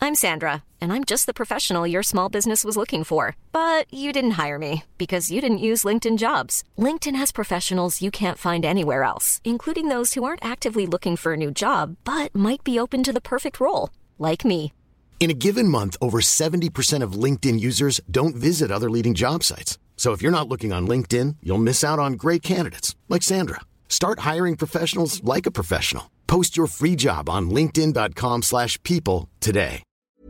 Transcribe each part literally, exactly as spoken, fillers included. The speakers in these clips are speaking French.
I'm Sandra, and I'm just the professional your small business was looking for. But you didn't hire me because you didn't use LinkedIn Jobs. LinkedIn has professionals you can't find anywhere else, including those who aren't actively looking for a new job, but might be open to the perfect role, like me. In a given month, over seventy percent of LinkedIn users don't visit other leading job sites. So if you're not looking on LinkedIn, you'll miss out on great candidates like Sandra. Start hiring professionals like a professional. Post your free job on linkedin.com slash people today.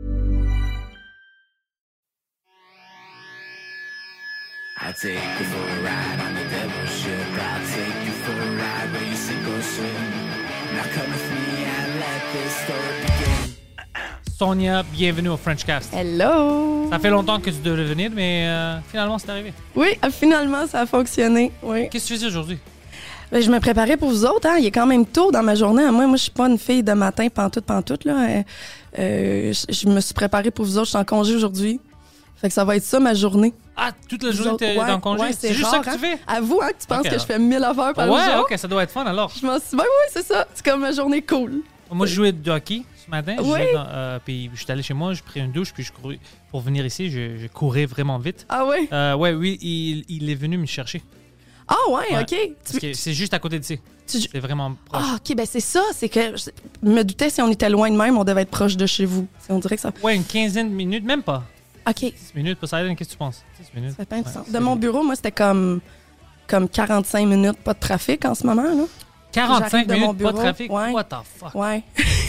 I'll take you for a ride on the devil's ship. I'll take you for a ride where you sink or swim. Now come with me and let this story begin. Sonia, bienvenue au Frenchcast. Hello! Ça fait longtemps que tu devais venir, mais euh, finalement, c'est arrivé. Oui, finalement, ça a fonctionné. Oui. Qu'est-ce que tu faisais aujourd'hui? Ben, je me préparais pour vous autres. Hein. Il est quand même tôt dans ma journée. Moi, moi je suis pas une fille de matin pantoute, pantoute. Là. Euh, euh, je, je me suis préparée pour vous autres. Je suis en congé aujourd'hui. Fait que ça va être ça, ma journée. Ah, toute la journée, t'es ouais, dans congé? Ouais, c'est, c'est juste rare, ça que tu fais? Hein? Avoue hein, que tu penses okay, que alors. je fais mille affaires par ouais, jour. OK, ça doit être fun, alors. Je m'en suis dit, ben oui, c'est ça. C'est comme ma journée cool. Moi, je jouais de hockey ce matin. Oui. Dans, euh, puis je suis allé chez moi, j'ai pris une douche, puis je courais. Pour venir ici, je, je courais vraiment vite. Ah oui? Euh, ouais, oui, il, il est venu me chercher. Ah ouais, ouais. OK. Parce que c'est juste à côté d'ici. Tu... C'est vraiment proche. Ah, OK, ben c'est ça. C'est que je me doutais si on était loin de même, on devait être proche de chez vous. On dirait que ça... Ouais, une quinzaine de minutes, même pas. OK. dix minutes, Poseidon, qu'est-ce que tu penses? dix minutes. Ça fait pas de ouais, sens. De mon bureau, moi, c'était comme, comme quarante-cinq minutes, pas de trafic en ce moment, là. quarante-cinq de mon minutes, pas bureau. de trafic? Ouais. What the fuck? Ouais.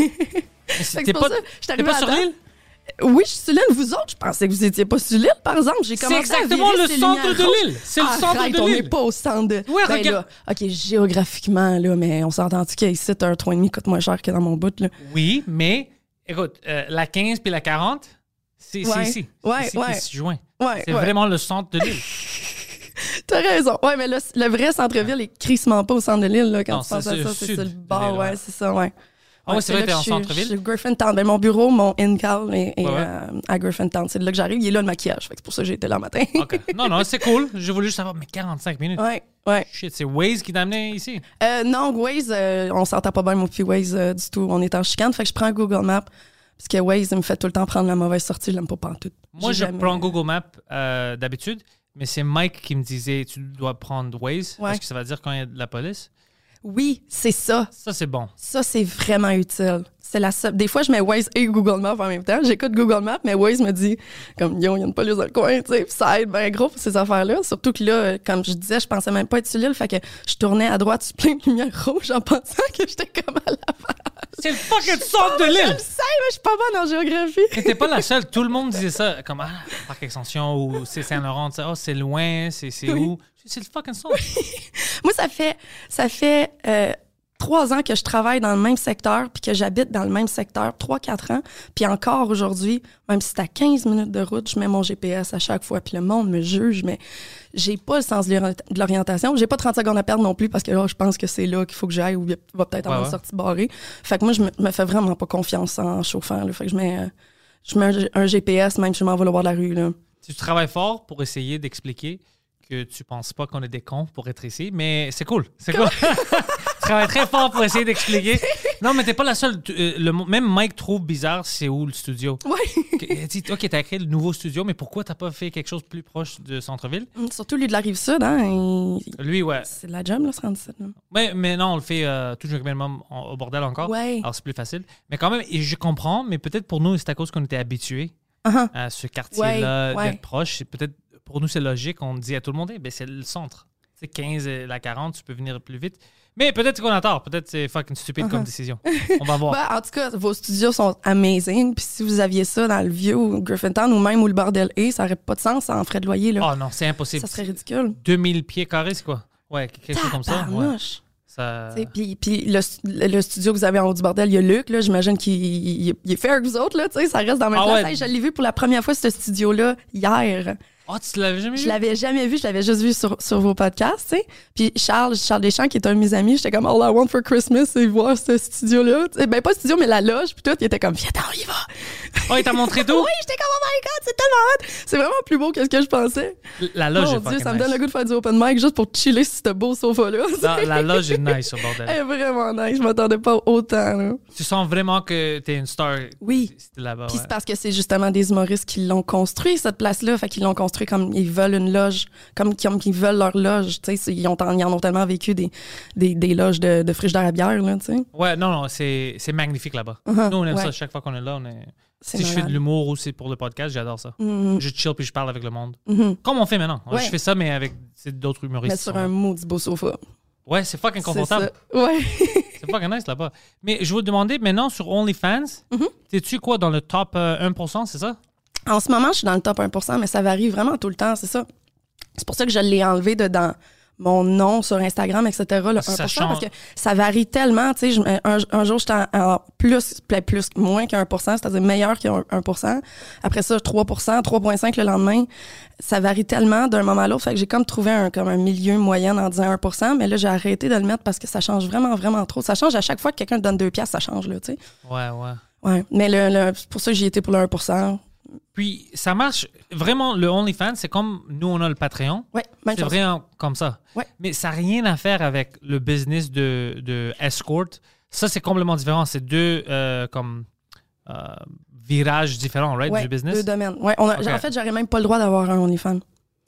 C'est, t'es pas, ça, t'es pas sur l'île? Oui, je suis sur l'île. Vous autres, je pensais que vous étiez pas sur l'île, par exemple. J'ai commencé c'est exactement à le ces centre lumières de rouges. l'île. C'est le Arrête, centre de on l'île. n'est pas au centre de... Ouais, ben regarde. là, OK, géographiquement, là, mais on s'entend-tu qu'ici, un trois virgule cinq coûte moins cher que dans mon bout, là? Oui, mais, écoute, euh, la quinze puis la quarante, c'est, ouais. c'est ici. Ouais, c'est ici ouais. qui se joint. Ouais, c'est ouais. vraiment le centre de l'île. T'as raison. Ouais, mais le, le vrai centre-ville est crissement pas au centre de l'île, là, quand non, tu penses à c'est ça. le C'est sud sur le bord, de ouais, ouais. c'est ça, ouais. Ah ouais, c'est vrai, t'es en centre-ville? Je suis Griffintown. Ben, mon bureau, mon in-call est, est ouais, ouais. euh, à Griffintown. C'est là que j'arrive. Il est là, le maquillage. Fait que c'est pour ça que j'ai été là le matin. OK. Non, non, c'est cool. J'ai voulu juste savoir, mais quarante-cinq minutes. Ouais, ouais. Shit, c'est Waze qui t'a amené ici? Euh, non, Waze, euh, on s'entend pas bien, mon petit Waze, euh, du tout. On est en chicane. Fait que je prends Google Maps. Parce que Waze, il me fait tout le temps prendre la mauvaise sortie. Je l'aime pas pantoute. Moi, J'ai je jamais... prends Google Maps euh, d'habitude, mais c'est Mike qui me disait tu dois prendre Waze ouais. parce que ça va dire quand il y a de la police. Oui, c'est ça. Ça, c'est bon. Ça, c'est vraiment utile. C'est la seule... Des fois, je mets Waze et Google Maps en même temps. J'écoute Google Maps, mais Waze me dit comme yo, il y a une police dans le coin, tu sais. Ça aide bien gros pour ces affaires-là. Surtout que là, comme je disais, je pensais même pas être sur l'île. Fait que je tournais à droite sur plein de lumières rouges en pensant que j'étais comme à la base. C'est le fucking centre de l'île! Je le sais, mais je suis pas bonne en géographie. Mais t'es pas la seule. Tout le monde disait ça. Comme, ah, Parc Extension ou c'est Saint-Laurent. Oh, c'est loin, c'est, c'est oui. où? C'est le fucking centre. Moi, ça fait... Ça fait euh, trois ans que je travaille dans le même secteur puis que j'habite dans le même secteur, trois, quatre ans. Puis encore aujourd'hui, même si c'est à quinze minutes de route, je mets mon G P S à chaque fois. Puis le monde me juge, mais j'ai pas le sens de l'orientation. J'ai pas trente secondes à perdre non plus parce que là, je pense que c'est là qu'il faut que j'aille ou il va peut-être avoir ouais, une ouais. sortie barrée. Fait que moi, je me, me fais vraiment pas confiance en chauffant. Là. Fait que je mets, euh, je mets un, un G P S même si je m'en vais le voir de la rue. Là. Tu travailles fort pour essayer d'expliquer que tu penses pas qu'on est des cons pour être ici, mais c'est cool. C'est cool. Tu travailles très fort pour essayer d'expliquer. Non, mais t'es pas la seule. Tu, euh, le, même Mike trouve bizarre c'est où le studio. Oui. Il dit, OK, t'as créé le nouveau studio, mais pourquoi t'as pas fait quelque chose plus proche de centre-ville? Surtout lui de la Rive-Sud, hein. Il... Lui, ouais. C'est de la job, là, se rendre ici. Mais, mais non, on le fait euh, toujours avec le même au bordel encore. Ouais. Alors, c'est plus facile. Mais quand même, et je comprends, mais peut-être pour nous, c'est à cause qu'on était habitués uh-huh. à ce quartier-là, ouais, ouais. d'être proche. C'est peut-être, pour nous, c'est logique. On dit à tout le monde, eh, ben, c'est le centre. C'est quinze et la quarante, tu peux venir plus vite. Mais peut-être qu'on a tort. Peut-être c'est fucking stupide uh-huh. comme décision. On va voir. Ben, en tout cas, vos studios sont amazing. Puis si vous aviez ça dans le vieux ou Griffintown ou même où le bordel est, ça n'aurait pas de sens en frais de loyer. Là. Oh non, c'est impossible. Ça serait ridicule. deux mille pieds carrés, c'est quoi? Ouais, quelque chose comme ça. Ouais. Ça... Puis, puis le, le studio que vous avez en haut du bordel, il y a Luc, là, j'imagine qu'il il, il est fait avec vous autres, là, ça reste dans la même ah place. ouais. Hey, je l'ai vu pour la première fois, ce studio-là, hier. Ah, oh, tu l'avais jamais vu? Je l'avais jamais vu, je l'avais juste vu sur, sur vos podcasts, tu sais. Puis Charles, Charles Deschamps, qui est un de mes amis, j'étais comme, all I want for Christmas, c'est voir ce studio-là. T'sais, ben, pas le studio, mais la loge, puis tout, il était comme, viens, on y va. Oh, il t'a montré tout? Oui, j'étais comme, oh my God, c'est tellement hot! C'est vraiment plus beau que ce que je pensais. La loge Mon est Dieu, fucking ça me nice. donne le goût de faire du open mic juste pour chiller sur ce beau sofa-là. La, la loge est nice, au bordel. Elle est vraiment nice. Je m'attendais pas autant. Là. Tu sens vraiment que t'es une star. Oui. C'était là-bas. Puis Ouais. c'est parce que c'est justement des humoristes qui l'ont construit, cette place-là. Fait qu'ils l'ont construit comme ils veulent une loge, comme, comme ils veulent leur loge. Tu sais, ils, ont, ils en ont tellement vécu des, des, des loges de, de frigidaire à bière, là, tu sais. Ouais, non, non, c'est, c'est magnifique là-bas. Uh-huh, Nous, on aime ouais. ça. Chaque fois qu'on est là, on est. C'est Si je fais de malade. l'humour ou c'est pour le podcast, j'adore ça. Mhm. Je chill puis je parle avec le monde. Mhm. Comme on fait maintenant. Ouais. Je fais ça, mais avec c'est d'autres humoristes. Mais qui sur sont un là. maudit beau sofa. Ouais, c'est fucking C'est confortable. ça. Ouais. C'est fucking nice là-bas. Mais je veux te demander, maintenant, sur OnlyFans, Mhm. t'es-tu quoi, dans le top euh, un pour cent, c'est ça? En ce moment, je suis dans le top un pour cent, mais ça varie vraiment tout le temps, c'est ça. C'est pour ça que je l'ai enlevé de dans mon nom sur Instagram, et cetera, le Ça un pour cent, change. parce que ça varie tellement. Tu sais, je- un, un jour, j'étais en, en plus, plus, plus, moins qu'un pour cent, c'est-à-dire meilleur qu'un un pour cent. Après ça, trois pour cent, trois virgule cinq le lendemain. Ça varie tellement d'un moment à l'autre. Fait que j'ai comme trouvé un, comme un milieu moyen en disant un pour cent, mais là, j'ai arrêté de le mettre parce que ça change vraiment, vraiment trop. Ça change à chaque fois que quelqu'un te donne deux piastres, ça change, là, tu sais. Ouais, ouais. Ouais. Mais le, le- c'est pour ça que j'y étais pour le un pour cent. Puis, ça marche vraiment, le OnlyFans, c'est comme nous, on a le Patreon. Ouais, même C'est chose. vraiment comme ça. Ouais. Mais ça n'a rien à faire avec le business de, de escort. Ça, c'est complètement différent. C'est deux euh, comme euh, virages différents, right, Ouais, du business. deux domaines. Ouais, on a- Ok. En fait, j'aurais même pas le droit d'avoir un OnlyFans.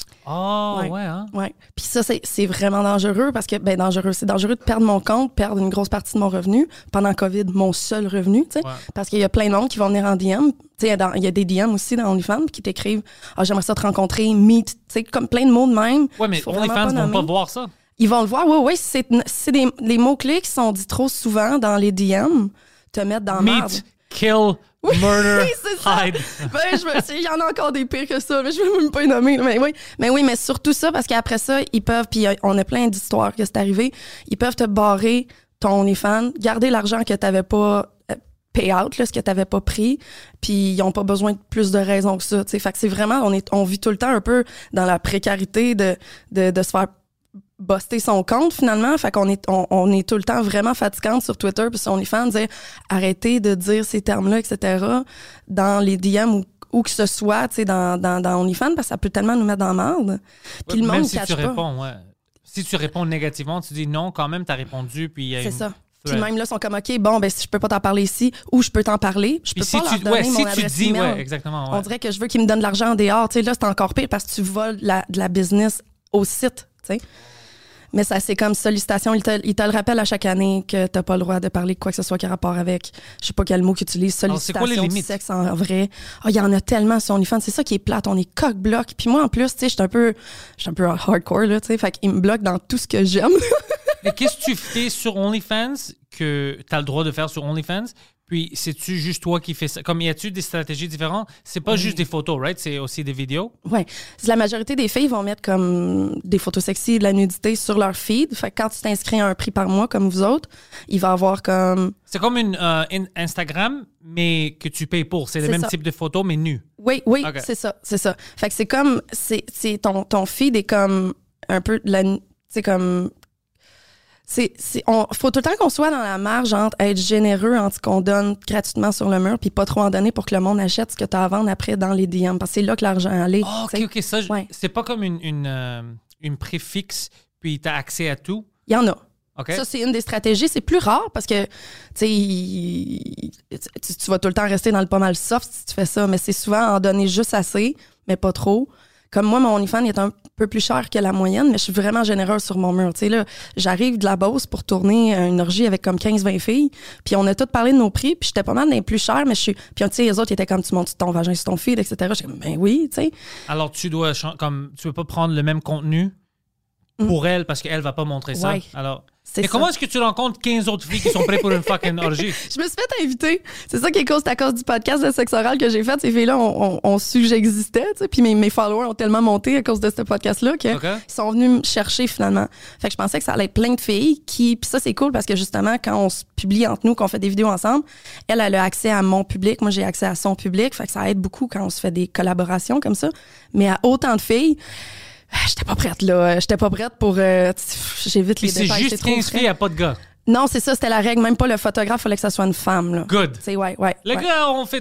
Oh, ouais, Ouais. hein? Ouais. Puis ça, c'est, c'est vraiment dangereux parce que, ben, dangereux. C'est dangereux de perdre mon compte, perdre une grosse partie de mon revenu. Pendant COVID, mon seul revenu, tu sais. Ouais. Parce qu'il y a plein de monde qui vont venir en D M. Tu sais, dans- il y a des D M aussi dans OnlyFans qui t'écrivent Ah, j'aimerais ça te rencontrer, meet. Tu sais, comme plein de mots de même. Ouais, mais Faut vraiment OnlyFans pas ne vont nommer. pas voir ça. Ils vont le voir. Oui, oui. C'est, c'est des les mots-clés qui sont dits trop souvent dans les D M, te mettre dans la merde. Meet, kill, murder, Oui, c'est ça. hide. Ben, je me sais, il y en a encore des pires que ça, mais je vais même pas les nommer. là. Mais oui, mais oui, mais surtout ça, parce qu'après ça, ils peuvent, puis euh, on a plein d'histoires que c'est arrivé, ils peuvent te barrer ton OnlyFans, garder l'argent que t'avais pas euh, pay out, là, ce que t'avais pas pris, puis ils ont pas besoin de plus de raisons que ça, tu sais. Fait que c'est vraiment, on est, on vit tout le temps un peu dans la précarité de, de, de se faire buster son compte finalement, fait qu'on est on, on est tout le temps vraiment fatigante sur Twitter puis sur OnlyFans de dire arrêtez de dire ces termes-là, et cetera dans les D M ou où que ce soit, tu sais, dans, dans, dans OnlyFans, parce que ça peut tellement nous mettre dans la merde. Puis le Même monde si catch tu pas. réponds, ouais. Si tu réponds négativement, tu dis non, quand même, t'as répondu, puis il y a C'est une ça. Puis thread. même là, ils sont comme, OK, bon, ben si je peux pas t'en parler ici, ou je peux t'en parler, je Puis peux si pas leur tu, donner ouais, mon si tu adresse dis, email. ouais, exactement. Ouais. On dirait que je veux qu'ils me donnent de l'argent en dehors. Tu sais, là, c'est encore pire parce que tu voles la, de la business au site, tu sais. Mais ça, c'est comme sollicitation. Ils te, ils te le rappellent à chaque année que t'as pas le droit de parler de quoi que ce soit qui a rapport avec, je sais pas quel mot qu'ils utilisent, Alors, c'est quoi les sollicitation du limites? sexe en vrai. Ah, il y en a tellement sur OnlyFans. C'est ça qui est plate. On est coq-bloc. Puis moi, en plus, tu sais, je suis un peu, je suis un peu hardcore, là, tu sais. Fait qu'ils me bloquent dans tout ce que j'aime. Mais qu'est-ce que tu fais sur OnlyFans que tu as le droit de faire sur OnlyFans? Puis, c'est-tu juste toi qui fais ça? Comme, y a-tu des stratégies différentes? C'est pas juste des photos, right? C'est aussi des vidéos? Ouais. La majorité des filles vont mettre comme des photos sexy, de la nudité sur leur feed. Fait que quand tu t'inscris à un prix par mois, comme vous autres, il va avoir comme. C'est comme une euh, in- Instagram, mais que tu payes pour. C'est le C'est même ça. type de photos, mais nu. Oui, oui, Ok. c'est ça, c'est ça. Fait que c'est comme, c'est, c'est ton, ton feed est comme un peu de la, c'est comme, c'est, c'est, on, faut tout le temps qu'on soit dans la marge entre être généreux entre ce qu'on donne gratuitement sur le mur puis pas trop en donner pour que le monde achète ce que tu as à vendre après dans les D M parce que c'est là que l'argent allait. Oh, tu sais. OK, OK. Ça, je- Ouais. c'est pas comme une, une, euh, une préfixe, puis tu as accès à tout. Il y en a. OK? Ça, c'est une des stratégies. C'est plus rare parce que, tu sais, il- tu, tu vas tout le temps rester dans le pas mal soft si tu fais ça, mais c'est souvent en donner juste assez, mais pas trop. Comme moi, mon OnlyFans est un peu plus cher que la moyenne, mais je suis vraiment généreuse sur mon mur. Tu sais, là, j'arrive de la Beauce pour tourner une orgie avec comme quinze vingt filles, puis on a toutes parlé de nos prix, puis j'étais pas mal des plus chers, mais je suis... Puis, tu sais, les autres, ils étaient comme, tu montes ton vagin sur ton feed, et cetera. J'étais comme, ben oui, tu sais. Alors, tu dois, chan- comme, tu peux pas prendre le même contenu pour elle parce qu'elle va pas montrer ça. Ouais. Alors, C'est mais ça. comment est-ce que tu rencontres quinze autres filles qui sont prêtes pour une fucking orgie? Je me suis fait inviter. C'est ça qui est cause, c'est à cause du podcast de sexe oral que j'ai fait. Ces filles-là ont, ont, ont su que j'existais, tu sais. Puis mes, mes followers ont tellement monté à cause de ce podcast-là qu'ils OK. sont venus me chercher finalement. Fait que je pensais que ça allait être plein de filles qui... Puis ça, c'est cool parce que justement, quand on se publie entre nous, qu'on fait des vidéos ensemble, elle, elle a accès à mon public. Moi, j'ai accès à son public. Fait que ça aide beaucoup quand on se fait des collaborations comme ça. Mais à autant de filles... J'étais pas prête, là. J'étais pas prête pour... Euh, j'évite Puis les c'est détails. juste trop quinze frais. filles, à pas de gars. Non, c'est ça, c'était la règle. Même pas le photographe, il fallait que ça soit une femme, là. Good. C'est ouais, ouais. Les ouais. gars, on fait trop.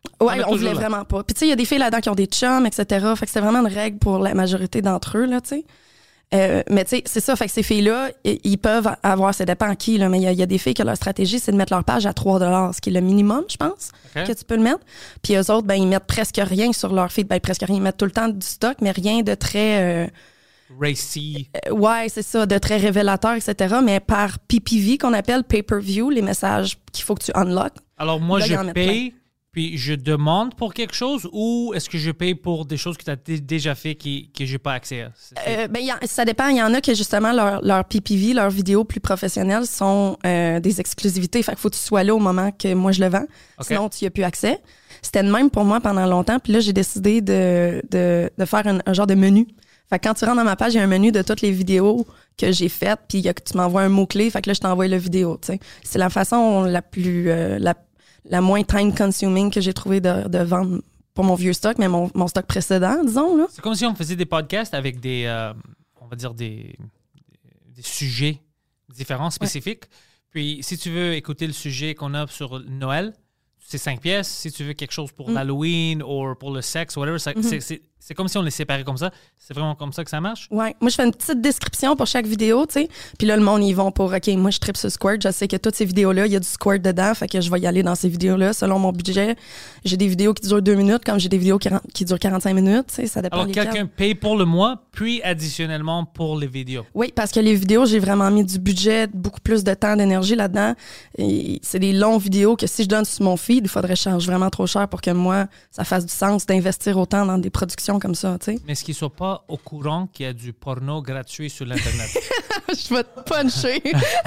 Ouais, on voulait là. vraiment pas. Puis tu sais, il y a des filles là-dedans qui ont des chums, et cetera. Fait que c'était vraiment une règle pour la majorité d'entre eux, là, tu sais. Euh, mais tu sais, c'est ça. Fait que ces filles-là, ils peuvent avoir, ça dépend à qui, là, mais il y, y a des filles que leur stratégie, c'est de mettre leur page à trois dollars, ce qui est le minimum, je pense, okay. que tu peux le mettre. Puis eux autres, ben, ils mettent presque rien sur leur feed. Ben, presque rien. Ils mettent tout le temps du stock, mais rien de très... Euh, racy. Euh, ouais, c'est ça, de très révélateur, et cetera. Mais par P P V, qu'on appelle pay-per-view, les messages qu'il faut que tu unlock. Alors moi, là, je paye... Puis je demande pour quelque chose ou est-ce que je paye pour des choses que tu as d- déjà fait qui, que je n'ai pas accès à? Euh, ben, y a, ça dépend. Il y en a que justement, leur, leur P P V, leurs vidéos plus professionnelles sont euh, des exclusivités. Fait qu'il faut que tu sois là au moment que moi je le vends. Okay. Sinon, tu n'y as plus accès. C'était le même pour moi pendant longtemps. Puis là, j'ai décidé de, de, de faire un, un genre de menu. Fait que quand tu rentres dans ma page, il y a un menu de toutes les vidéos que j'ai faites. Puis y a, tu m'envoies un mot-clé. Fait que là, je t'envoie la vidéo. T'sais. C'est la façon la plus... Euh, la, la moins time-consuming que j'ai trouvé de, de vendre pour mon vieux stock, mais mon, mon stock précédent, disons. Là. C'est comme si on faisait des podcasts avec des, euh, on va dire, des, des sujets différents, spécifiques. Ouais. Puis, si tu veux écouter le sujet qu'on a sur Noël, c'est cinq pièces. Si tu veux quelque chose pour mm. l'Halloween ou pour le sexe, whatever, ça, mm-hmm. c'est, c'est, c'est comme si on les séparait comme ça. C'est vraiment comme ça que ça marche? Oui. Moi, je fais une petite description pour chaque vidéo, tu sais. Puis là, le monde, ils vont pour, OK, moi, je tripe sur Squirt. Je sais que toutes ces vidéos-là, il y a du Squirt dedans. Fait que je vais y aller dans ces vidéos-là selon mon budget. J'ai des vidéos qui durent deux minutes, comme j'ai des vidéos qui, qui durent quarante-cinq minutes. Tu sais, ça dépend. Alors, quelqu'un paye pour le mois, puis additionnellement pour les vidéos. Oui, parce que les vidéos, j'ai vraiment mis du budget, beaucoup plus de temps, d'énergie là-dedans. Et c'est des longues vidéos que si je donne sur mon feed, il faudrait que je charge vraiment trop cher pour que moi, ça fasse du sens d'investir autant dans des productions comme ça, tu sais. Mais est-ce qu'ils ne sont pas au courant qu'il y a du porno gratuit sur l'Internet? Je vais te puncher.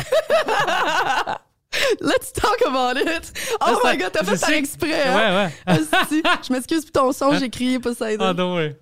Let's talk about it. Oh my God, t'as fait ça exprès. Hein? Ouais, ouais. Je m'excuse pour ton son, j'ai crié pour ça. Ah non, oui.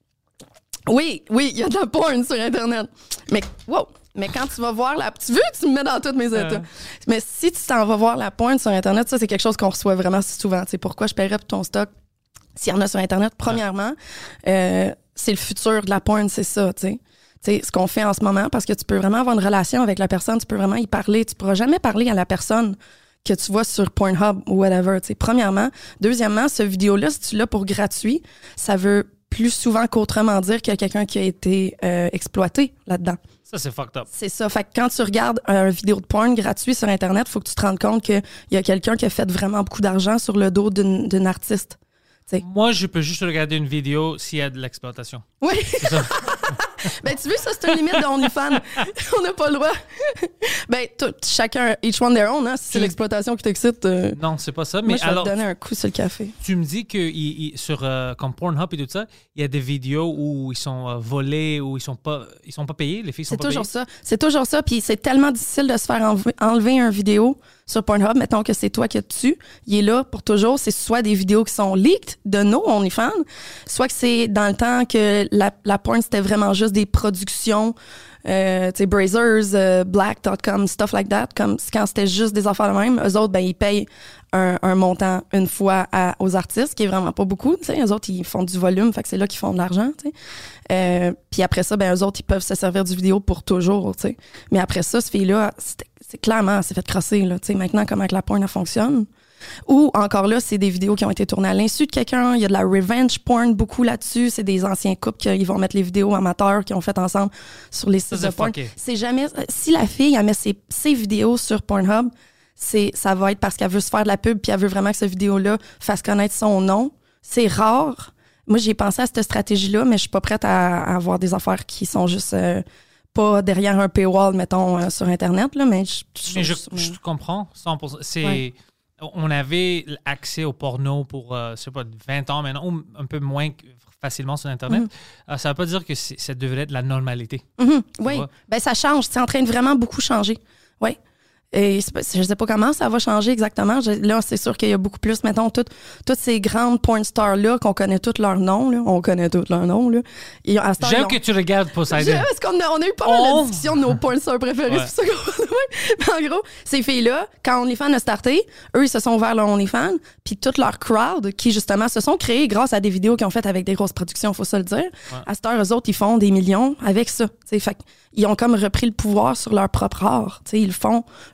Oui, oui, il y a de la porn sur Internet. Mais, wow! Mais quand tu vas voir la... Tu veux, tu me mets dans tous mes états. Euh. Mais si tu t'en vas voir la porn sur Internet, ça, c'est quelque chose qu'on reçoit vraiment souvent. Tu sais, pourquoi je paierais pour ton stock s'il y en a sur Internet? Premièrement, euh, c'est le futur de la porn, c'est ça, tu sais. Tu sais, ce qu'on fait en ce moment, parce que tu peux vraiment avoir une relation avec la personne, tu peux vraiment y parler. Tu pourras jamais parler à la personne que tu vois sur Pornhub ou whatever, tu sais, premièrement. Deuxièmement, ce vidéo-là, si tu l'as pour gratuit, ça veut plus souvent qu'autrement dire qu'il y a quelqu'un qui a été euh, exploité là-dedans. Ça, c'est fucked up. C'est ça. Fait que quand tu regardes une vidéo de porn gratuit sur Internet, il faut que tu te rendes compte qu'il y a quelqu'un qui a fait vraiment beaucoup d'argent sur le dos d'une, d'une artiste. T'sais. Moi, je peux juste regarder une vidéo s'il y a de l'exploitation. Oui. C'est ça. Ben, tu veux, ça, c'est une limite de OnlyFans. On n'a pas le droit. Ben, tout, chacun, each one their own, hein. Si c'est tu... l'exploitation qui t'excite. Euh... Non, c'est pas ça. Mais moi, je vais alors, te donner un coup sur le café. Tu me dis que il, il, sur euh, comme Pornhub et tout ça, il y a des vidéos où ils sont euh, volés, où ils sont pas, ils sont pas payés, les filles sont c'est pas payées. C'est toujours ça. C'est toujours ça. Puis c'est tellement difficile de se faire enlever, enlever une vidéo sur Pornhub. Mettons que c'est toi qui es dessus. Il est là pour toujours. C'est soit des vidéos qui sont leaked de nos OnlyFans, soit que c'est dans le temps que la, la porn, c'était vraiment juste des productions, euh, tu sais, Brazzers, euh, Black dot com, stuff like that. Comme quand c'était juste des affaires de même, eux autres, ben, ils payent un, un montant une fois à, aux artistes, qui est vraiment pas beaucoup, tu sais. Eux autres, ils font du volume, fait que c'est là qu'ils font de l'argent, tu sais. Euh, puis après ça, ben, eux autres, ils peuvent se servir du vidéo pour toujours, tu sais. Mais après ça, ce fille-là, c'est, c'est clairement, elle s'est fait crosser, là, tu sais. Maintenant, comment que la porn, elle fonctionne. Ou encore là, c'est des vidéos qui ont été tournées à l'insu de quelqu'un. Il y a de la revenge porn beaucoup là-dessus. C'est des anciens couples qui vont mettre les vidéos amateurs qu'ils ont fait ensemble sur les sites de porn. Fucké. C'est jamais... Si la fille, elle met ses, ses vidéos sur Pornhub, c'est, ça va être parce qu'elle veut se faire de la pub puis elle veut vraiment que cette vidéo-là fasse connaître son nom. C'est rare. Moi, j'ai pensé à cette stratégie-là, mais je suis pas prête à, à avoir des affaires qui sont juste... Euh, pas derrière un paywall, mettons, euh, sur Internet, là, mais je... je mais je, je, je comprends, cent pour cent. C'est... Ouais. On avait accès au porno pour, euh, je sais pas, vingt ans maintenant, ou un peu moins facilement sur Internet. Mm-hmm. Euh, ça ne veut pas dire que c'est, ça devrait être la normalité. Mm-hmm. Oui, ben, ça change. C'est en train de vraiment beaucoup changer. Oui. Et je ne sais pas comment ça va changer exactement. Je, là, c'est sûr qu'il y a beaucoup plus, mettons, toutes, toutes ces grandes porn stars-là, qu'on connaît tous leurs noms. Là. On connaît tous leurs noms. Là. Et à ce J'aime temps, que tu regardes Poseidon. Parce qu'on a, on a eu pas mal oh. de discussions de nos porn stars préférés. Ouais. C'est pour ça qu'on... Mais en gros, ces filles-là, quand OnlyFans a starté, eux, ils se sont ouverts leur OnlyFans, puis toute leur crowd, qui justement se sont créés grâce à des vidéos qu'ils ont faites avec des grosses productions, il faut ça le dire. Ouais. À cette heure, eux autres, ils font des millions avec ça. Fait ils ont comme repris le pouvoir sur leur propre art. T'sais, ils le font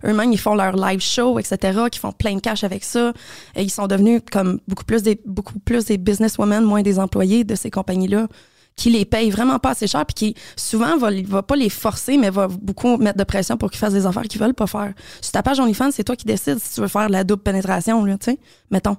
eux-mêmes, ils font leur live show, et cetera, qui font plein de cash avec ça. Et ils sont devenus comme beaucoup plus des, beaucoup plus des businesswomen, moins des employés de ces compagnies-là, qui les payent vraiment pas assez cher, puis qui souvent va, va pas les forcer, mais va beaucoup mettre de pression pour qu'ils fassent des affaires qu'ils veulent pas faire. Sur ta page OnlyFans, c'est toi qui décides si tu veux faire de la double pénétration, là, tu sais, mettons.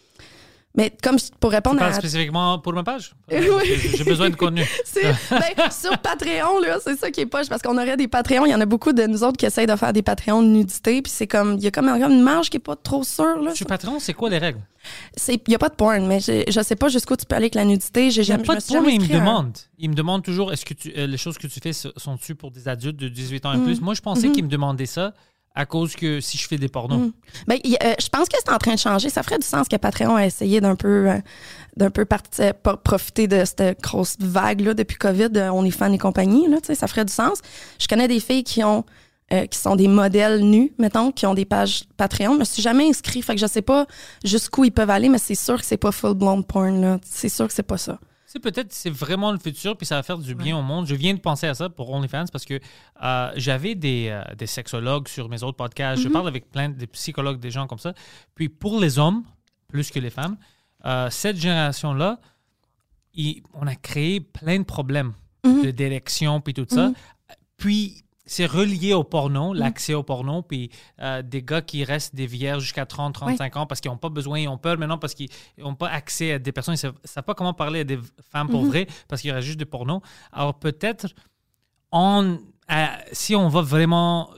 Mais comme pour répondre tu parles à... spécifiquement pour ma page? Oui. J'ai besoin de contenu. C'est, ben, sur Patreon, là, c'est ça qui est poche, parce qu'on aurait des Patreons. Il y en a beaucoup de nous autres qui essayent de faire des Patreons de nudité, puis c'est comme, il y a comme une marge qui est pas trop sûre. Là, sur Patreon, c'est quoi les règles? Il n'y a pas de porn, mais je, je sais pas jusqu'où tu peux aller avec la nudité. J'ai Il n'y a jamais, pas je me de suis porn, jamais mais ils me inscrit à un- demandent. Ils me demandent toujours, est-ce que tu, euh, les choses que tu fais sont-tu pour des adultes de dix-huit ans et Mm. plus? Moi, je pensais Mm-hmm. qu'ils me demandaient ça à cause que si je fais des pornos. Mm. Ben, y- euh, je pense que c'est en train de changer. Ça ferait du sens que Patreon a essayé d'un peu, euh, d'un peu parti- euh, po- profiter de cette grosse vague-là depuis COVID, euh, OnlyFans et compagnie. Là, tu sais, ça ferait du sens. Je connais des filles qui ont euh, qui sont des modèles nus, mettons, qui ont des pages Patreon. Je me suis jamais inscrit, fait que je sais pas jusqu'où ils peuvent aller, mais c'est sûr que c'est pas full-blown porn. Là. C'est sûr que c'est pas ça. C'est peut-être c'est vraiment le futur, puis ça va faire du bien Ouais. au monde. Je viens de penser à ça pour OnlyFans parce que euh, j'avais des, euh, des sexologues sur mes autres podcasts. Je parle avec plein de psychologues, des gens comme ça. Puis pour les hommes, plus que les femmes, euh, cette génération-là, il- on a créé plein de problèmes de d'érection, puis tout ça. Puis c'est relié au porno, l'accès au porno, puis euh, des gars qui restent des vierges jusqu'à trente, trente-cinq ans parce qu'ils n'ont pas besoin, ils ont peur maintenant parce qu'ils n'ont pas accès à des personnes, ils ne savent, savent pas comment parler à des femmes pour vrai parce qu'il y aura juste du porno. Alors peut-être, on, euh, si on va vraiment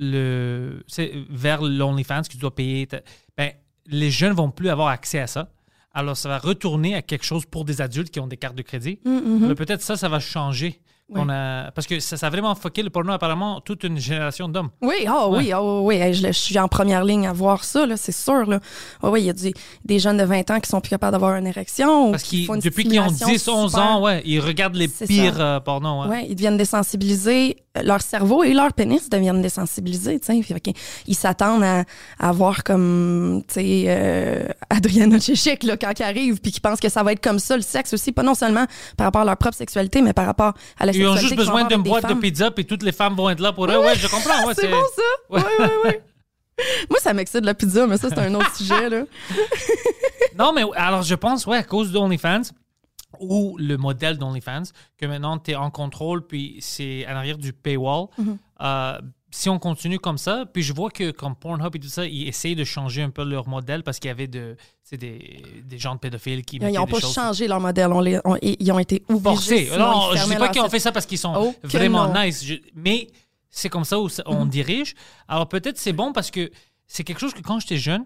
le, c'est vers l'OnlyFans que tu dois payer, ta- ben, les jeunes vont plus avoir accès à ça. Alors ça va retourner à quelque chose pour des adultes qui ont des cartes de crédit. Mais peut-être ça, ça va changer. Qu'on a... Parce que ça, ça a vraiment fucké le porno, apparemment, toute une génération d'hommes. Oui, oh Ouais. oui, oh oui, hey, je, le- je suis en première ligne à voir ça, là, c'est sûr. Là. Oh oui, il y a du- des jeunes de vingt ans qui sont plus capables d'avoir une érection. ou Parce qui qu'ils, font une depuis qu'ils ont stimulation dix, onze super- ans, ouais, ils regardent les C'est pires ça. euh, pornos. Ouais. Ouais, ils deviennent désensibilisés. Leur cerveau et leur pénis deviennent désensibilisés. tu sais. Fait que ils s'attendent à, à voir comme tu sais, euh, Adriana Chechik là, quand elle arrive, puis qu'ils pensent que ça va être comme ça, le sexe aussi, pas non seulement par rapport à leur propre sexualité, mais par rapport à la Ils ont sexualité. juste qu'ils vont besoin avoir d'une avec des boîte de femmes. pizza, puis toutes les femmes vont être là pour eux. Ouais, je comprends. Ouais, c'est, bon ça? Ouais. Oui, oui, oui. Moi, ça m'excite la pizza, mais ça, c'est un autre sujet. Là. Non, mais alors je pense, ouais, à cause d'OnlyFans ou le modèle d'OnlyFans, que maintenant tu es en contrôle, puis c'est en arrière du paywall. Mm-hmm. Euh, si on continue comme ça, puis je vois que comme Pornhub et tout ça, ils essayent de changer un peu leur modèle parce qu'il y avait de, c'est des, des gens de pédophiles qui Ils mettaient n'ont des pas choses changé leur modèle. On les, on- ils ont été obligés. forcés. sinon Non, ils je fermaient dis pas leur qu'ils ont site. fait ça parce qu'ils sont Oh, que vraiment non. nice, Je- mais c'est comme ça où ça- on dirige. Alors peut-être c'est bon parce que c'est quelque chose que quand j'étais jeune,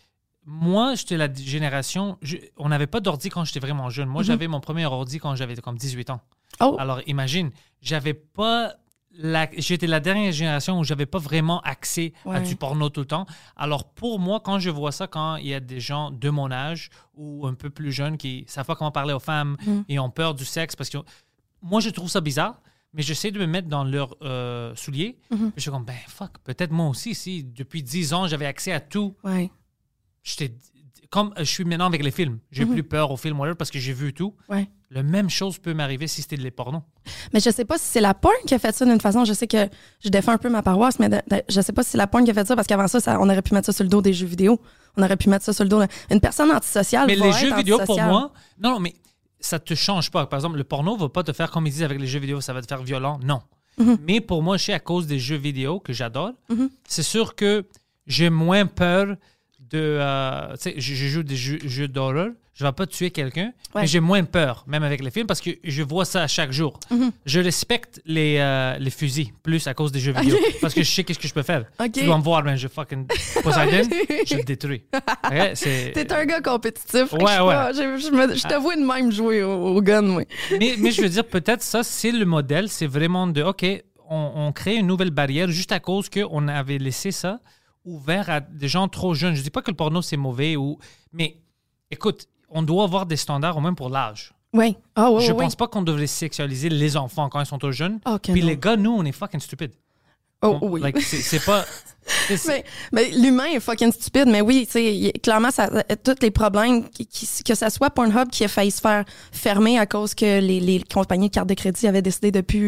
moi, j'étais la génération. je- on n'avait pas d'ordi quand j'étais vraiment jeune. Moi, j'avais mon premier ordi quand j'avais comme dix-huit ans. Oh. Alors, imagine, j'avais pas. La, j'étais la dernière génération où j'avais pas vraiment accès à Ouais. du porno tout le temps. Alors, pour moi, quand je vois ça, quand il y a des gens de mon âge ou un peu plus jeunes qui savent pas comment parler aux femmes et ont peur du sexe, parce que moi, je trouve ça bizarre. Mais j'essaie de me mettre dans leurs euh, souliers. Mm-hmm. Je suis comme, ben fuck, peut-être moi aussi, si depuis dix ans, j'avais accès à tout. Ouais. J'étais comme je suis maintenant avec les films. J'ai plus peur aux films whatever, parce que j'ai vu tout. Ouais. La même chose peut m'arriver si c'était les pornos. Mais je sais pas si c'est la porn qui a fait ça d'une façon. Je sais que je défends un peu ma paroisse, mais de- de- je sais pas si c'est la porn qui a fait ça parce qu'avant ça, ça, on aurait pu mettre ça sur le dos des jeux vidéo. On aurait pu mettre ça sur le dos. de- Une personne antisociale. Mais va les être jeux vidéo, pour antisociale. moi, non, non, mais ça te change pas. Par exemple, le porno va pas te faire comme ils disent avec les jeux vidéo, ça va te faire violent. Non. Mm-hmm. Mais pour moi, je sais à cause des jeux vidéo que j'adore, c'est sûr que j'ai moins peur de. euh, tu sais, je, je joue des jeux, jeux d'horreur. Je ne vais pas tuer quelqu'un, Ouais. mais j'ai moins peur, même avec les films, parce que je vois ça à chaque jour. Mm-hmm. Je respecte les, euh, les fusils plus à cause des jeux vidéo, parce que je sais qu'est-ce que je peux faire. Ok. Tu dois me voir, ben, je fucking Poseidon, je le détruis. Ouais, c'est... T'es un gars compétitif. fait que Ouais, je suis ouais. pas- Je, je, me- je te vois de même jouer au, au gun, moi. mais, mais je veux dire, peut-être ça, c'est le modèle. C'est vraiment de, OK, on, on crée une nouvelle barrière juste à cause qu'on avait laissé ça ouvert à des gens trop jeunes. Je dis pas que le porno, c'est mauvais, ou... mais écoute, on doit avoir des standards au moins pour l'âge. Oui. Ah, oui, je oui, pense oui. pas qu'on devrait sexualiser les enfants quand ils sont trop jeunes. Oh, que Puis non. les gars, nous, on est fucking stupides. Oh, On- oui. like, c'est, c'est pas... c'est- c'est- Mais, mais l'humain est fucking stupide, mais oui, tu sais, il- clairement, ça, tous les problèmes, qui, qui- que ça soit Pornhub qui a failli se faire fermer à cause que les, les compagnies de cartes de crédit avaient décidé de plus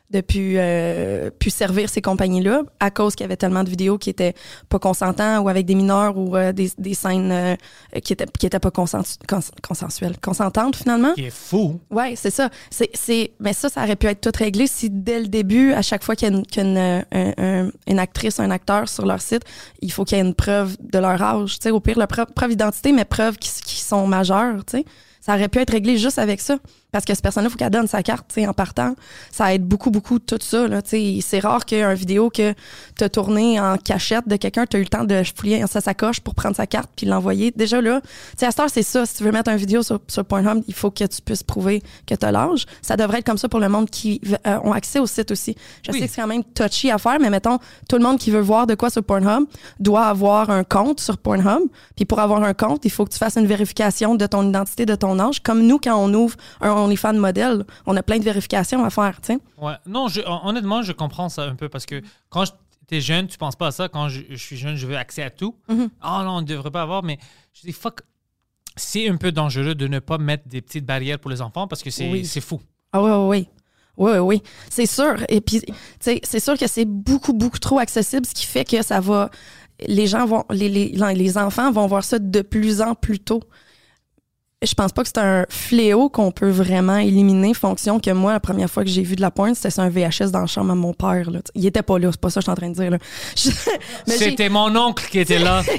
de plus, euh, plus servir ces compagnies-là à cause qu'il y avait tellement de vidéos qui étaient pas consentants ou avec des mineurs ou euh, des, des scènes euh, qui étaient qui étaient pas consensu- cons- consensuelles, consentantes finalement. Qui est fou. Ouais, c'est ça. C'est, c'est, mais ça, ça aurait pu être tout réglé si dès le début, à chaque fois qu'il y a une, qu'il y a une, un, un, une actrice, un acteur sur leur site, il faut qu'il y ait une preuve de leur âge. Tu sais, au pire, la preuve, preuve d'identité, mais preuve qu'ils, qu'ils sont majeurs. Tu sais, ça aurait pu être réglé juste avec ça. Parce que cette personne-là, il faut qu'elle donne sa carte, tu sais, en partant. Ça aide beaucoup, beaucoup tout ça, là, tu sais. C'est rare qu'il y ait une vidéo que tu as tournée en cachette de quelqu'un, tu as eu le temps de fouiller dans sa sacoche pour prendre sa carte puis l'envoyer. Déjà là, tu sais, à cette heure, c'est ça. Si tu veux mettre une vidéo sur, sur Pornhub, il faut que tu puisses prouver que tu as l'âge. Ça devrait être comme ça pour le monde qui euh, ont accès au site aussi. Je Oui. sais que c'est quand même touchy à faire, mais mettons, tout le monde qui veut voir de quoi sur Pornhub doit avoir un compte sur Pornhub. Puis pour avoir un compte, il faut que tu fasses une vérification de ton identité, de ton âge. Comme nous, quand on ouvre un OnlyFans modèle, on a plein de vérifications à faire, tu sais. Ouais. Non, je, honnêtement, je comprends ça un peu parce que quand t'es jeune, tu penses pas à ça. Quand je, je suis jeune, je veux accès à tout. Ah Mm-hmm. oh non, on ne devrait pas avoir, mais je dis fuck. C'est un peu dangereux de ne pas mettre des petites barrières pour les enfants parce que c'est, Oui. c'est fou. Ah oui, oui, oui. Oui, oui, oui. C'est sûr. Et puis, tu sais, c'est sûr que c'est beaucoup, beaucoup trop accessible, ce qui fait que ça va... Les gens vont... Les, les, les enfants vont voir ça de plus en plus tôt. Je pense pas que c'est un fléau qu'on peut vraiment éliminer, fonction que moi, la première fois que j'ai vu de la porn, c'était sur un V H S dans la chambre à mon père. Là. Il était pas là, c'est pas ça que je suis en train de dire. Là. Je- mais j'ai- C'était mon oncle qui était là.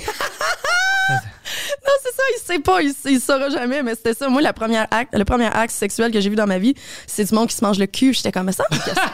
Non, c'est ça, il sait pas, il, il saura jamais, mais c'était ça. Moi, la première acte, le premier acte sexuel que j'ai vu dans ma vie, c'est du monde qui se mange le cul. J'étais comme ça.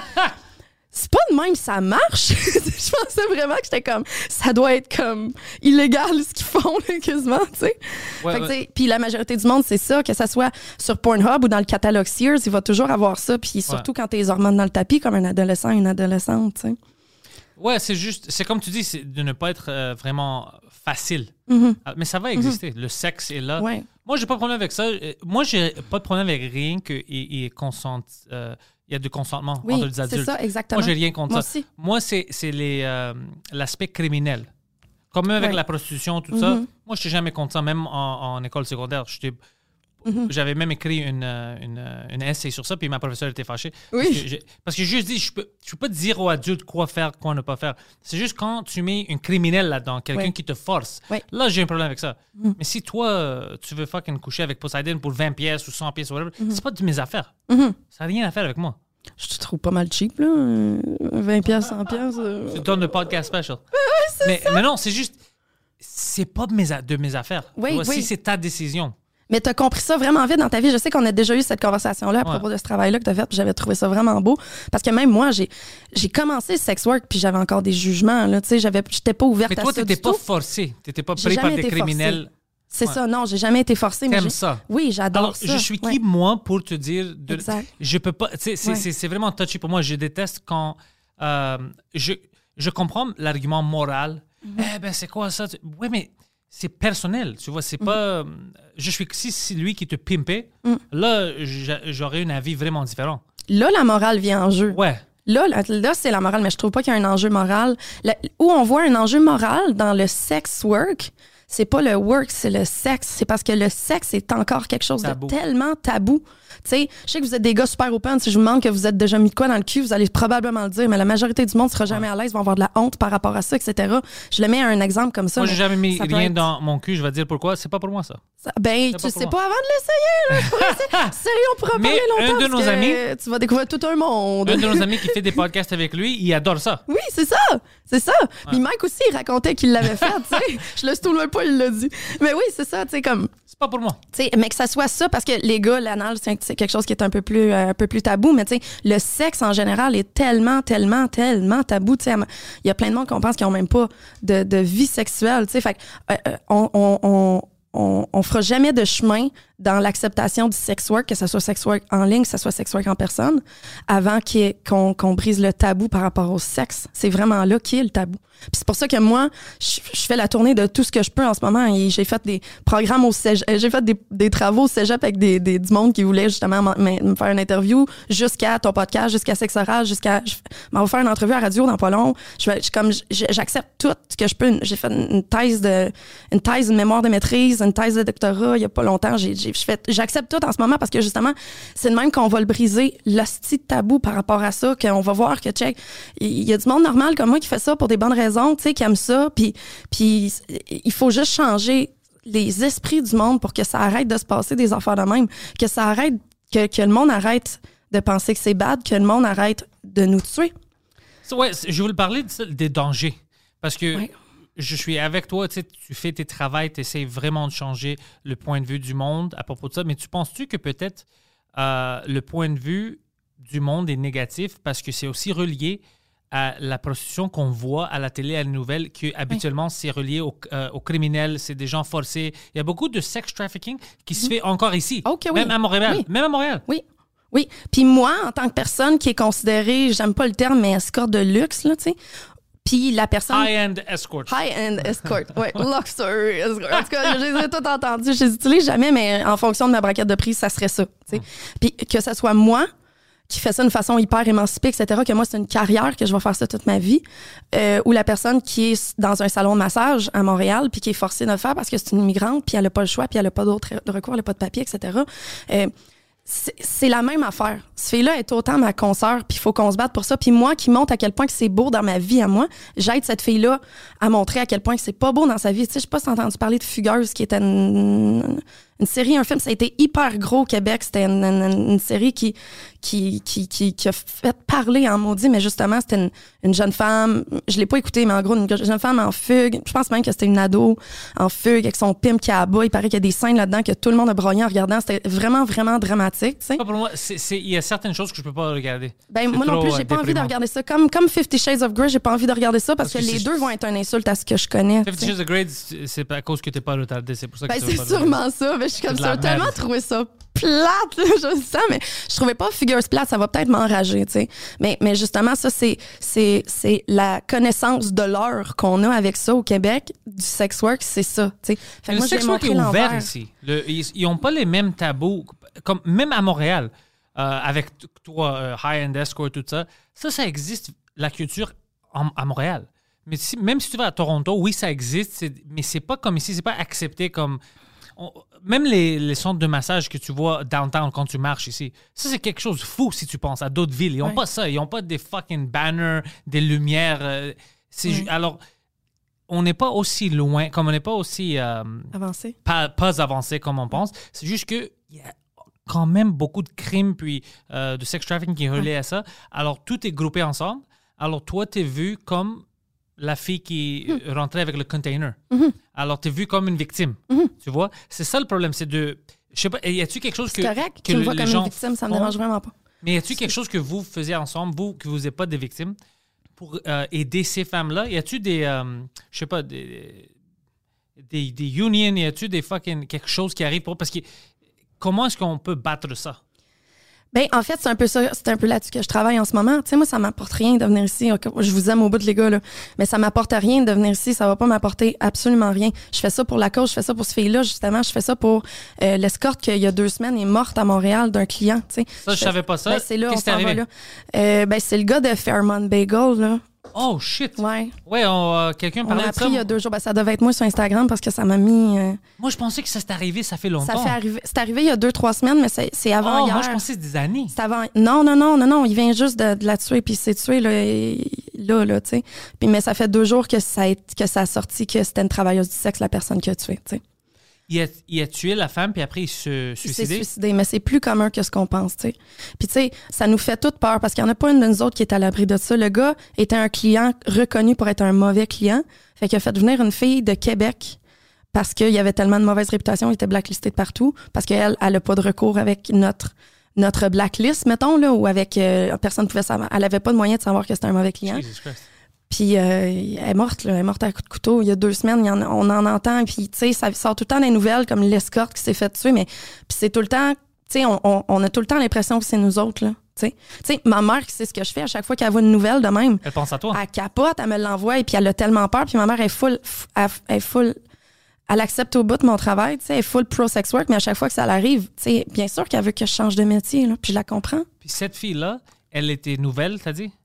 C'est pas de même, ça marche. Je pensais vraiment que j'étais comme, ça doit être comme illégal ce qu'ils font, là, quasiment, tu sais. Ouais, Fait que, ouais. tu sais, puis la majorité du monde, c'est ça, que ça soit sur Pornhub ou dans le catalogue Sears, il va toujours avoir ça. Puis surtout quand t'es les hormones dans le tapis, comme un adolescent, une adolescente, tu sais. Ouais, c'est juste, c'est comme tu dis, c'est de ne pas être euh, vraiment facile. Mhm. Ah, Mais ça va exister. Le sexe est là. Ouais. Moi, j'ai pas de problème avec ça. Euh, Moi, j'ai pas de problème avec rien qu'il il consent, euh, il y a de consentement Oui, entre les c'est adultes. ça, exactement. Moi, j'ai rien contre Moi ça. aussi. Moi, c'est, c'est les, euh, l'aspect criminel. Comme même avec Ouais. la prostitution, tout ça. Mhm. Moi, je n'étais jamais contre ça, même en, en école secondaire. J'étais- Mhm. J'avais même écrit une, euh, une, euh, une essai sur ça, puis ma professeure était fâchée. Oui. Parce que j'ai, parce que j'ai juste dit, je peux, je peux pas dire aux adultes quoi faire, quoi ne pas faire. C'est juste quand tu mets une criminelle là-dedans, quelqu'un Ouais. qui te force, Ouais. là, j'ai un problème avec ça. Mais si toi, euh, tu veux fucking coucher avec Poseidon pour vingt pièces ou cent pièces ou whatever, c'est pas de mes affaires. Mhm. Ça n'a rien à faire avec moi. Je te trouve pas mal cheap, là. euh, vingt piastres, cent piastres. euh. Je te donne le podcast special. mais, mais non, c'est juste, c'est pas de mes, a- de mes affaires. Oui, Tu vois, oui. Si c'est ta décision. Mais t'as compris ça vraiment vite dans ta vie. Je sais qu'on a déjà eu cette conversation-là à Ouais. propos de ce travail-là que t'as fait, puis j'avais trouvé ça vraiment beau. Parce que même moi, j'ai j'ai commencé le sex work, puis j'avais encore des jugements, là. Tu sais, j'avais- j'étais pas ouverte Mais à toi, ça t'étais du pas tout. forcé. T'étais pas J'ai pris par jamais des été forcée. criminels. C'est Ouais. ça, non, j'ai jamais été forcée. mais T'aimes j'ai- ça? Oui, j'adore Alors, ça. je suis qui, Ouais. moi, pour te dire... De... Exact. Je peux pas... Tu sais, c'est, Ouais. c'est, c'est vraiment touchy pour moi. Je déteste quand... euh, je, je comprends l'argument moral. Mm-hmm. Eh ben, c'est quoi ça? Oui, mais c'est personnel, tu vois. C'est Mm-hmm. pas... Je suis... Si c'est lui qui te pimpait, Mm. là, j'a- j'aurais un avis vraiment différent. Là, la morale vient en jeu. Ouais. Là, là, là, c'est la morale, mais je trouve pas qu'il y a un enjeu moral. La- où on voit un enjeu moral dans le sex work, c'est pas le work, c'est le sexe. C'est parce que le sexe est encore quelque chose Tabou. de tellement tabou. Tu sais, je sais que vous êtes des gars super open. Si je vous demande que vous êtes déjà mis de quoi dans le cul, vous allez probablement le dire, mais la majorité du monde sera jamais à l'aise, vont avoir de la honte par rapport à ça, et cetera. Je le mets à un exemple comme ça. Moi, j'ai mais jamais mis ça peut rien être- dans mon cul. Je vais te dire pourquoi. C'est pas pour moi, ça. ça- Ben, pas tu pour sais moi. pas avant de l'essayer, là. Je pourrais essayer. Sérieux, on pourra Mais parler un longtemps. de parce nos que amis- Tu vas découvrir tout un monde. Un de nos amis qui fait des podcasts avec lui, il adore ça. Oui, c'est ça, c'est ça. Puis Mike aussi, il racontait qu'il l'avait fait, tu sais. Je le stoule même pas, il l'a dit. Mais oui, c'est ça, tu sais, comme, C'est pas pour moi. tu sais, mais que ça soit ça, parce que les gars, l'anal, c'est c'est quelque chose qui est un peu plus, euh, un peu plus tabou, mais tu sais, le sexe en général est tellement, tellement, tellement tabou, tu sais. Il y a plein de monde qu'on pense qu'ils ont même pas de, de vie sexuelle, tu sais. Fait que, euh, euh, on, on, on, on, on fera jamais de chemin dans l'acceptation du sex work, que ce soit sex work en ligne, que ce soit sex work en personne, avant qu'il y ait- qu'on qu'on brise le tabou par rapport au sexe. C'est vraiment là qui est le tabou. Puis c'est pour ça que moi, je, je fais la tournée de tout ce que je peux en ce moment. Et j'ai fait des programmes au cégep, j'ai fait des, des travaux au cégep avec des, des, du monde qui voulait justement m'en- me me faire une interview jusqu'à ton podcast, jusqu'à Sexe Oral, jusqu'à... Je m'en vais faire une entrevue à radio dans pas long. Je, vais- je- comme, je- j'accepte tout ce que je peux. J'ai fait une thèse de, une thèse, une mémoire de maîtrise, une thèse de doctorat il y a pas longtemps. J'ai j'ai, je fais, j'accepte tout en ce moment parce que justement, c'est de même qu'on va le briser, l'hostie de tabou par rapport à ça, qu'on va voir que, check, il y a du monde normal comme moi qui fait ça pour des bonnes raisons, tu sais, qui aime ça, puis, puis il faut juste changer les esprits du monde pour que ça arrête de se passer des affaires de même, que ça arrête, que, que le monde arrête de penser que c'est bad, que le monde arrête de nous tuer. Ouais, je voulais parler de ça, des dangers. Parce que ouais. je suis avec toi, tu sais, tu fais tes travaux, tu essaies vraiment de changer le point de vue du monde à propos de ça, mais tu penses-tu que peut-être euh, le point de vue du monde est négatif parce que c'est aussi relié à la prostitution qu'on voit à la télé, à la nouvelle, que habituellement oui. c'est relié aux, euh, aux criminels, c'est des gens forcés. Il y a beaucoup de sex trafficking qui se fait encore ici, okay, même oui. à Montréal. Oui. Même à Montréal. Oui. Oui. Puis moi, en tant que personne qui est considérée, j'aime pas le terme, mais escorte de luxe, là, tu sais. Puis la personne... High-end escort. High-end escort, oui. Luxury escort. En tout cas, je les ai tout entendus. Je les utilise jamais, mais en fonction de ma braquette de prix, ça serait ça, tu sais. Mm. Puis que ce soit moi qui fait ça d'une façon hyper émancipée, et cetera, que moi, c'est une carrière, que je vais faire ça toute ma vie, euh, ou la personne qui est dans un salon de massage à Montréal, puis qui est forcée de le faire parce que c'est une immigrante, puis elle n'a pas le choix, puis elle n'a pas d'autre recours, elle n'a pas de papier, et cetera. Euh, c'est, c'est la même affaire. Cette fille-là est autant ma consoeur, puis il faut qu'on se batte pour ça. Puis moi, qui montre à quel point que c'est beau dans ma vie à moi, j'aide cette fille-là à montrer à quel point que c'est pas beau dans sa vie. Tu sais, je sais pas si t'as entendu parler de Fugueuse, qui était une, une série, un film, ça a été hyper gros au Québec. C'était une, une, une série qui, qui, qui, qui, qui a fait parler en maudit, mais justement, c'était une, une jeune femme, je l'ai pas écoutée, mais en gros, une jeune femme en fugue. Je pense même que c'était une ado en fugue avec son pimp qui abat. Il paraît qu'il y a des scènes là-dedans que tout le monde a broyé en regardant. C'était vraiment, vraiment dramatique, tu sais. Pour moi, c'est, c'est, il y a certaines choses que je peux pas regarder. Ben, c'est moi non plus, j'ai euh, pas envie de regarder ça. Comme, comme Fifty Shades of Grey, j'ai pas envie de regarder ça parce, parce que, que les deux vont être une insulte à ce que je connais. Fifty Shades of Grey, c'est à cause que t'es pas retardé. C'est pour ça que ben, tu c'est pas sûrement ça. Mais je suis comme ça. J'ai tellement trouvé ça plate, là, je sens, mais je trouvais pas Fugueuse plate, ça va peut-être m'enrager, tu sais. Mais, mais justement, ça, c'est, c'est, c'est la connaissance de l'heure qu'on a avec ça au Québec, du sex work, c'est ça, tu sais. Fait que le moi, sex work est ouvert l'envers. Ici. Le, ils, ils ont pas les mêmes tabous, comme même à Montréal, euh, avec toi, euh, high-end escort, tout ça. Ça, ça existe, la culture en, à Montréal. Mais si, même si tu vas à Toronto, oui, ça existe, c'est, mais c'est pas comme ici, c'est pas accepté comme... On, même les, les centres de massage que tu vois downtown quand tu marches ici, ça, c'est quelque chose de fou si tu penses à d'autres villes. Ils n'ont ouais. pas ça. Ils n'ont pas des fucking banners, des lumières. Euh, c'est ouais. ju- alors, on n'est pas aussi loin, comme on n'est pas aussi... Euh, avancé. Pas, pas avancé comme on pense. C'est juste qu'il y a quand même beaucoup de crimes puis euh, de sex trafficking qui est relié ouais. à ça. Alors, tout est groupé ensemble. Alors, toi, tu es vu comme... la fille qui mmh. rentrait avec le container. Mmh. Alors, tu es vue comme une victime. Mmh. Tu vois? C'est ça le problème, c'est de... Je sais pas, y a-tu quelque chose que... C'est correct, que tu me le, vois comme gens une victime, ça me font? dérange vraiment pas. Mais y a-tu quelque chose que vous faisiez ensemble, vous, que vous n'êtes pas des victimes, pour euh, aider ces femmes-là? Y a-tu des... Euh, je sais pas, des, des, des unions? Y a-tu des fucking... quelque chose qui arrive pour... Parce que comment est-ce qu'on peut battre ça? Ben, en fait, c'est un peu ça, c'est un peu là-dessus que je travaille en ce moment. Tu sais, moi, ça m'apporte rien de venir ici. Je vous aime au bout de les gars, là. Mais ça m'apporte rien de venir ici. Ça va pas m'apporter absolument rien. Je fais ça pour la cause. Je fais ça pour ce fille-là, justement. Je fais ça pour euh, l'escorte qu'il y a deux semaines est morte à Montréal d'un client, tu sais. Ça, je, je savais pas ça. Ben, c'est là, Qu'est-ce qui t'est arrivé? Là. Euh, ben, c'est le gars de Fairmont Bagel, là. Oh, shit! Ouais. Ouais, on, euh, quelqu'un parlait de ça. On a appris il y a deux jours. Ben, ça devait être moi sur Instagram parce que ça m'a mis... Euh... Moi, je pensais que ça s'est arrivé, ça fait longtemps. Ça fait arriver... C'est arrivé il y a deux, trois semaines, mais c'est, c'est avant oh, hier. Moi, je pensais que c'est des années. C'est avant... Non, non, non, non, non. Il vient juste de, de la tuer, puis il s'est tué, là, et... là, là, tu sais. Puis, mais ça fait deux jours que ça, a... que ça a sorti que c'était une travailleuse du sexe, la personne qui a tué, tu sais. Il a, il a tué la femme, puis après, il se suicidé? Il s'est suicidé, mais c'est plus commun que ce qu'on pense, tu sais. Puis, tu sais, ça nous fait toute peur, parce qu'il n'y en a pas une de nous autres qui est à l'abri de ça. Le gars était un client reconnu pour être un mauvais client. Fait qu'il a fait venir une fille de Québec parce qu'il y avait tellement de mauvaise réputation, il était blacklisté de partout, parce qu'elle, elle n'a pas de recours avec notre notre blacklist, mettons, là, ou avec... Euh, personne ne pouvait savoir. Elle n'avait pas de moyen de savoir que c'était un mauvais client. Jesus Christ. Puis euh, elle est morte, là, elle est morte à coup de couteau. Il y a deux semaines, il y en, on en entend. Puis tu sais, ça sort tout le temps des nouvelles comme l'escorte qui s'est fait tuer, mais puis c'est tout le temps, tu sais, on, on, on a tout le temps l'impression que c'est nous autres là. Tu sais, ma mère, c'est ce que je fais à chaque fois qu'elle voit une nouvelle de même. Elle pense à toi. Elle capote, elle me l'envoie et puis elle a tellement peur. Puis ma mère est full, elle, elle est full. Elle accepte au bout de mon travail, tu sais, elle est full pro sex work, mais à chaque fois que ça l'arrive, tu sais, bien sûr qu'elle veut que je change de métier, là, puis je la comprends. Puis cette fille-là, elle était nouvelle, t'as dit?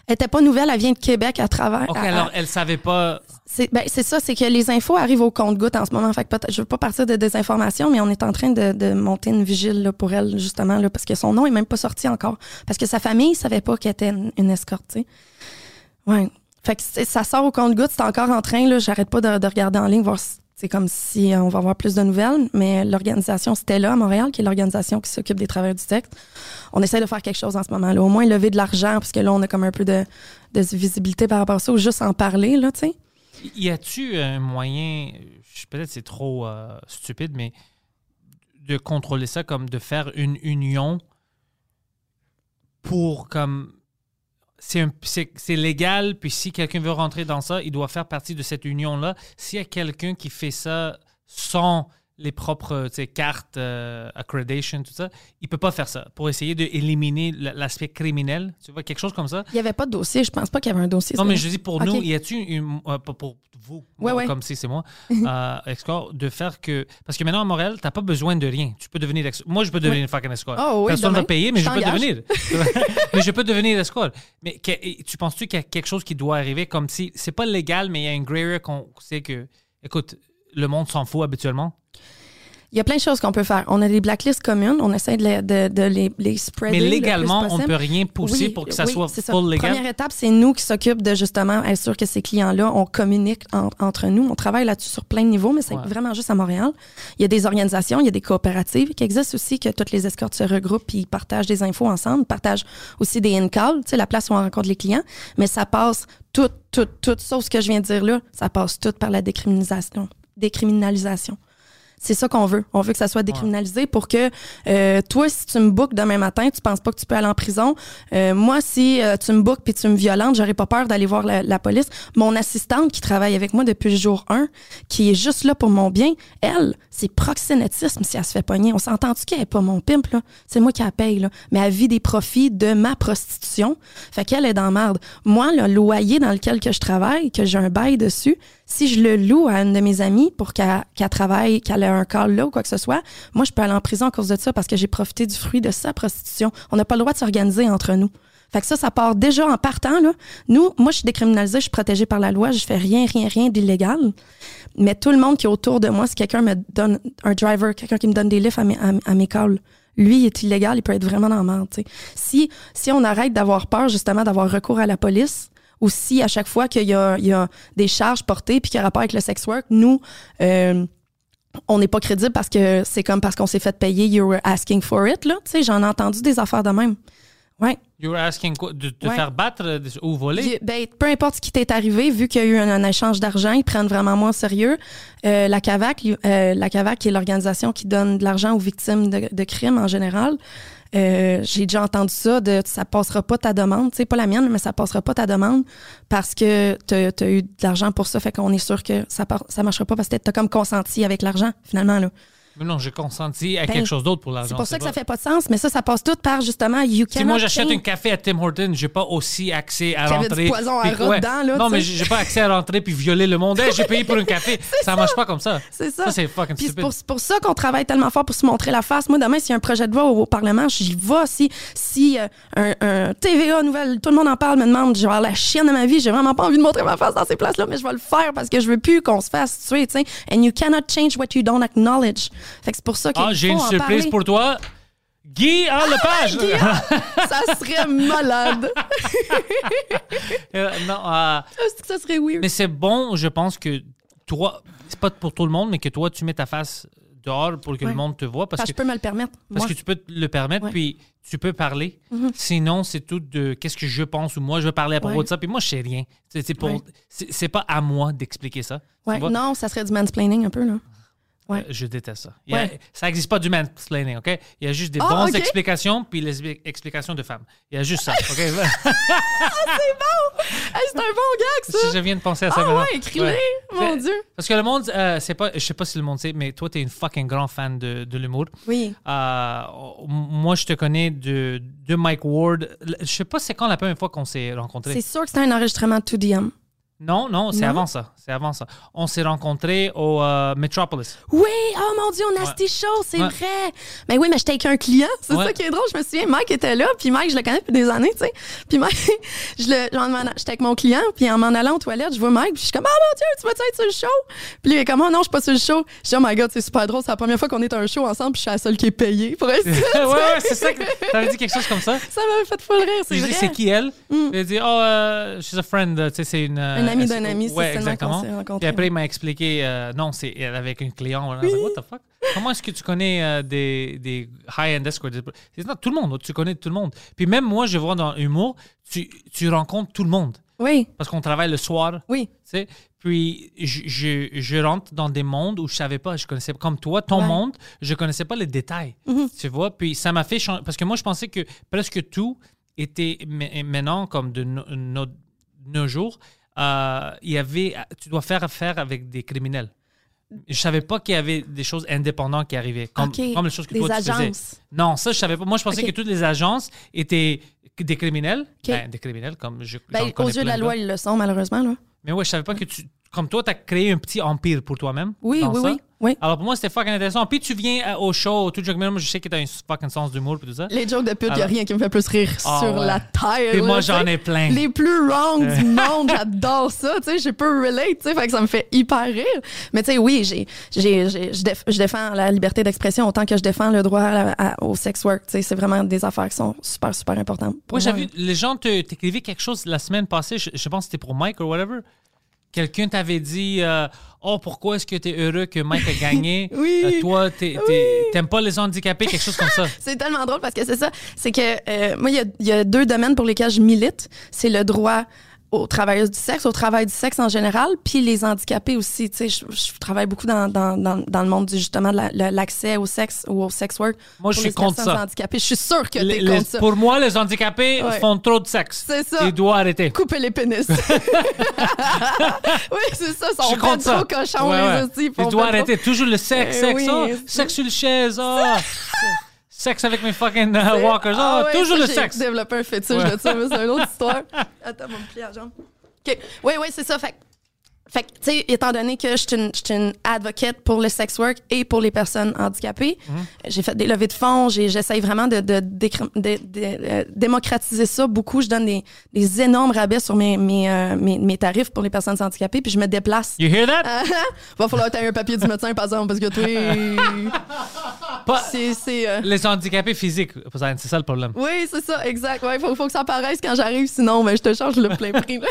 Elle était pas nouvelle, elle vient de Québec à travers. OK, à- alors elle savait pas... C'est, ben, c'est ça, c'est que les infos arrivent au compte-gouttes en ce moment. Fait que peut-être- je veux pas partir de désinformation, mais on est en train de, de monter une vigile là, pour elle, justement, là, parce que son nom est même pas sorti encore. Parce que sa famille savait pas qu'elle était une, une escorte, tu sais. Ouais. Fait que c'est- ça sort au compte-gouttes, c'est encore en train, là. J'arrête pas de, de regarder en ligne, voir si c'est comme si euh, on va avoir plus de nouvelles, mais l'organisation Stella à Montréal, qui est l'organisation qui s'occupe des travailleurs du sexe, on essaie de faire quelque chose en ce moment, là. Au moins lever de l'argent, parce que là, on a comme un peu de, de visibilité par rapport à ça, ou juste en parler, là, tu sais. Y a-tu un moyen, je- peut-être c'est trop euh, stupide, mais de contrôler ça, comme de faire une union pour comme... C'est, un, c'est, c'est légal, puis si quelqu'un veut rentrer dans ça, il doit faire partie de cette union-là. S'il y a quelqu'un qui fait ça sans les propres tu sais, cartes, euh, accreditation, tout ça, il peut pas faire ça pour essayer d'éliminer l'aspect criminel. Tu vois, quelque chose comme ça. Il n'y avait pas de dossier. Je pense pas qu'il y avait un dossier. Non, ça. mais je dis pour Ok. nous, y a-tu une, euh, pas pour vous, Ouais, moi, ouais. comme si c'est moi, euh, escort, de faire que... Parce que maintenant, à Montréal, t'as pas besoin de rien. Tu peux devenir... ex- Moi, je peux devenir une fucking escort. Oh, oui, Personne demain, va payer, mais je je, peux t'engage. devenir. mais je peux devenir escort. Mais que- tu penses-tu qu'il y a quelque chose qui doit arriver comme si... C'est pas légal, mais il y a une gray area qu'on sait que... Écoute, le monde s'en fout habituellement. Il y a plein de choses qu'on peut faire. On a des blacklists communes. On essaie de les, de, de les, les spreader. Mais le légalement, plus on possible. peut rien pousser Oui, pour que ça oui, soit c'est ça. full légal. Première étape, c'est nous qui s'occupent de justement être sûr que ces clients-là, on communique en- entre nous. On travaille là-dessus sur plein de niveaux, mais c'est Ouais. vraiment juste à Montréal. Il y a des organisations, il y a des coopératives qui existent aussi, que toutes les escortes se regroupent puis ils partagent des infos ensemble, partagent aussi des in-calls, tu sais, la place où on rencontre les clients. Mais ça passe tout, tout, tout, sauf ce que je viens de dire là, ça passe tout par la décriminalisation. Décriminalisation. C'est ça qu'on veut. On veut que ça soit décriminalisé pour que euh, toi, si tu me bookes demain matin, tu penses pas que tu peux aller en prison. Euh, moi, si euh, tu me bookes puis tu me violentes, j'aurais pas peur d'aller voir la, la police. Mon assistante qui travaille avec moi depuis le jour un, qui est juste là pour mon bien, elle, c'est proxénétisme si elle se fait pogner. On s'entend-tu qu'elle est pas mon pimp, là? C'est moi qui la paye, là. Mais elle vit des profits de ma prostitution. Fait qu'elle est dans la merde. Moi, le loyer dans lequel que je travaille, que j'ai un bail dessus, si je le loue à une de mes amies pour qu'elle, qu'elle travaille, qu'elle ait un call là ou quoi que ce soit, moi, je peux aller en prison à cause de ça parce que j'ai profité du fruit de sa prostitution. On n'a pas le droit de s'organiser entre nous. Fait que ça, ça part déjà en partant, là. Nous, moi, je suis décriminalisée, je suis protégée par la loi, je fais rien, rien, rien d'illégal. Mais tout le monde qui est autour de moi, si quelqu'un me donne un driver, quelqu'un qui me donne des lifts à mes, à, à mes calls, lui, il est illégal, il peut être vraiment dans la merde, tu sais. Si, si on arrête d'avoir peur, justement, d'avoir recours à la police, ou si à chaque fois qu'il y a, il y a des charges portées puis qu'il y a rapport avec le sex work, nous, euh, on n'est pas crédible parce que c'est comme parce qu'on s'est fait payer, you were asking for it, là. Tu sais, j'en ai entendu des affaires de même. Ouais. You're asking quoi? De te Ouais. faire battre euh, ou voler? Il- ben, peu importe ce qui t'est arrivé, vu qu'il y a eu un, un échange d'argent, ils prennent vraiment moins au sérieux. Euh, la C A V A C, euh, la C A V A C, qui est l'organisation qui donne de l'argent aux victimes de, de crimes en général, euh, j'ai déjà entendu ça, de ça passera pas ta demande, tu sais, pas la mienne, mais ça passera pas ta demande parce que t'as, t'as eu de l'argent pour ça, fait qu'on est sûr que ça, par, ça marchera pas parce que t'as comme consenti avec l'argent, finalement, là. Mais non, j'ai consenti à Ben, quelque chose d'autre pour l'argent. C'est pour ça que pas- ça fait pas de sens, mais ça, ça passe tout par, justement, you Si cannot moi j'achète change- un café à Tim Hortons, j'ai pas aussi accès à Qu'il y avait rentrer. du poison à puis- rat dedans, là, Non, tu mais sais. j'ai j'ai pas accès à rentrer puis violer le monde. Hey, j'ai payé pour un café. ça marche pas comme ça. C'est ça. Ça, c'est fucking Puis c'est stupide. pour, c'est pour ça qu'on travaille tellement fort pour se montrer la face. Moi, demain, s'il y a un projet de loi au, au Parlement, j'y vais. Si, si euh, un, un T V A nouvelle, tout le monde en parle, me demande, je vais avoir la chienne de ma vie, j'ai vraiment pas envie de montrer ma face dans ces places-là, mais je vais le faire parce que je veux plus qu'on se fasse tuer, tu sais. And you cannot change what you don't acknowledge. Fait que c'est pour ça qu'il Ah, j'ai faut une en surprise parler. pour toi. Guy en Lepage! Ça serait malade. Euh, non, euh, Est-ce que ça serait weird? mais c'est bon, je pense que toi, c'est pas pour tout le monde, mais que toi, tu mets ta face dehors pour que Ouais. le monde te voit. Parce Parce que que je peux me le permettre. Parce moi. que tu peux te le permettre, Ouais. puis tu peux parler. Sinon, c'est tout de qu'est-ce que je pense ou moi, je veux parler à propos Ouais. de ça. Puis moi, je sais rien. C'est, c'est, pour, Ouais. c'est, c'est pas à moi d'expliquer ça. Tu Ouais, vois? non, ça serait du mansplaining un peu, là. Ouais. Euh, je déteste ça. Il y a- Ouais. Ça n'existe pas du mansplaining, OK? Il y a juste des Ah, bonnes OK. explications puis les expli- explications de femmes. Il y a juste ça, OK? Hey, c'est un bon gag, ça! je viens de penser à ça Ah maintenant. ouais, écris-le! Ouais. Mon C'est- Dieu! Parce que le monde, euh, c'est pas, je sais pas si le monde sait, mais toi, tu es une fucking grand fan de, de l'humour. Oui. Euh, moi, je te connais de, de Mike Ward. Je sais pas c'est quand la première fois qu'on s'est rencontrés. C'est sûr que c'était un enregistrement de deux D M. Non, non, c'est Non? avant ça. C'est avant ça. On s'est rencontrés au euh, Metropolis. Oui, oh mon Dieu, on a Ouais. Show, c'est Ouais. vrai. Mais oui, mais j'étais avec un client, c'est Ouais. ça qui est drôle. Je me souviens, Mike était là, puis Mike, je le connais depuis des années, tu sais. Puis Mike, je le, j'en m'en- j'étais avec mon client, puis en m'en allant aux toilettes, je vois Mike, puis je suis comme, oh mon Dieu, tu vas-tu être sur le show? Puis lui, il est comme, oh non, je suis pas sur le show. Je dis, oh my God, c'est super drôle, c'est la première fois qu'on est à un show ensemble, puis je suis la seule qui est payée pour être ouais, ouais, c'est ça que t'avais dit quelque chose comme ça. Ça m'avait fait full rire, c'est Je vrai. dis, c'est qui elle? Mm. Elle dit, oh, euh, she's a friend. Tu sais, c'est une. Un ami euh, d'un ami, c'est ouais, seulement qu'on exactement. s'est rencontrés. Puis après, il m'a expliqué, euh, non, c'est elle avec un client. I was like, what the fuck? Comment est-ce que tu connais euh, des, des high-end escorts? C'est non, tout le monde, tu connais tout le monde. Puis même moi, je vois dans l'humour, tu, tu rencontres tout le monde. Oui, Parce qu'on travaille le soir. oui. Tu sais, puis je, je, je rentre dans des mondes où je savais pas, je connaissais pas, comme toi, ton Ouais. monde, je connaissais pas les détails, tu vois, puis ça m'a fait changer, parce que moi je pensais que presque tout était ma- maintenant, comme de no- no- nos jours, euh, il y avait, tu dois faire affaire avec des criminels. Je savais pas qu'il y avait des choses indépendantes qui arrivaient, comme, OK. comme les choses que Des toi tu faisais. agences. Non, ça je savais pas. Moi je pensais OK. que toutes les agences étaient des criminels, OK. Ben, des criminels comme je. Ben, j'en aux connais yeux de plein la loi, gars. ils le sont, malheureusement, là. Mais ouais, je savais pas que tu. Comme toi, tu as créé un petit empire pour toi-même. Oui, dans oui, ça. oui, oui. Alors pour moi, c'était fucking intéressant. Puis tu viens euh, au show, au tout Joke Minimum, je sais que tu as un fucking sens d'humour et tout ça. Les jokes de pute, il n'y a Alors- rien qui me fait plus rire Ah, sur ouais. la terre. Et moi, là, j'en tu sais. ai plein. Les plus wrong du monde, j'adore ça, tu sais, je peux relate, tu sais, fait que ça me fait hyper rire. Mais tu sais, oui, j'ai, j'ai, j'ai- je, déf- je défends la liberté d'expression autant que je défends le droit à- à- au sex work, tu sais, c'est vraiment des affaires qui sont super, super importantes. pour Moi, j'ai moi. vu, les gens te- t'écrivaient quelque chose la semaine passée, je, je pense que c'était pour Mike ou whatever. Quelqu'un t'avait dit euh, oh, pourquoi est-ce que tu es heureux que Mike a gagné? Oui. Euh, toi, t'es- t'es- t'aimes pas les handicapés, quelque chose comme ça. C'est tellement drôle parce que c'est ça. C'est que euh, moi, il y a, il y a deux domaines pour lesquels je milite. C'est le droit aux travailleuses du sexe, au travail du sexe en général, puis les handicapés aussi. Tu sais, je, je travaille beaucoup dans, dans, dans, dans le monde du, justement de la- la- l'accès au sexe ou au sex work. Moi, je pour suis les contre personnes ça. handicapées. Je suis sûre que Les- t'es les- contre ça. pour moi, les handicapés Ouais. font trop de sexe. C'est ça. Ils doivent arrêter. Couper les pénis. oui, c'est ça. Je Ils suis sont contre pas ça. trop cochons, Ouais, les ouais. hosties, ils Ils font doivent pas trop- arrêter. Toujours le sexe, Eh sexe, oui, ah, c'est- sexe sur le chaise, ah. Sexe avec mes fucking uh, walkers, ah, Ah ouais, toujours ça, le j'ai sexe. développé un fétiche Ouais. de ça, mais c'est une autre histoire. Attends, mon pli à la jambe. OK. Oui, oui, c'est ça. Fait, que- fait que, tu sais, étant donné que je suis une, je suis une advocate pour le sex work et pour les personnes handicapées, Mm-hmm. j'ai fait des levées de fonds, j'ai- j'essaye vraiment de, de, décr- de- de- euh, démocratiser ça beaucoup. Je donne des, des énormes rabais sur mes, mes, euh, mes, mes tarifs pour les personnes handicapées, puis je me déplace. You hear that? Ah, va falloir que tu aies un papier du médecin, par exemple, parce que toi, Pas c'est... c'est euh, les handicapés physiques, c'est ça le problème. Oui, c'est ça, exact. Ouais, faut, faut que ça apparaisse quand j'arrive, sinon ben, je te charge le plein prix. là.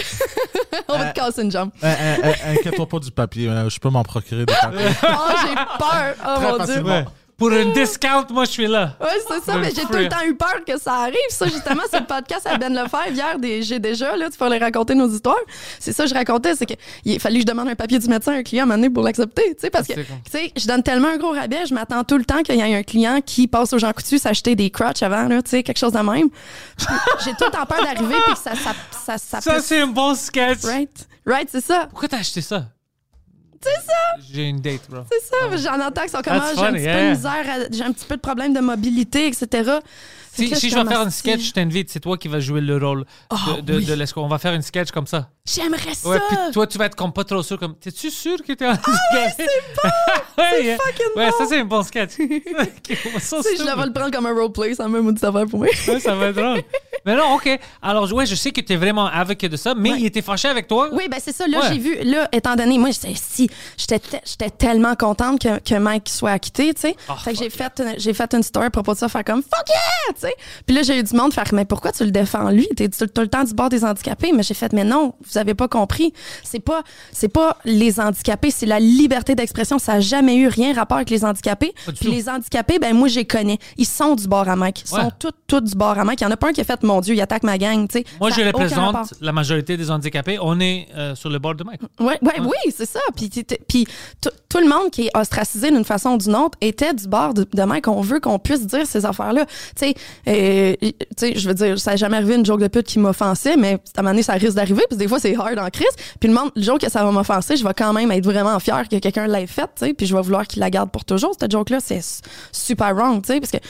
On va te casser une jambe. Euh, euh, euh, Inquiète-toi pas du papier. euh, Je peux m'en procurer des papiers. Oh, j'ai peur. Oh Très mon Dieu. facilement. Ouais. Pour une discount, moi, je suis là. Ouais, c'est ça, Le mais j'ai tout free. le temps eu peur que ça arrive. Ça, justement, c'est le podcast à Ben Lefebvre. Hier, des, j'ai déjà, là, tu peux aller raconter nos histoires. C'est ça que je racontais, c'est qu'il fallait que je demande un papier du médecin à un client à un moment donné pour l'accepter. Tu sais, parce que, C'est con. tu sais, je donne tellement un gros rabais, je m'attends tout le temps qu'il y ait un client qui passe au Jean Coutu s'acheter des crotches avant, là, tu sais, quelque chose de même. J'ai tout le temps peur d'arriver puis que ça, ça, ça, ça, Ça, puisse- c'est un bon sketch. Right? Right, c'est ça. Pourquoi t'as acheté ça? C'est ça. J'ai une date, bro. C'est ça, j'en entends qui sont comme That's ah, j'ai un funny, petit yeah. peu de misère, à- j'ai un petit peu de problème de mobilité, et cetera. Fait Si, que là, si suis je vais comme, faire un asti, sketch, je t'invite. C'est toi qui vas jouer le rôle Oh, de, de, oui. de l'escorte. On va faire une sketch comme ça. J'aimerais ça. Ouais, puis toi, tu vas être comme pas trop sûr. Comme, t'es-tu sûr que t'es handicapé? Ah ouais, c'est bon! ouais, yeah. fucking Ouais, bon. ça, c'est un bon sketch. Ok, on va s'en Tu sais, je souvenir. vais le prendre comme un roleplay, ça me maudit affaire pour moi. Ouais, ça va être drôle. Mais non, OK. Alors, ouais, je sais que tu es vraiment avocat de ça, mais Ouais. il était fâché avec toi. Oui, ben c'est ça. Là, Ouais. j'ai vu, là, étant donné, moi, j'étais si, j'étais te- j'étais tellement contente que, que Mike soit acquitté, tu sais. Oh, fait que j'ai fuck fait, une- j'ai fait une story à propos de ça, faire comme fuck yeah, tu sais. Puis là, j'ai eu du monde faire, mais pourquoi tu le défends lui? T'es tout, tout le temps du bord des handicapés. Mais j'ai fait, mais non, vous avez pas compris. C'est pas, c'est pas les handicapés, c'est la liberté d'expression. Ça a jamais eu rien rapport avec les handicapés. Pas du Puis tout. les handicapés, ben moi, je les connais. Ils sont du bord à Mike. Ils Ouais. sont tous, tous du bord à Mike. Il y en a pas un qui a fait, mon Dieu, il attaque ma gang, tu sais. Moi, Ça je a aucun rapport. représente la majorité des handicapés. On est euh, sur le bord de Mike. Ouais, ouais, oui, c'est ça. Puis, t- t- puis tout tout le monde qui est ostracisé d'une façon ou d'une autre était du bord de, de Mike. On veut qu'on puisse dire ces affaires-là. Tu sais, euh, tu sais, je veux dire, ça n'a jamais arrivé une joke de pute qui m'offensait, mais à un moment donné, ça risque d'arriver. Puis des fois, c'est hard en crise. Puis le, monde, le jour que ça va m'offenser, je vais quand même être vraiment fière que quelqu'un l'ait faite. Tu sais, puis je vais vouloir qu'il la garde pour toujours. Cette joke-là, c'est s- super wrong. Tu sais, parce que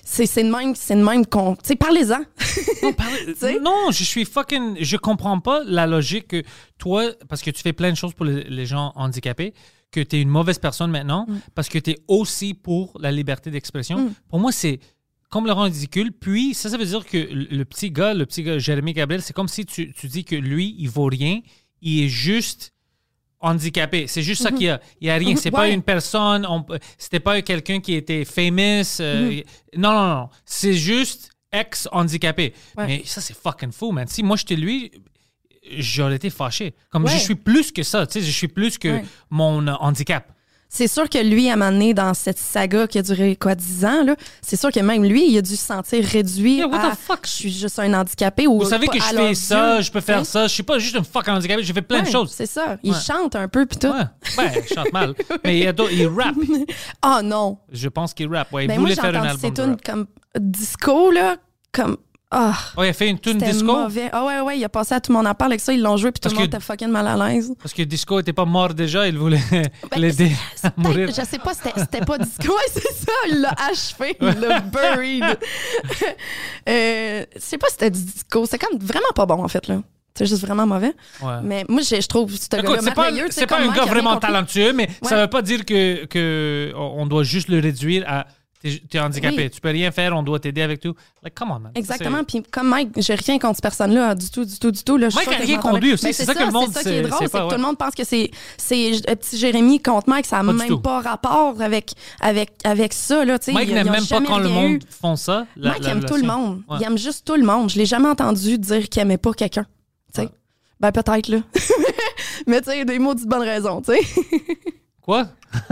c'est, c'est de même, c'est de même qu'on... Tu sais, parlez-en. Non, parlez- non, je suis fucking... Je comprends pas la logique que toi, parce que tu fais plein de choses pour les, les gens handicapés, que tu es une mauvaise personne maintenant, mm. parce que tu es aussi pour la liberté d'expression. Mm. Pour moi, c'est comme le ridicule. Puis, ça, ça veut dire que le, le petit gars, le petit gars, Jérémy Gabriel, c'est comme si tu, tu dis que lui, il vaut rien. Il est juste... handicapé. C'est juste mm-hmm. ça qu'il y a. Il n'y a rien. C'est mm-hmm. pas ouais. une personne. On, c'était pas quelqu'un qui était famous. Euh, mm-hmm. Non, non, non. C'est juste ex-handicapé. Ouais. Mais ça, c'est fucking fou, man. Si moi, j'étais lui, j'aurais été fâché. Comme ouais. je suis plus que ça. Tu sais, je suis plus que ouais. mon euh, handicap. C'est sûr que lui, à un moment donné, dans cette saga qui a duré, quoi, dix ans, là, c'est sûr que même lui, il a dû se sentir réduit yeah, what à the fuck? « je suis juste un handicapé » ou vous savez que je fais ça, Dieu, je peux faire hein? ça, je suis pas juste un fuck handicapé, je fais plein ouais, de choses. C'est ça. Il ouais. chante un peu, puis tout. Ouais, ben, il chante mal. Mais il, il rappe. Ah oh, non! Je pense qu'il rappe. Ouais, il ben voulait moi, faire un album. C'est une comme disco, là, comme... Ah, oh, il a fait une tune disco? Mauvais. Ah ouais, ouais, il a passé à tout le monde en parle avec ça, ils l'ont joué, puis tout le monde était fucking mal à l'aise. Parce que Disco était pas mort déjà, il voulait ben, l'aider à mourir. Je sais pas, c'était, c'était pas Disco, ouais, c'est ça, il l'a achevé, il l'a buried. euh, je sais pas si c'était du Disco, c'est comme vraiment pas bon en fait, là. C'est juste vraiment mauvais. Ouais. Mais moi, je, je trouve ce gars-là merveilleux. C'est pas un gars vraiment talentueux, mais ouais. ça veut pas dire que, que on doit juste le réduire à... T'es, t'es handicapé, oui. tu peux rien faire, on doit t'aider avec tout. Like, come on, man. Exactement. Puis comme Mike, j'ai rien contre cette personne-là, du tout, du tout, du tout. Là, Mike a rien contre lui aussi. Ben, c'est, c'est ça, ça que le monde c'est ça qui est drôle, c'est, c'est pas, que ouais. tout le monde pense que c'est, c'est petit Jérémy contre Mike, ça n'a même pas rapport avec, avec, avec ça. Là, Mike il, n'aime même pas quand le monde eu. font ça. La, Mike la aime relation. Tout le monde. Ouais. Il aime juste tout le monde. Je l'ai jamais entendu dire qu'il aimait pas quelqu'un. Ouais. Ben peut-être, là. Mais tu sais, des mots de bonne raison, tu sais. Quoi?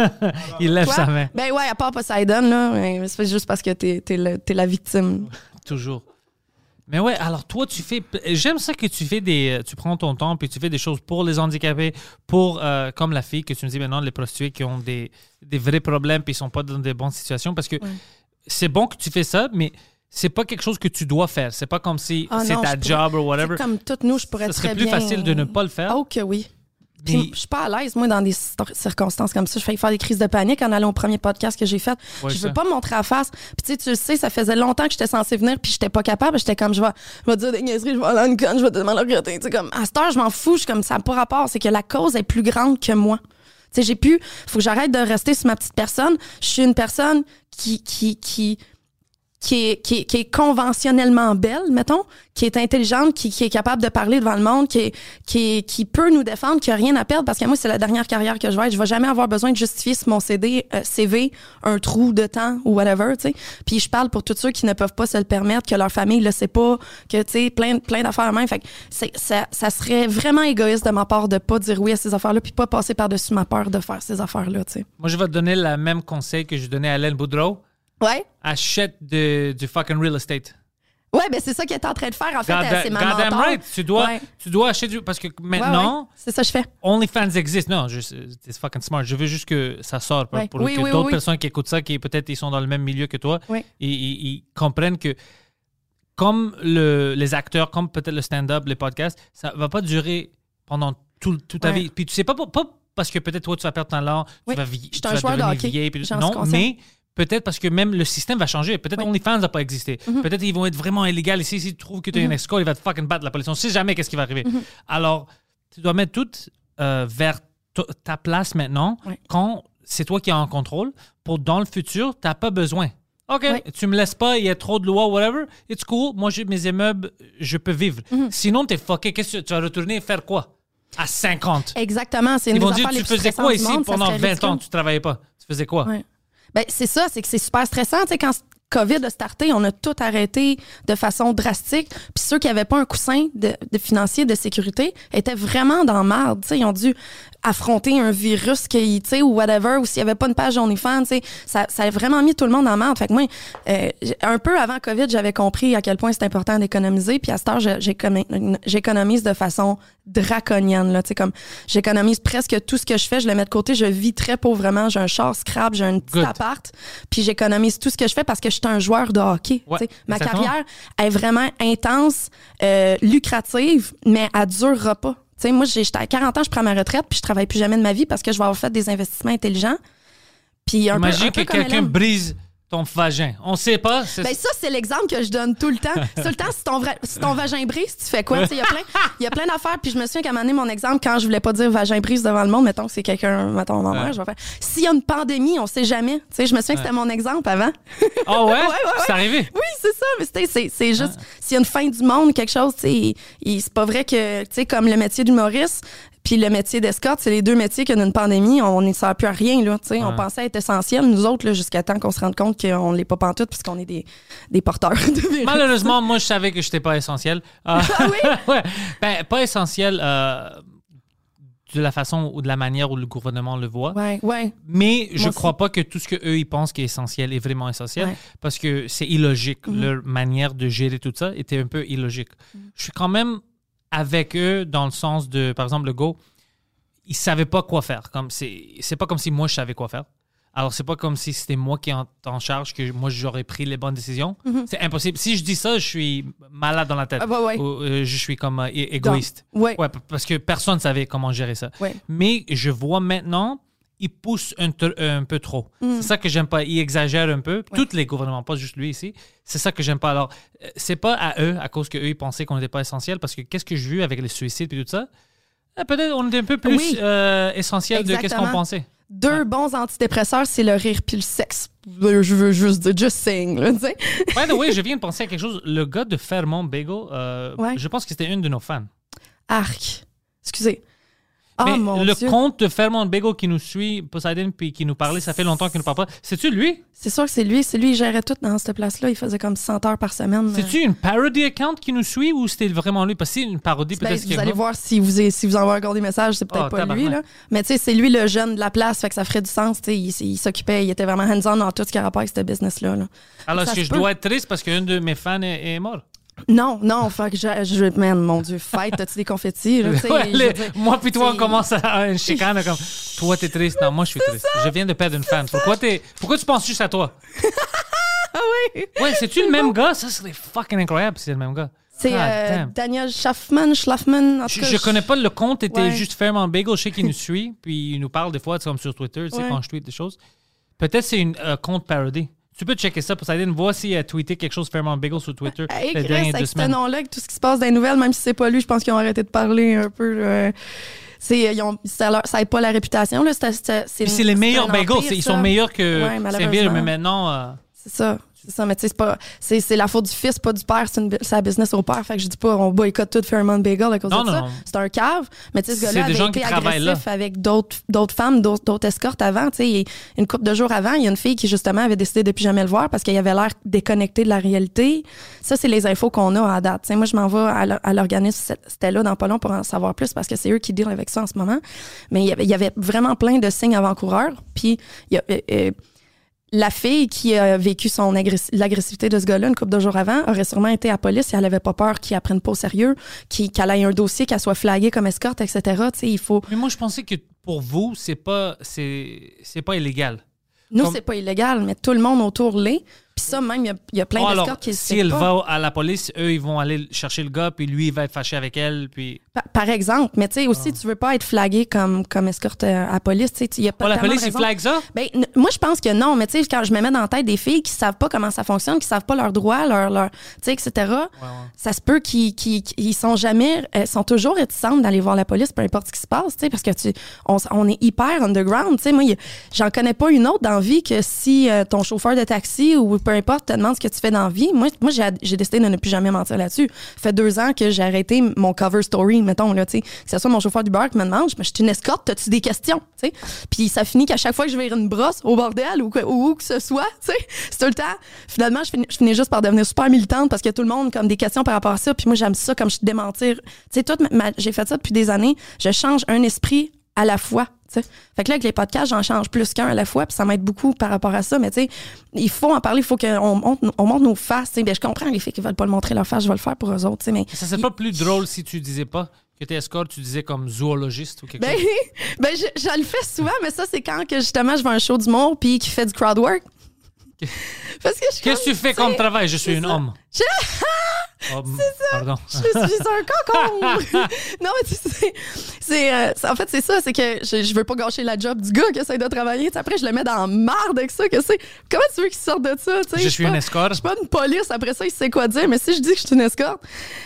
Il lève Quoi? sa main. Ben ouais, à part Poseidon, là, c'est juste parce que t'es, t'es, le, t'es la victime. Toujours. Mais ouais, alors toi, tu fais... J'aime ça que tu fais des... Tu prends ton temps puis tu fais des choses pour les handicapés, pour, euh, comme la fille que tu me dis maintenant, les prostituées qui ont des, des vrais problèmes puis ils sont pas dans des bonnes situations, parce que ouais. c'est bon que tu fais ça, mais c'est pas quelque chose que tu dois faire. C'est pas comme si ah c'est non, ta job ou whatever. C'est comme toutes nous, je pourrais ça serait très plus bien... facile de ne pas le faire. Oh que oui. Puis, je suis pas à l'aise, moi, dans des circonstances comme ça. Je fais faire des crises de panique en allant au premier podcast que j'ai fait. Ouais, je veux ça. Pas me montrer à face. Puis, tu sais, tu le sais, ça faisait longtemps que j'étais censée venir, puis j'étais pas capable. J'étais comme, je vais, je vais dire des niaiseries, je vais aller à une conne, je vais tellement le regretter. Tu sais, comme, à cette heure, je m'en fous. Je suis comme, ça n'a pas rapport. C'est que la cause est plus grande que moi. Tu sais, j'ai pu, faut que j'arrête de rester sur ma petite personne. Je suis une personne qui, qui, qui, Qui est, qui, est, qui est conventionnellement belle, mettons, qui est intelligente, qui, qui est capable de parler devant le monde, qui, est, qui, est, qui peut nous défendre, qui a rien à perdre, parce que moi, c'est la dernière carrière que je vais être. Je vais jamais avoir besoin de justifier sur mon C D, euh, C V, un trou de temps ou whatever, tu sais. Puis je parle pour tous ceux qui ne peuvent pas se le permettre, que leur famille le sait pas, que, tu sais, plein, plein d'affaires même. Fait que c'est, ça, ça serait vraiment égoïste de ma part de pas dire oui à ces affaires-là, puis pas passer par-dessus ma peur de faire ces affaires-là, tu sais. Moi, je vais te donner le même conseil que je donnais à Alain Boudreau. Ouais. Achète de, du fucking real estate. Ouais, ben c'est ça qu'elle est en train de faire. En fait, God, elle, c'est ma mentor. Goddamn right. Tu dois, ouais. tu dois acheter du... Parce que maintenant... Ouais, ouais. C'est ça que je fais. OnlyFans existe. Non, c'est fucking smart. Je veux juste que ça sorte ouais. pour oui, que oui, d'autres oui. personnes qui écoutent ça, qui peut-être ils sont dans le même milieu que toi, oui. et, ils, ils comprennent que comme le, les acteurs, comme peut-être le stand-up, les podcasts, ça va pas durer pendant tout, toute ta ouais. vie. Puis tu sais pas, pas parce que peut-être toi, tu vas perdre ton temps, oui. tu vas, vi- tu vas devenir vieille. Puis, non, mais... Peut-être parce que même le système va changer. Peut-être oui. OnlyFans n'a pas existé. Mm-hmm. Peut-être qu'ils vont être vraiment illégaux ici. Si tu trouves que tu es mm-hmm. une escort, il va te fucking battre la police. On ne sait jamais qu'est-ce qui va arriver. Mm-hmm. Alors, tu dois mettre tout euh, vers t- ta place maintenant, oui. quand c'est toi qui es en contrôle. Pour dans le futur, tu n'as pas besoin. OK, oui. tu me laisses pas, il y a trop de lois, whatever. It's cool. Moi, j'ai mes immeubles, je peux vivre. Mm-hmm. Sinon, tu es fucké. Qu'est-ce que tu vas retourner et faire quoi? À cinquante. Exactement. C'est une Ils vont des dire, affaires tu les faisais plus quoi ici monde, pendant vingt ans? Tu travaillais pas. Tu faisais quoi? Oui. Ben, c'est ça, c'est que c'est super stressant. Tu sais, quand COVID a starté, on a tout arrêté de façon drastique. Puis ceux qui n'avaient pas un coussin de, de financier de sécurité étaient vraiment dans la merde. Tu sais, ils ont dû affronter un virus qui, tu sais, ou whatever, ou s'il n'y avait pas une page OnlyFans, tu sais, ça, ça a vraiment mis tout le monde en merde. Fait que moi, euh, un peu avant COVID, j'avais compris à quel point c'est important d'économiser. Puis à cette heure, j'économise de façon draconienne, là. Tu sais, comme, j'économise presque tout ce que je fais, je le mets de côté, je vis très pauvrement. J'ai un char scrap, j'ai un petit Good. appart. Puis j'économise tout ce que je fais parce que je suis un joueur de hockey. Ouais, tu sais. Ma exactement. carrière est vraiment intense, euh, lucrative, mais elle durera pas. Tu sais, moi, j'ai, j'étais à quarante ans, je prends ma retraite, puis je travaille plus jamais de ma vie parce que je vais avoir fait des investissements intelligents. Puis un Imagine peu, un peu que quelqu'un Hélène. brise ton vagin. On sait pas. C'est... Ben ça, c'est l'exemple que je donne tout le temps. Tout le temps, si ton, vra- si ton vagin brise, tu fais quoi? Il y a plein, il y a plein d'affaires. Puis je me souviens qu'à un moment donné, mon exemple, quand je voulais pas dire vagin brise devant le monde, mettons que c'est quelqu'un, mettons ma mère, Ouais. je vais faire. S'il y a une pandémie, on sait jamais. Tu sais, je me souviens que c'était mon exemple avant. Ah ouais? Ouais, ouais, ouais. C'est arrivé? Oui, c'est ça. Mais c'était- c'est, c'est juste, s'il y a une fin du monde, quelque chose, tu sais, il- il- c'est pas vrai que, tu sais, comme le métier d'humoriste, puis le métier d'escorte, c'est les deux métiers qu'il y a une pandémie, on ne sert plus à rien, là, tu sais. On Ouais. pensait être essentiel, nous autres, là, jusqu'à temps qu'on se rende compte qu'on ne l'est pas pantoute, puisqu'on est des, des porteurs de virus. Malheureusement, moi, je savais que je n'étais pas essentiel. Euh, Ah oui? ouais. Ben, pas essentiel euh, de la façon ou de la manière où le gouvernement le voit. Ouais, ouais. Mais je Moi crois aussi. pas que tout ce qu'eux, ils pensent qui est essentiel est vraiment essentiel Ouais. parce que c'est illogique. Mhm. Leur manière de gérer tout ça était un peu illogique. Je suis quand même avec eux dans le sens de, par exemple, le go, ils savaient pas quoi faire. Comme c'est, c'est pas comme si moi, je savais quoi faire. Alors, c'est pas comme si c'était moi qui en, en charge, que moi, j'aurais pris les bonnes décisions. C'est impossible. Si je dis ça, je suis malade dans la tête. Ah bah ouais. Ou, euh, je suis comme euh, é- égoïste. Ouais. Ouais, p- parce que personne ne savait comment gérer ça. Ouais. Mais je vois maintenant, ils poussent un, tr- un peu trop. Mm. C'est ça que j'aime pas. Ils exagèrent un peu. Tous les gouvernements, pas juste lui ici. C'est ça que j'aime pas. Alors, euh, c'est pas à eux, à cause qu'eux, ils pensaient qu'on n'était pas essentiel, parce que qu'est-ce que j'ai vu avec les suicides et tout ça? Euh, Peut-être on était un peu plus Oui. euh, essentiel de qu'est-ce qu'on Exactement. pensait. Deux bons antidépresseurs, c'est le rire puis le sexe. Je veux juste dire, just saying, là, tu sais. By the way, je viens de penser à quelque chose. Le gars de Fairmont Bagel, euh, Ouais. je pense que c'était une de nos fans. Arc. Excusez. Oh Mais mon le Dieu. compte de Fairmont Bagel qui nous suit, Poseidon, puis qui nous parlait, ça fait longtemps qu'il nous parle pas. C'est-tu lui? C'est sûr que c'est lui. C'est lui, il gérait tout dans cette place-là. Il faisait comme cent heures par semaine. C'est-tu une parody account qui nous suit ou c'était vraiment lui? Parce que c'est une parodie, Ben, peut-être vous qu'il y a allez quelqu'un- voir si vous, si vous envoyez encore des messages, c'est peut-être Oh, pas lui. tabarnak. Là. Mais tu sais, c'est lui le jeune de la place, fait que ça ferait du sens. tu sais, Il, il s'occupait, il était vraiment hands-on dans tout ce qui a rapport avec ce business-là. Là. Alors, Ça est-ce que se je peut. dois être triste parce qu'un de mes fans est, est mort? Non, non, fait que je, je man, mon Dieu, fête, t'as-tu des confettis? Là, tu sais, Ouais, je veux les- dire, moi puis toi, on c'est- commence à une chicane comme toi, t'es triste. Non, moi, je suis triste. Je viens de perdre une fan. Pourquoi, t'es... Pourquoi tu penses juste à toi? Ah oui! Ouais, c'est-tu le même gars? Ça serait fucking incroyable si c'est le même gars. C'est God euh, damn. Daniel Schaffman, Schlaffman, en tout Je, cas. je connais pas le compte, était Ouais. juste Fairmont Bagel. Je sais qu'il nous suit, puis il nous parle des fois, c'est comme sur Twitter, tu sais, Ouais. quand je tweete des choses. Peut-être c'est une euh, compte parody. Tu peux checker ça pour ça. Voir s'il a tweeté quelque chose Fairmont Bagel sur Twitter Hey, les Chris, dernières deux avec ce semaines. nom-là, avec tout ce qui se passe dans les nouvelles, même si c'est pas lui, je pense qu'ils ont arrêté de parler un peu. euh, c'est, ils ont, ça, leur, ça aide pas la réputation. Là, c'est, c'est, c'est, Puis c'est les c'est meilleurs un bagels. empire, c'est- Ils ça. sont meilleurs que Ouais, Saint-Ville, malheureusement. mais maintenant... euh, C'est ça. C'est ça, mais tu sais, c'est pas. C'est, c'est la faute du fils, pas du père. C'est, une, bu- c'est la business au père. Fait que je dis pas, on boycotte tout Fairmont Bagel à cause Non, de non, ça. non. C'est un cave. Mais tu sais, ce C'est gars-là des avait gens été qui travaillent là. agressif avec d'autres, d'autres femmes, d'autres, d'autres escortes avant. Tu sais, il- une couple de jours avant, il y a une fille qui, justement, avait décidé de plus jamais le voir parce qu'il avait l'air déconnecté de la réalité. Ça, c'est les infos qu'on a à date. Tu sais, moi, je m'en vais à, l'or- à l'organisme Stella dans pas long pour en savoir plus parce que c'est eux qui dealent avec ça en ce moment. Mais il y avait, il y avait vraiment plein de signes avant-coureurs. Puis, il y a. euh, euh, la fille qui a vécu son agressi- l'agressivité de ce gars-là une couple de jours avant aurait sûrement été à la police si elle avait pas peur qu'il la prenne pas au sérieux, qu'il, qu'elle ait un dossier, qu'elle soit flaguée comme escorte, et cetera. Tu sais, il faut... Mais moi, je pensais que pour vous, c'est pas, c'est, c'est pas illégal. Nous, Comme- c'est pas illégal, mais tout le monde autour l'est. Puis ça, même, il y a, il y a plein Oh, alors, d'escortes qui le si savent elle pas. va à la police, eux, ils vont aller chercher le gars, puis lui, il va être fâché avec elle, puis... Pa- Par exemple. Mais tu sais, aussi, tu veux pas être flagué comme, comme escorte euh, à la police. Tu sais, il y a pas Oh, la tellement de police, ils raisons. flaguent ça? Ben, n- moi, je pense que non, mais tu sais, quand je me mets dans la tête des filles qui savent pas comment ça fonctionne, qui savent pas leurs droits, leurs, leur, tu sais, et cetera, ça se peut qu'ils, qu'ils, qu'ils sont jamais, euh, sont toujours réticentes d'aller voir la police, peu importe ce qui se passe, tu sais, parce que tu, on, s- on est hyper underground, tu sais. Moi, y a- j'en connais pas une autre dans la vie que si euh, ton chauffeur de taxi ou peu importe te demande ce que tu fais dans la vie. Moi, moi j'ai, j'ai décidé de ne plus jamais mentir là-dessus. Ça fait deux ans que j'ai arrêté mon cover story, mettons, là, tu sais. Que ce soit mon chauffeur d'Uber qui me demande, je suis une escorte, t'as-tu des questions, tu sais? Puis ça finit qu'à chaque fois que je vais une brosse au bordel ou, que- ou où que ce soit, tu sais, c'est tout le temps. Finalement, je finis, je finis juste par devenir super militante parce que tout le monde comme des questions par rapport à ça. Puis moi, j'aime ça comme je démentir. Tu sais, toute ma- ma- j'ai fait ça depuis des années. Je change un esprit à la fois. Tu sais. Fait que là, avec les podcasts, j'en change plus qu'un à la fois, puis ça m'aide beaucoup par rapport à ça. Mais tu sais, il faut en parler, il faut qu'on monte, on monte nos faces. Tu sais. Ben, je comprends les filles qui veulent pas le montrer leur face, je vais le faire pour eux autres. Tu sais, mais Ça serait pas plus drôle si tu disais pas que t'es escorte, tu disais comme zoologiste ou quelque Ben, chose? ben je, je le fais souvent, mais ça, c'est quand que justement je vais à un show d'humour puis qui fait du crowd work. Parce que je suis Qu'est-ce que comme, tu fais sais, comme travail? Je suis c'est un ça. homme. Oh, pardon. Je suis un concombre. Non, mais tu sais, c'est, euh, c'est- en fait, c'est ça, c'est que je, je veux pas gâcher la job du gars qui essaie de travailler. Tu sais, après, je le mets dans la marde avec ça. Que c'est, comment tu veux qu'il sorte de ça? Tu sais, Je suis pas- une escorte. Je suis pas une police. Après ça, il sait quoi dire. Mais si je dis que je suis une escorte,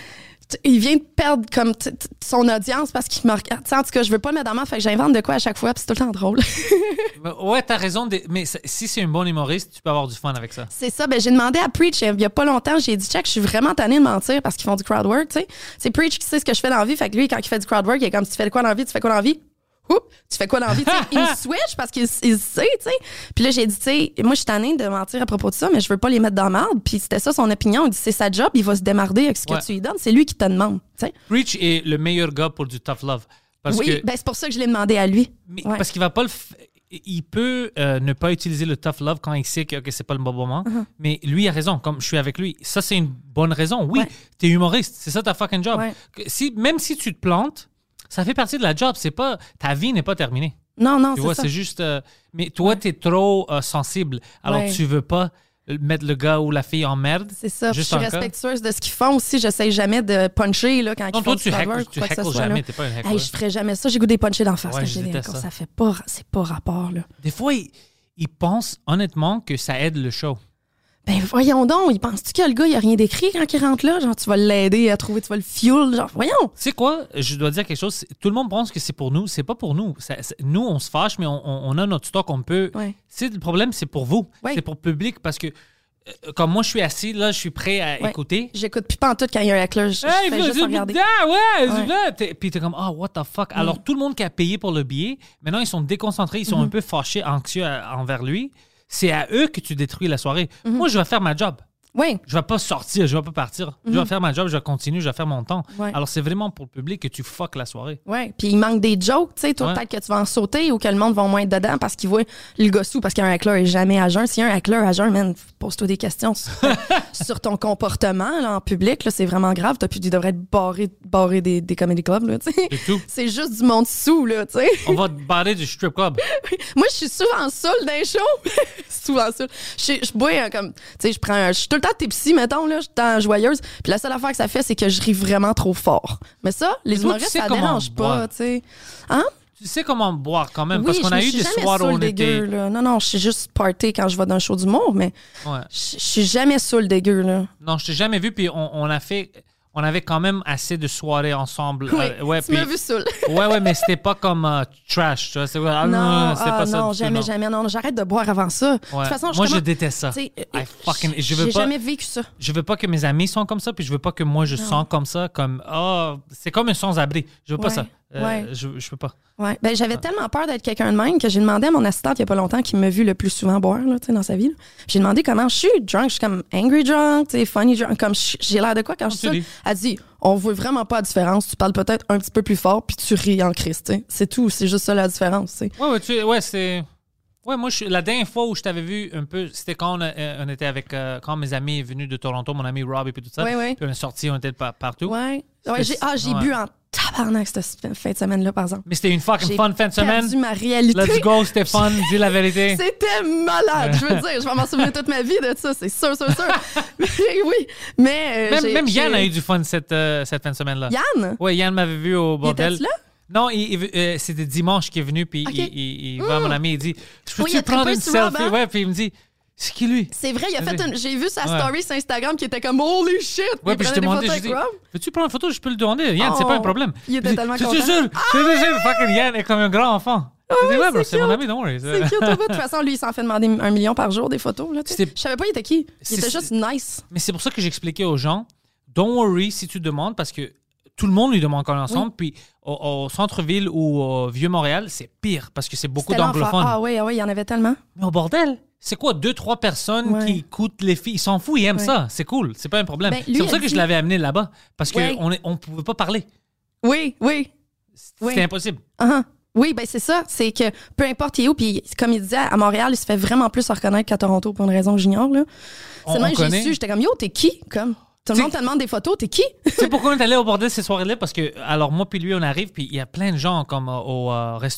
t- il vient de perdre comme t- t- son audience parce qu'il me regarde. Tu sais, en tout cas, je veux pas le mettre dans ma, fait que j'invente de quoi à chaque fois, puis c'est tout le temps drôle. Ouais, t'as raison. de- Mais c- si c'est un bon humoriste, tu peux avoir du fun avec ça. C'est ça. Ben, j'ai demandé à Preach il y a pas longtemps. J'ai dit, check, je suis vraiment tannée de mentir parce qu'ils font du crowd work, tu sais. C'est Preach qui sait ce que je fais dans la vie. Fait que lui, quand il fait du crowd work, il est comme, tu fais quoi dans la vie? Tu fais quoi dans la vie? Ouh, tu fais quoi dans la vie? Tu sais, il switch parce qu'il il sait, tu sais. Puis là, j'ai dit, tu sais, moi, je suis tannée de mentir à propos de ça, mais je veux pas les mettre dans la merde. Puis c'était ça son opinion. Il dit, c'est sa job, il va se démarder avec ce que Ouais. tu lui donnes. C'est lui qui te demande, tu sais. Preach est le meilleur gars pour du tough love. Parce Oui, que, ben c'est pour ça que je l'ai demandé à lui. mais- Ouais. parce qu'il va pas le. f- Il peut euh, ne pas utiliser le tough love quand il sait que ok, c'est pas le bon moment. Mais lui a raison, comme je suis avec lui. Ça, c'est une bonne raison. Oui, Ouais. t'es humoriste. C'est ça ta fucking job. Ouais. Que- Si, même si tu te plantes, ça fait partie de la job. C'est pas, ta vie n'est pas terminée. Non, non, Tu c'est vois, ça. c'est juste. euh, mais toi, t'es trop euh, sensible. Alors, Ouais. tu veux pas mettre le gars ou la fille en merde. C'est ça. Puis Juste je suis en cas. respectueuse de ce qu'ils font aussi. J'essaie jamais de puncher là, quand Non, ils font toi, du tu crowd heckles- work ou tu quoi que ce heckles soit, jamais, là. t'es pas une heckler. Hey, je ferais jamais ça. J'ai goût des punchés d'en face Ouais, quand je j'ai des déteste heckles. ça. Ça fait pas, c'est pas rapport, là. Des fois, il, il pense honnêtement que ça aide le show. Ben voyons donc, il pense-tu que le gars, il a rien d'écrit quand il rentre là? Genre, tu vas l'aider à trouver, tu vas le fuel. Genre, voyons! Tu sais quoi? Je dois dire quelque chose. C'est- Tout le monde pense que c'est pour nous. C'est pas pour nous. Ça- c'est- nous, on se fâche, mais on, on- on a notre stock. On peut. Ouais. C'est le problème, c'est pour vous. Ouais. C'est pour le public parce que, euh, comme moi, je suis assis, là, je suis prêt à Ouais. écouter. J'écoute plus pantoute quand il y a un heckler. Je, je Hey, fais vas-y, juste regarder. ah, ouais, Ouais. là, t'es- puis t'es comme, oh, what the fuck. Alors, tout le monde qui a payé pour le billet, maintenant, ils sont déconcentrés, ils sont Mm-hmm. un peu fâchés, anxieux à- envers lui. C'est à eux que tu détruis la soirée. Mm-hmm. Moi, je vais faire ma job. Oui, Je vais pas sortir, je vais pas partir. Je vais faire ma job, je vais continuer, je vais faire mon temps. Ouais. Alors, c'est vraiment pour le public que tu fuck la soirée. oui. Puis il manque des jokes, tu sais. Toi, Ouais. peut-être que tu vas en sauter ou que le monde va moins être dedans parce qu'il voit le gossou parce qu'un heckler est jamais à jeun. S'il y a un heckler à jeun, man, pose-toi des questions sur, sur ton comportement là, en public. Là, c'est vraiment grave. T'as plus, tu devrais être barré, barré des, des comedy clubs, là, tu sais. C'est tout. C'est juste du monde sous, là, tu sais. On va te barrer du strip club. Moi, je suis souvent saoule dans les shows. souvent saoule. Je suis- je bois euh, comme, tu sais, je prends un, je suis tout le temps tipsy, mettons, là, je suis tout le temps joyeuse. Puis la seule affaire que ça fait, c'est que je ris vraiment trop fort. Mais ça, les Mais toi, tu humoristes, sais ça comment dérange boire. pas, tu sais. Hein? Tu sais comment boire quand même, Oui, parce qu'on je a me eu suis des jamais soirs où saoule on était. dégueu, là. Non, non, je suis juste party quand je vais d'un show d'humour, mais Ouais. je je suis jamais saoule dégueu, là. Non, je t'ai jamais vu, puis on, on a fait. On avait quand même assez de soirées ensemble. Oui, Euh, ouais, tu puis- m'as vu saoule. ouais, ouais, mais c'était pas comme euh, trash, tu vois. C'est, ah, non, c'était ah, pas ça. non, du tout, jamais, non. jamais. Non, j'arrête de boire avant ça. De toute Ouais. façon, Moi, je commence- déteste ça. tu sais, I fucking- je veux J'ai pas- jamais vécu ça. Je veux pas que mes amis sont comme ça, puis je veux pas que moi je sens comme ça, comme oh, c'est comme un sans-abri. Je veux pas Ouais, ça. Euh, ouais. je, je peux pas. Ouais. Ben, j'avais tellement peur d'être quelqu'un de même que j'ai demandé à mon assistante il y a pas longtemps qui m'a vu le plus souvent boire là, tu sais, dans sa vie. là. J'ai demandé comment je suis drunk. Je suis comme angry drunk, tu sais, funny drunk. Comme je- j'ai l'air de quoi quand je suis tu seule? dis. Elle dit on voit vraiment pas la différence. Tu parles peut-être un petit peu plus fort puis tu ris en Christ. tu sais. C'est tout. C'est juste ça la différence. tu sais. Ouais, ouais, tu, ouais, c'est. Ouais, moi, je, la dernière fois où je t'avais vu un peu, c'était quand on, a- euh, on était avec. euh, quand mes amis sont venus de Toronto, mon ami Rob et puis tout ça. Ouais, ouais. Puis on est sortis, on était par- partout. Ouais. Ouais, j'ai, ah, j'ai Ouais. bu en tabarnak cette fin de semaine là par exemple. Mais c'était une fucking J'ai fun fin de semaine. perdu ma réalité. Let's go, c'était fun, dis la vérité. C'était malade, je veux dire. Je vais m'en souvenir toute ma vie de ça, c'est sûr, sûr, sûr. Mais oui, mais... euh, Même, j'ai- même Yann j'ai- a eu du fun cette, euh, cette fin de semaine-là. Yann? Ouais, Yann m'avait vu au Il bordel. était-tu là? Non, il- il- euh, c'était dimanche qu'il est venu, puis Ok. il, il- il va à mon ami, il dit Je Oui, peux-tu il a prendre trippé une sur selfie? Rob, hein? Ouais, puis il me dit C'est qui lui? C'est vrai, il a fait Vas-y. une... J'ai vu sa Ouais. story sur Instagram qui était comme « Holy shit! » Ouais, puis je Il t'ai prenait des demandé, photos je dis avec Rob. Veux-tu prendre une photo? Je peux le demander. Yann, c'est Oh, pas un problème. il était Je dis, tellement Je suis content. Ah! sûr, je suis sûr, fucking Yann est comme un grand enfant. Je dis, ouais, bro, c'est c'est mon cute. ami, don't worry. C'est cute, au bout. De toute façon, lui, il s'en fait demander un million par jour des photos. Là, tu sais. C'était- Je savais pas il était qui. Il C'est- était juste nice. Mais c'est pour ça que j'expliquais aux gens, don't worry si tu demandes, parce que tout le monde lui demande encore ensemble. Puis au, au centre-ville ou au Vieux-Montréal, c'est pire, parce que c'est beaucoup C'était l'enfer. d'anglophones. Ah oui, ah oui, il y en avait tellement. Mais au bordel, c'est quoi, deux, trois personnes Ouais. qui écoutent les filles? Ils s'en foutent, ils aiment Ouais. ça. C'est cool, c'est pas un problème. Ben, lui c'est pour ça a que je dit- l'avais amené là-bas, parce qu'on Ouais. ne on pouvait pas parler. Oui, oui. C'était Oui. impossible. Uh-huh. Oui, ben c'est ça. C'est que peu importe il est où, puis comme il disait, à Montréal, il se fait vraiment plus reconnaître qu'à Toronto pour une raison que j'ignore. Là. On- C'est on même que connaît. j'ai su, j'étais comme, yo, t'es qui? Comme, tout le T'sais- monde te demande des photos, t'es qui? Tu sais pourquoi on est allé au bordel ces soirées-là? Parce que, alors, moi puis lui, on arrive, puis il y a plein de gens comme euh, au euh, resto.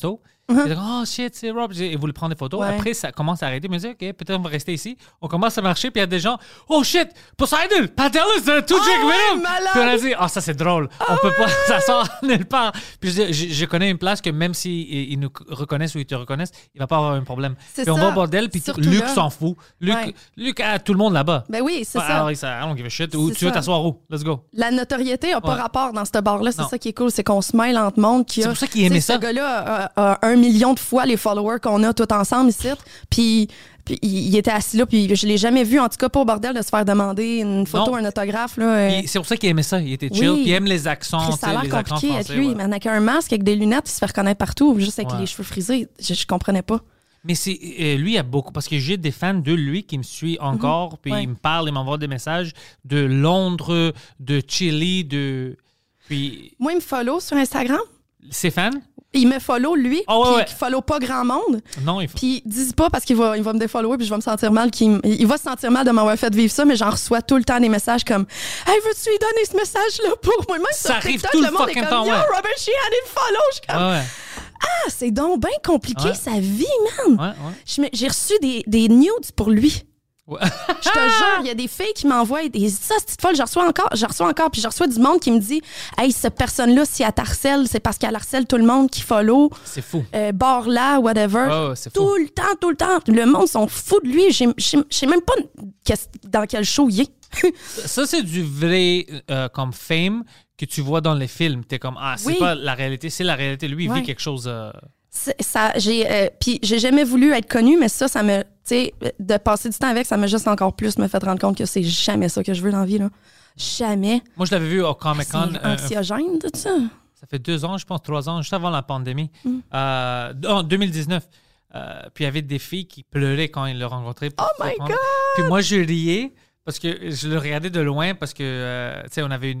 Uh-huh. Il dit, oh shit, c'est Rob. Et vous voulez prendre des photos. Ouais. Après, ça commence à arrêter. Il me dit, OK, peut-être on va rester ici. On commence à marcher, puis il y a des gens, oh shit, Poseidon, Pantelis, uh, two Oh, drink ouais, minimum. malade. Puis on a dit, ah, oh, ça c'est drôle. On peut pas, ça sort nulle part. Puis je, je, je connais une place que même s'ils ils nous reconnaissent ou ils te reconnaissent, il va pas avoir un problème. C'est Puis on ça. va au bordel, puis Surtout Luc là. s'en fout. Luc, Ouais. Luc a tout le monde là-bas. Ben oui, c'est Ah, ça. Alors, il s'en- I don't give a shit. Ou C'est tu veux ça. t'asseoir où? Let's go. La notoriété n'a pas Ouais. rapport dans ce bar-là. C'est Non. ça qui est cool. C'est qu'on se mêle entre monde. Qui C'est a, pour ça qu'il aimait tu sais, ça. Ce gars-là a, a un million de fois les followers qu'on a tous ensemble ici. Puis, puis il, il était assis là. Puis je l'ai jamais vu, en tout cas pas au bordel, de se faire demander une photo, Non. un autographe. Là, euh. Il- C'est pour ça qu'il aimait ça. Il était chill. Oui. Puis il aime les accents. Chris, tu ça a sais, l'air les accents compliqué avec français, lui. ouais. Mais avec un masque, avec des lunettes, il se fait reconnaître partout, juste avec Ouais. les cheveux frisés. Je, je comprenais pas. Mais c'est euh, lui, il y a beaucoup. Parce que j'ai des fans de lui qui me suivent encore. Puis Ouais. il me parle, il m'envoie des messages de Londres, de Chili, de. Puis Moi, il me follow sur Instagram. ses fans? Il me follow, lui. Ah ouais, puis ouais. il follow pas grand monde. Non, il faut. Puis dis pas parce qu'il va, il va me défollower puis je vais me sentir mal. Qu'il, m- il va se sentir mal de m'avoir fait vivre ça, mais j'en reçois tout le temps des messages comme « Hey, veux-tu lui donner ce message-là pour moi? » Même Ça sur arrive TikTok, tout le le monde est fucking comme temps, « Yo, ouais. Robert Sheehan, il follow! » Je suis comme Ouais, ouais. « Ah, c'est donc bien compliqué Ouais. sa vie, man! Ouais, ouais. Je me- J'ai reçu des, des nudes pour lui. Ouais. Je te jure, il y a des filles qui m'envoient des ça, c'est petite folle. Je reçois encore, je reçois encore, puis je reçois du monde qui me dit Hey, cette personne-là, si elle t'harcèle, c'est parce qu'elle harcèle tout le monde qui follow. C'est fou. Euh, barre là, whatever. Ouais, ouais, c'est fou. tout le temps, tout le temps. Le monde sont fous de lui. Je je- je sais même pas qu'est-ce- dans quel show il est. Ça, c'est du vrai euh, comme fame que tu vois dans les films. T'es comme, ah, c'est Oui. pas la réalité, c'est la réalité. Lui, il Ouais. vit quelque chose. euh, C'est- Ça, j'ai, euh, puis j'ai jamais voulu être connue, mais ça, ça me, tu sais, de passer du temps avec, ça m'a juste encore plus me fait rendre compte que c'est jamais ça que je veux dans la vie, là. Jamais. Moi, je l'avais vu au Comic C'est Con. euh, anxiogène, tout ça. Ça fait deux ans, je pense, trois ans, juste avant la pandémie. Mm. Euh, en deux mille dix-neuf. Euh, puis il y avait des filles qui pleuraient quand ils le rencontraient. pour Oh my se prendre. God! Puis moi, je riais parce que je le regardais de loin parce que, euh, tu sais, on avait une.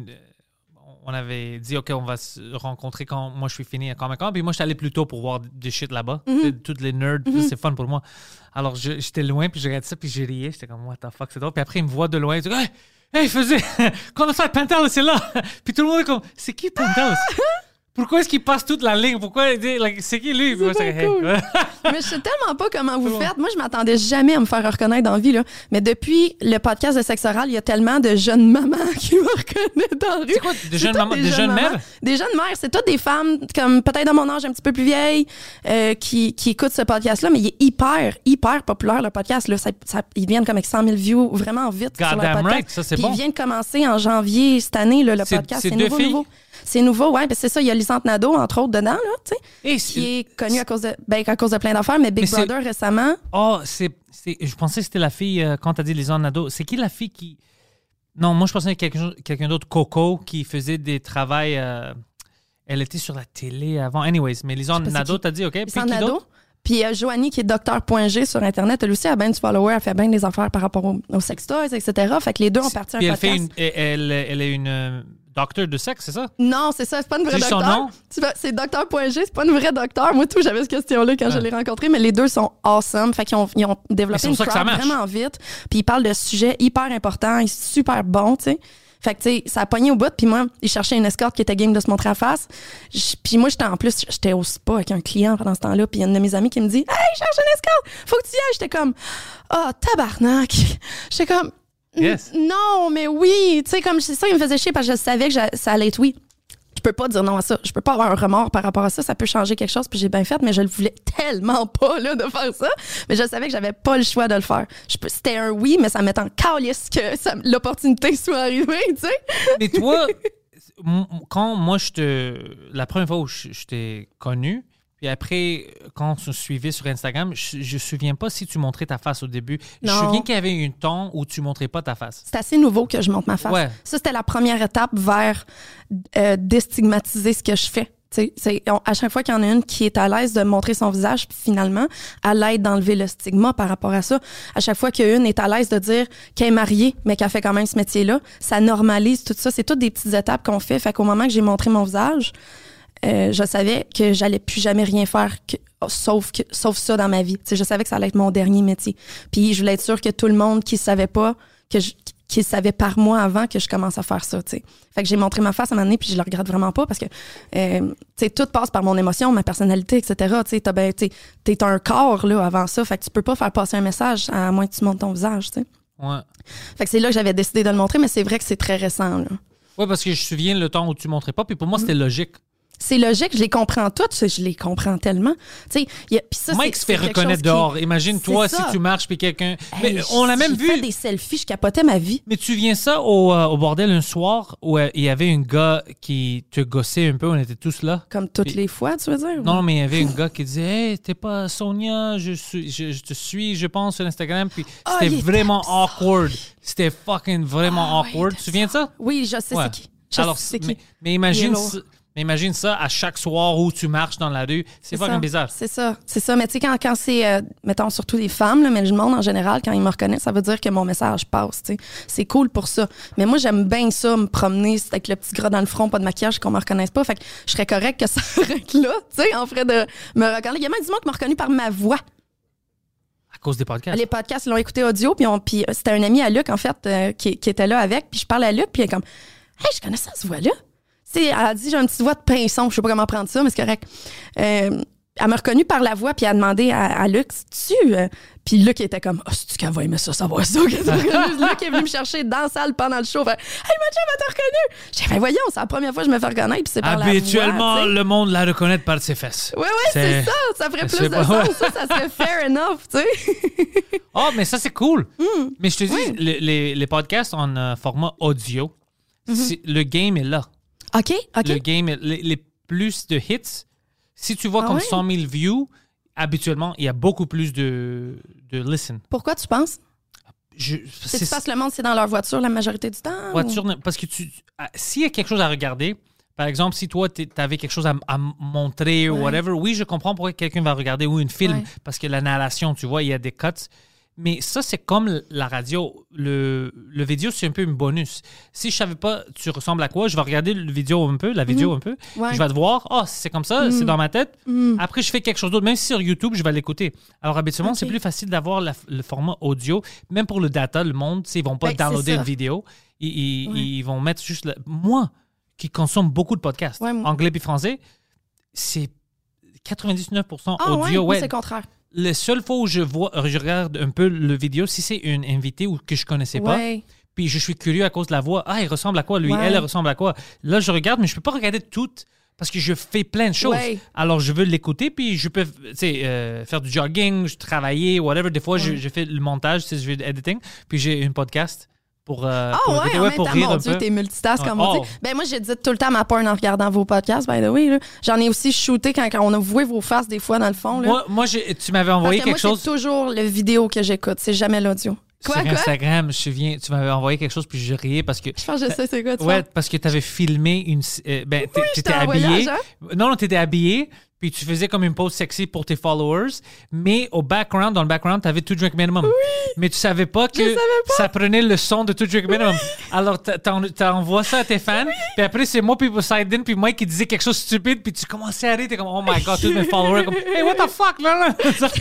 On avait dit, OK, on va se rencontrer quand moi je suis fini à Comic Con. Puis moi, je suis allé plus tôt pour voir des shit là-bas. Mm-hmm. Tu sais, toutes les nerds, c'est fun pour moi. Alors, je- j'étais loin, puis je regardais ça, puis je riais. J'étais comme, what the fuck, c'est drôle. Puis après, il me voit de loin. Il dit, hey, hey, il faisait. Comment ça, Pantelis, c'est là? Puis tout le monde est comme, c'est qui Pantelis? Pourquoi est-ce qu'il passe toute la ligne? Pourquoi il dit, like, c'est qui lui? Puis moi, bien j'étais, hey. cool. Mais je sais tellement pas comment vous faites. Moi, je m'attendais jamais à me faire reconnaître dans la vie, là. Mais depuis le podcast de Sexe Oral, il y a tellement de jeunes mamans qui me reconnaissent dans la rue. C'est quoi, des jeunes toutes mamans- des jeunes mères? Des jeunes mères. C'est toutes des femmes, comme peut-être de mon âge, un petit peu plus vieilles, euh, qui, qui écoutent ce podcast-là. Mais il est hyper, hyper populaire, le podcast, là. Ça, ça- ils viennent comme avec cent mille views vraiment vite sur le Goddamn podcast. right, ça, c'est Puis bon. il vient de commencer en janvier cette année, là, le C'est- podcast. c'est C'est deux nouveau, filles? nouveau. C'est nouveau, ouais. Ben, c'est ça. Il y a Lysante Nadeau, entre autres, dedans, là, tu sais. Et Qui c'est- est connu à cause de, ben, à cause de plein d'affaires, mais Big Mais c'est- Brother récemment. Oh, c'est, c'est- je pensais que c'était la fille, euh, quand t'as dit Lisanne Nadeau. C'est qui la fille qui. Non, moi, je pensais que quelqu'un, quelqu'un d'autre, Coco, qui faisait des travails. euh, Elle était sur la télé avant. Anyways, mais Lisanne Je sais pas Nadeau, c'est qui. t'as dit, OK. Puis Lysante qui Nadeau. d'autre? Puis euh, Joanie, qui est docteur.g sur Internet, elle aussi a bien du follower, elle fait bien des affaires par rapport aux, aux sextoys, et cetera. Fait que les deux ont parti un Puis elle, podcast. fait une, elle, elle est une euh, docteur de sexe, c'est ça? Non, c'est ça, c'est pas une vraie Dis son docteur. nom. Tu vois, c'est docteur.g, c'est pas une vraie docteur. Moi, tout, j'avais cette question-là quand Ah. je l'ai rencontré, mais les deux sont awesome. Fait qu'ils ont, ils ont Mais développé c'est une pour ça que ça crowd marche. vraiment vite. Puis ils parlent de sujets hyper importants, ils sont super bons, tu sais. Fait que, tu sais, ça a pogné au bout. Puis moi, ils cherchaient une escorte qui était game de se montrer à face. J- Puis moi, j'étais en plus, j'étais au spa avec un client pendant ce temps-là. Puis il y a une de mes amies qui me dit « Hey, je cherche une escorte! Faut que tu y ailles! » J'étais comme « Ah, oh, tabarnak! » J'étais comme Yes. « Non, mais oui! » Tu sais, comme c'est ça, il me faisait chier parce que je savais que j'a- ça allait être oui. Je peux pas dire non à ça. Je peux pas avoir un remords par rapport à ça. Ça peut changer quelque chose, puis j'ai bien fait, mais je le voulais tellement pas là, de faire ça. Mais je savais que j'avais pas le choix de le faire. Je peux- C'était un oui, mais ça m'est en calisse que ça- l'opportunité soit arrivée, tu sais. Mais toi, m- quand moi, je te. La première fois où je, je t'ai connu, puis après, quand on se suivait sur Instagram, je ne me souviens pas si tu montrais ta face au début. Je me Non. souviens qu'il y avait un temps où tu montrais pas ta face. C'est assez nouveau que je monte ma face. Ouais. Ça, c'était la première étape vers euh, déstigmatiser ce que je fais. Tu sais, c'est, on- à chaque fois qu'il y en a une qui est à l'aise de montrer son visage, puis finalement, à l'aide d'enlever le stigma par rapport à ça. À chaque fois qu'une est à l'aise de dire qu'elle est mariée, mais qu'elle fait quand même ce métier-là, ça normalise tout ça. C'est toutes des petites étapes qu'on fait. Fait qu'au moment que j'ai montré mon visage, euh, je savais que j'allais plus jamais rien faire que, sauf, que, sauf ça dans ma vie. Tu sais, je savais que ça allait être mon dernier métier. Puis je voulais être sûre que tout le monde qui savait pas, que je, qu'il savait par moi avant que je commence à faire ça, tu sais. Fait que j'ai montré ma face à un moment donné, puis je le regrette vraiment pas parce que, euh, tu sais, tout passe par mon émotion, ma personnalité, et cetera. Tu sais, t'as ben, t'es, t'es un corps, là, avant ça. Fait que tu peux pas faire passer un message à moins que tu montes ton visage, tu sais. Ouais. Fait que c'est là que j'avais décidé de le montrer, mais c'est vrai que c'est très récent, là. Ouais, parce que je me souviens le temps où tu montrais pas, puis pour moi, c'était logique. C'est logique, je les comprends toutes, je les comprends tellement. Tu sais, y a- pis ça, Mike c'est- se fait c'est quelque reconnaître chose dehors. qui- Imagine, toi, C'est si ça. tu marches, puis quelqu'un... Hey, Mais on l'a même j'ai fait vu. des selfies, je capotais ma vie. Mais tu viens ça au, euh, au bordel un soir où euh, il y avait un gars qui te gossait un peu, on était tous là. Comme toutes Puis- les fois, tu veux dire? Non, mais il y avait un gars qui disait Hey, t'es pas Sonia, je, suis, je, je te suis, je pense, sur Instagram. Puis Ah, c'était il était vraiment bizarre. awkward. C'était fucking vraiment Ah, ouais, awkward. il Tu te était souviens de ça? Oui, je sais Ouais. c'est qui. Je Alors, sais c'est mais, qui. mais imagine, Il est lourd. ça, mais imagine ça à chaque soir où tu marches dans la rue. C'est ça. fucking bizarre. C'est ça, c'est ça. Mais tu sais, quand, quand c'est, euh, mettons, surtout les femmes, là, mais le monde en général, quand ils me reconnaissent, ça veut dire que mon message passe, tu sais. C'est cool pour ça. Mais moi, j'aime bien ça, me promener avec le petit gras dans le front, pas de maquillage, qu'on me reconnaisse pas. Fait que je serais correct que ça arrête là, tu sais, en ferait de me reconnaître. Il y a même du monde qui m'a reconnu par ma voix. À cause des podcasts. Les podcasts, ils l'ont écouté audio, puis, on, puis c'était un ami à Luc, en fait, euh, qui, qui était là avec. Puis je parle à Luc, puis il est comme « Hey, je connais ça, cette voix-là. » Tu sais, elle a dit « J'ai une petite voix de pinson. » Je sais pas comment prendre ça, mais c'est correct. Euh, elle m'a reconnue par la voix, puis elle a demandé à, à Luc « C'est-tu? Euh? » Puis Luc était comme « Ah, oh, c'est-tu qu'elle va aimer ça, savoir ça? » Luc est venu me chercher dans la salle pendant le show. Fait, « Hey, ma chum, elle t'a reconnu! » J'ai dit « Ben voyons, c'est la première fois que je me fais reconnaître, puis c'est par Habituellement, la voix. » le monde la reconnaît par ses fesses. Oui, oui, c'est ça. Ça ferait c'est plus de pas- sens. Ça, ça serait fair enough, tu sais. Oh, mais ça, c'est cool. Hmm. Mais je te dis, le- les, les podcasts en euh, format audio, c'est- le game est là. OK, OK. Le game, est- les, les plus de hits, si tu vois Ah comme ouais? cent mille views, habituellement, il y a beaucoup plus de, de listen. Pourquoi tu penses? Je, C'est tu passes le monde, c'est dans leur voiture la majorité du temps? voiture, parce que tu, ah, s'il y a quelque chose à regarder, par exemple, si toi, tu avais quelque chose à, à montrer ou Ouais. whatever, oui, je comprends pourquoi quelqu'un va regarder ou un film, Ouais. parce que la narration, tu vois, il y a des cuts. Mais ça, c'est comme la radio. Le, le vidéo, c'est un peu une bonus. Si je savais pas tu ressembles à quoi, je vais regarder le vidéo un peu, la vidéo un peu. Ouais. Je vais te voir, oh, c'est comme ça, c'est dans ma tête. Après, je fais quelque chose d'autre. Même si sur YouTube, je vais l'écouter. Alors, habituellement, Ok. c'est plus facile d'avoir la- le format audio. Même pour le data, le monde, tu sais, ils vont pas Ben, c'est downloader ça. une vidéo. Ils, ils- Ouais. ils vont mettre juste... le- Moi, qui consomme beaucoup de podcasts, Ouais, moi- anglais puis français, c'est quatre-vingt-dix-neuf pour cent Ah ouais, audio. moi, ouais. c'est le contraire. La seule fois où je vois, je regarde un peu le vidéo, si c'est une invitée ou que je connaissais pas, Ouais. puis je suis curieux à cause de la voix. Ah, il ressemble à quoi, lui? Ouais. Elle, elle ressemble à quoi? Là, je regarde, mais je peux pas regarder toutes parce que je fais plein de choses. Ouais. Alors, je veux l'écouter, puis je peux tu sais, euh, faire du jogging, je- travailler, whatever. Des fois, je, je fais le montage, tu sais, je fais editing, puis j'ai un podcast pour, euh, Ah pour ouais, écouter, en ouais, même pour temps, rire mon un Dieu, peu. t'es multitask, comme Ouais. on Oh. dit. Ben moi, j'édite tout le temps ma porn en regardant vos podcasts, by the way. là. J'en ai aussi shooté quand, quand on a voué vos faces des fois dans le fond. Là. Moi, moi j'ai- tu m'avais Parce envoyé que quelque moi, chose c'est toujours le vidéo que j'écoute, c'est jamais l'audio. Quoi, sur quoi? Instagram. Je me souviens, tu m'avais envoyé quelque chose, puis je riais parce que Je pense que je sais c'est quoi, tu ouais, vois. parce que tu avais filmé une. euh, ben, t- je t'étais t'ai envoyé habillé. à Non, non, t'étais habillé, puis tu faisais comme une pose sexy pour tes followers, mais au background, dans le background, t'avais To Drink Minimum. Mais tu savais pas que savais pas. ça prenait le son de To Drink Minimum. Alors, t'as- t'en- t'as envoyé ça à tes fans, puis après, c'est moi, puis Poseidon, puis Mike qui disait quelque chose de stupide, puis tu commençais à rire, t'es comme, oh my god, tous mes followers, comme, hey, what the fuck, là, là.